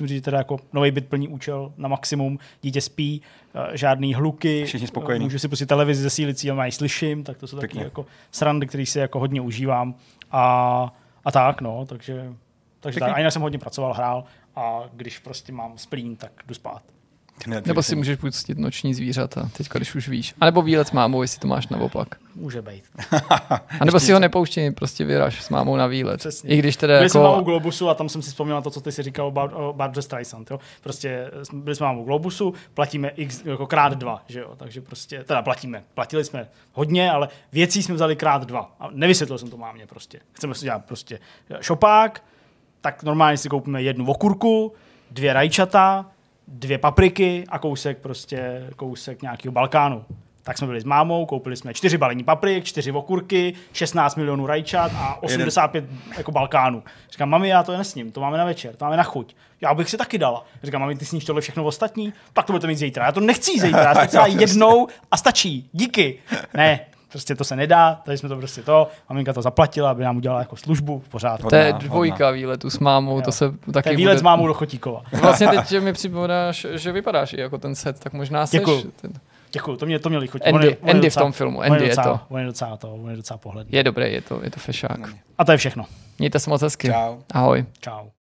musím říct, teda jako nový byt plní účel na maximum, dítě spí, žádný hluky, všichni spokojení. Můžu si pustit televizi ze sílicí, ale slyším, tak to jsou taky jako srandy, který si jako hodně užívám a, a tak, no, takže, takže tak, a jinak jsem hodně pracoval, hrál a když prostě mám splín, tak jdu spát. Nebo si můžeš pustit noční zvířata, teďka, když už víš. A nebo výlet s mámou, jestli to máš naopak. Může být. A nebo si ho nepouštěj, prostě vyraž s mámou na výlet. Přesně. I když teda byli jako... jsme mámou Globusu a tam jsem si vzpomněl na to, co ty si říkal o Barbře Streisand. Jo? Prostě byli jsme mámou Globusu, platíme x, jako krát dva, že jo? Takže prostě, teda platíme. Platili jsme hodně, ale věcí jsme vzali krát dva. A nevysvětlil jsem to mámě prostě. Chceme si dělat prostě šopák, tak normálně si koupíme jednu okurku, dvě rajčata, dvě papriky a kousek prostě, kousek nějakého Balkánu. Tak jsme byli s mámou, koupili jsme čtyři balení paprik, čtyři okurky, šestnáct milionů rajčat a osmdesát pět jako Balkánů. Říkám, mami, já to nesním, to máme na večer, to máme na chuť. Já bych si taky dala. Říkám, mami, ty sníš tohle všechno ostatní? Tak to budete mít zítra. Já to nechci zítra, já to chci jednou a stačí. Díky. Ne, prostě to se nedá, tady jsme to prostě to, maminka to zaplatila, aby nám udělala jako službu v pořádku. To je dvojka výletu s mámou, jo. To se taky to je výlet bude... s mámou do Chotíkova. Vlastně teď mi připomenáš, že vypadáš i jako ten set, tak možná seš... Děkuju. Ten... Děkuju, to mě, to mě lichotí. Andy, on je, Andy docela, v tom filmu, Andy je, docela, je to. On je docela to, on je docela pohledný. Je dobrý, je to, je to fešák. A to je všechno. Mějte se moc hezky. Čau. Ahoj. Čau.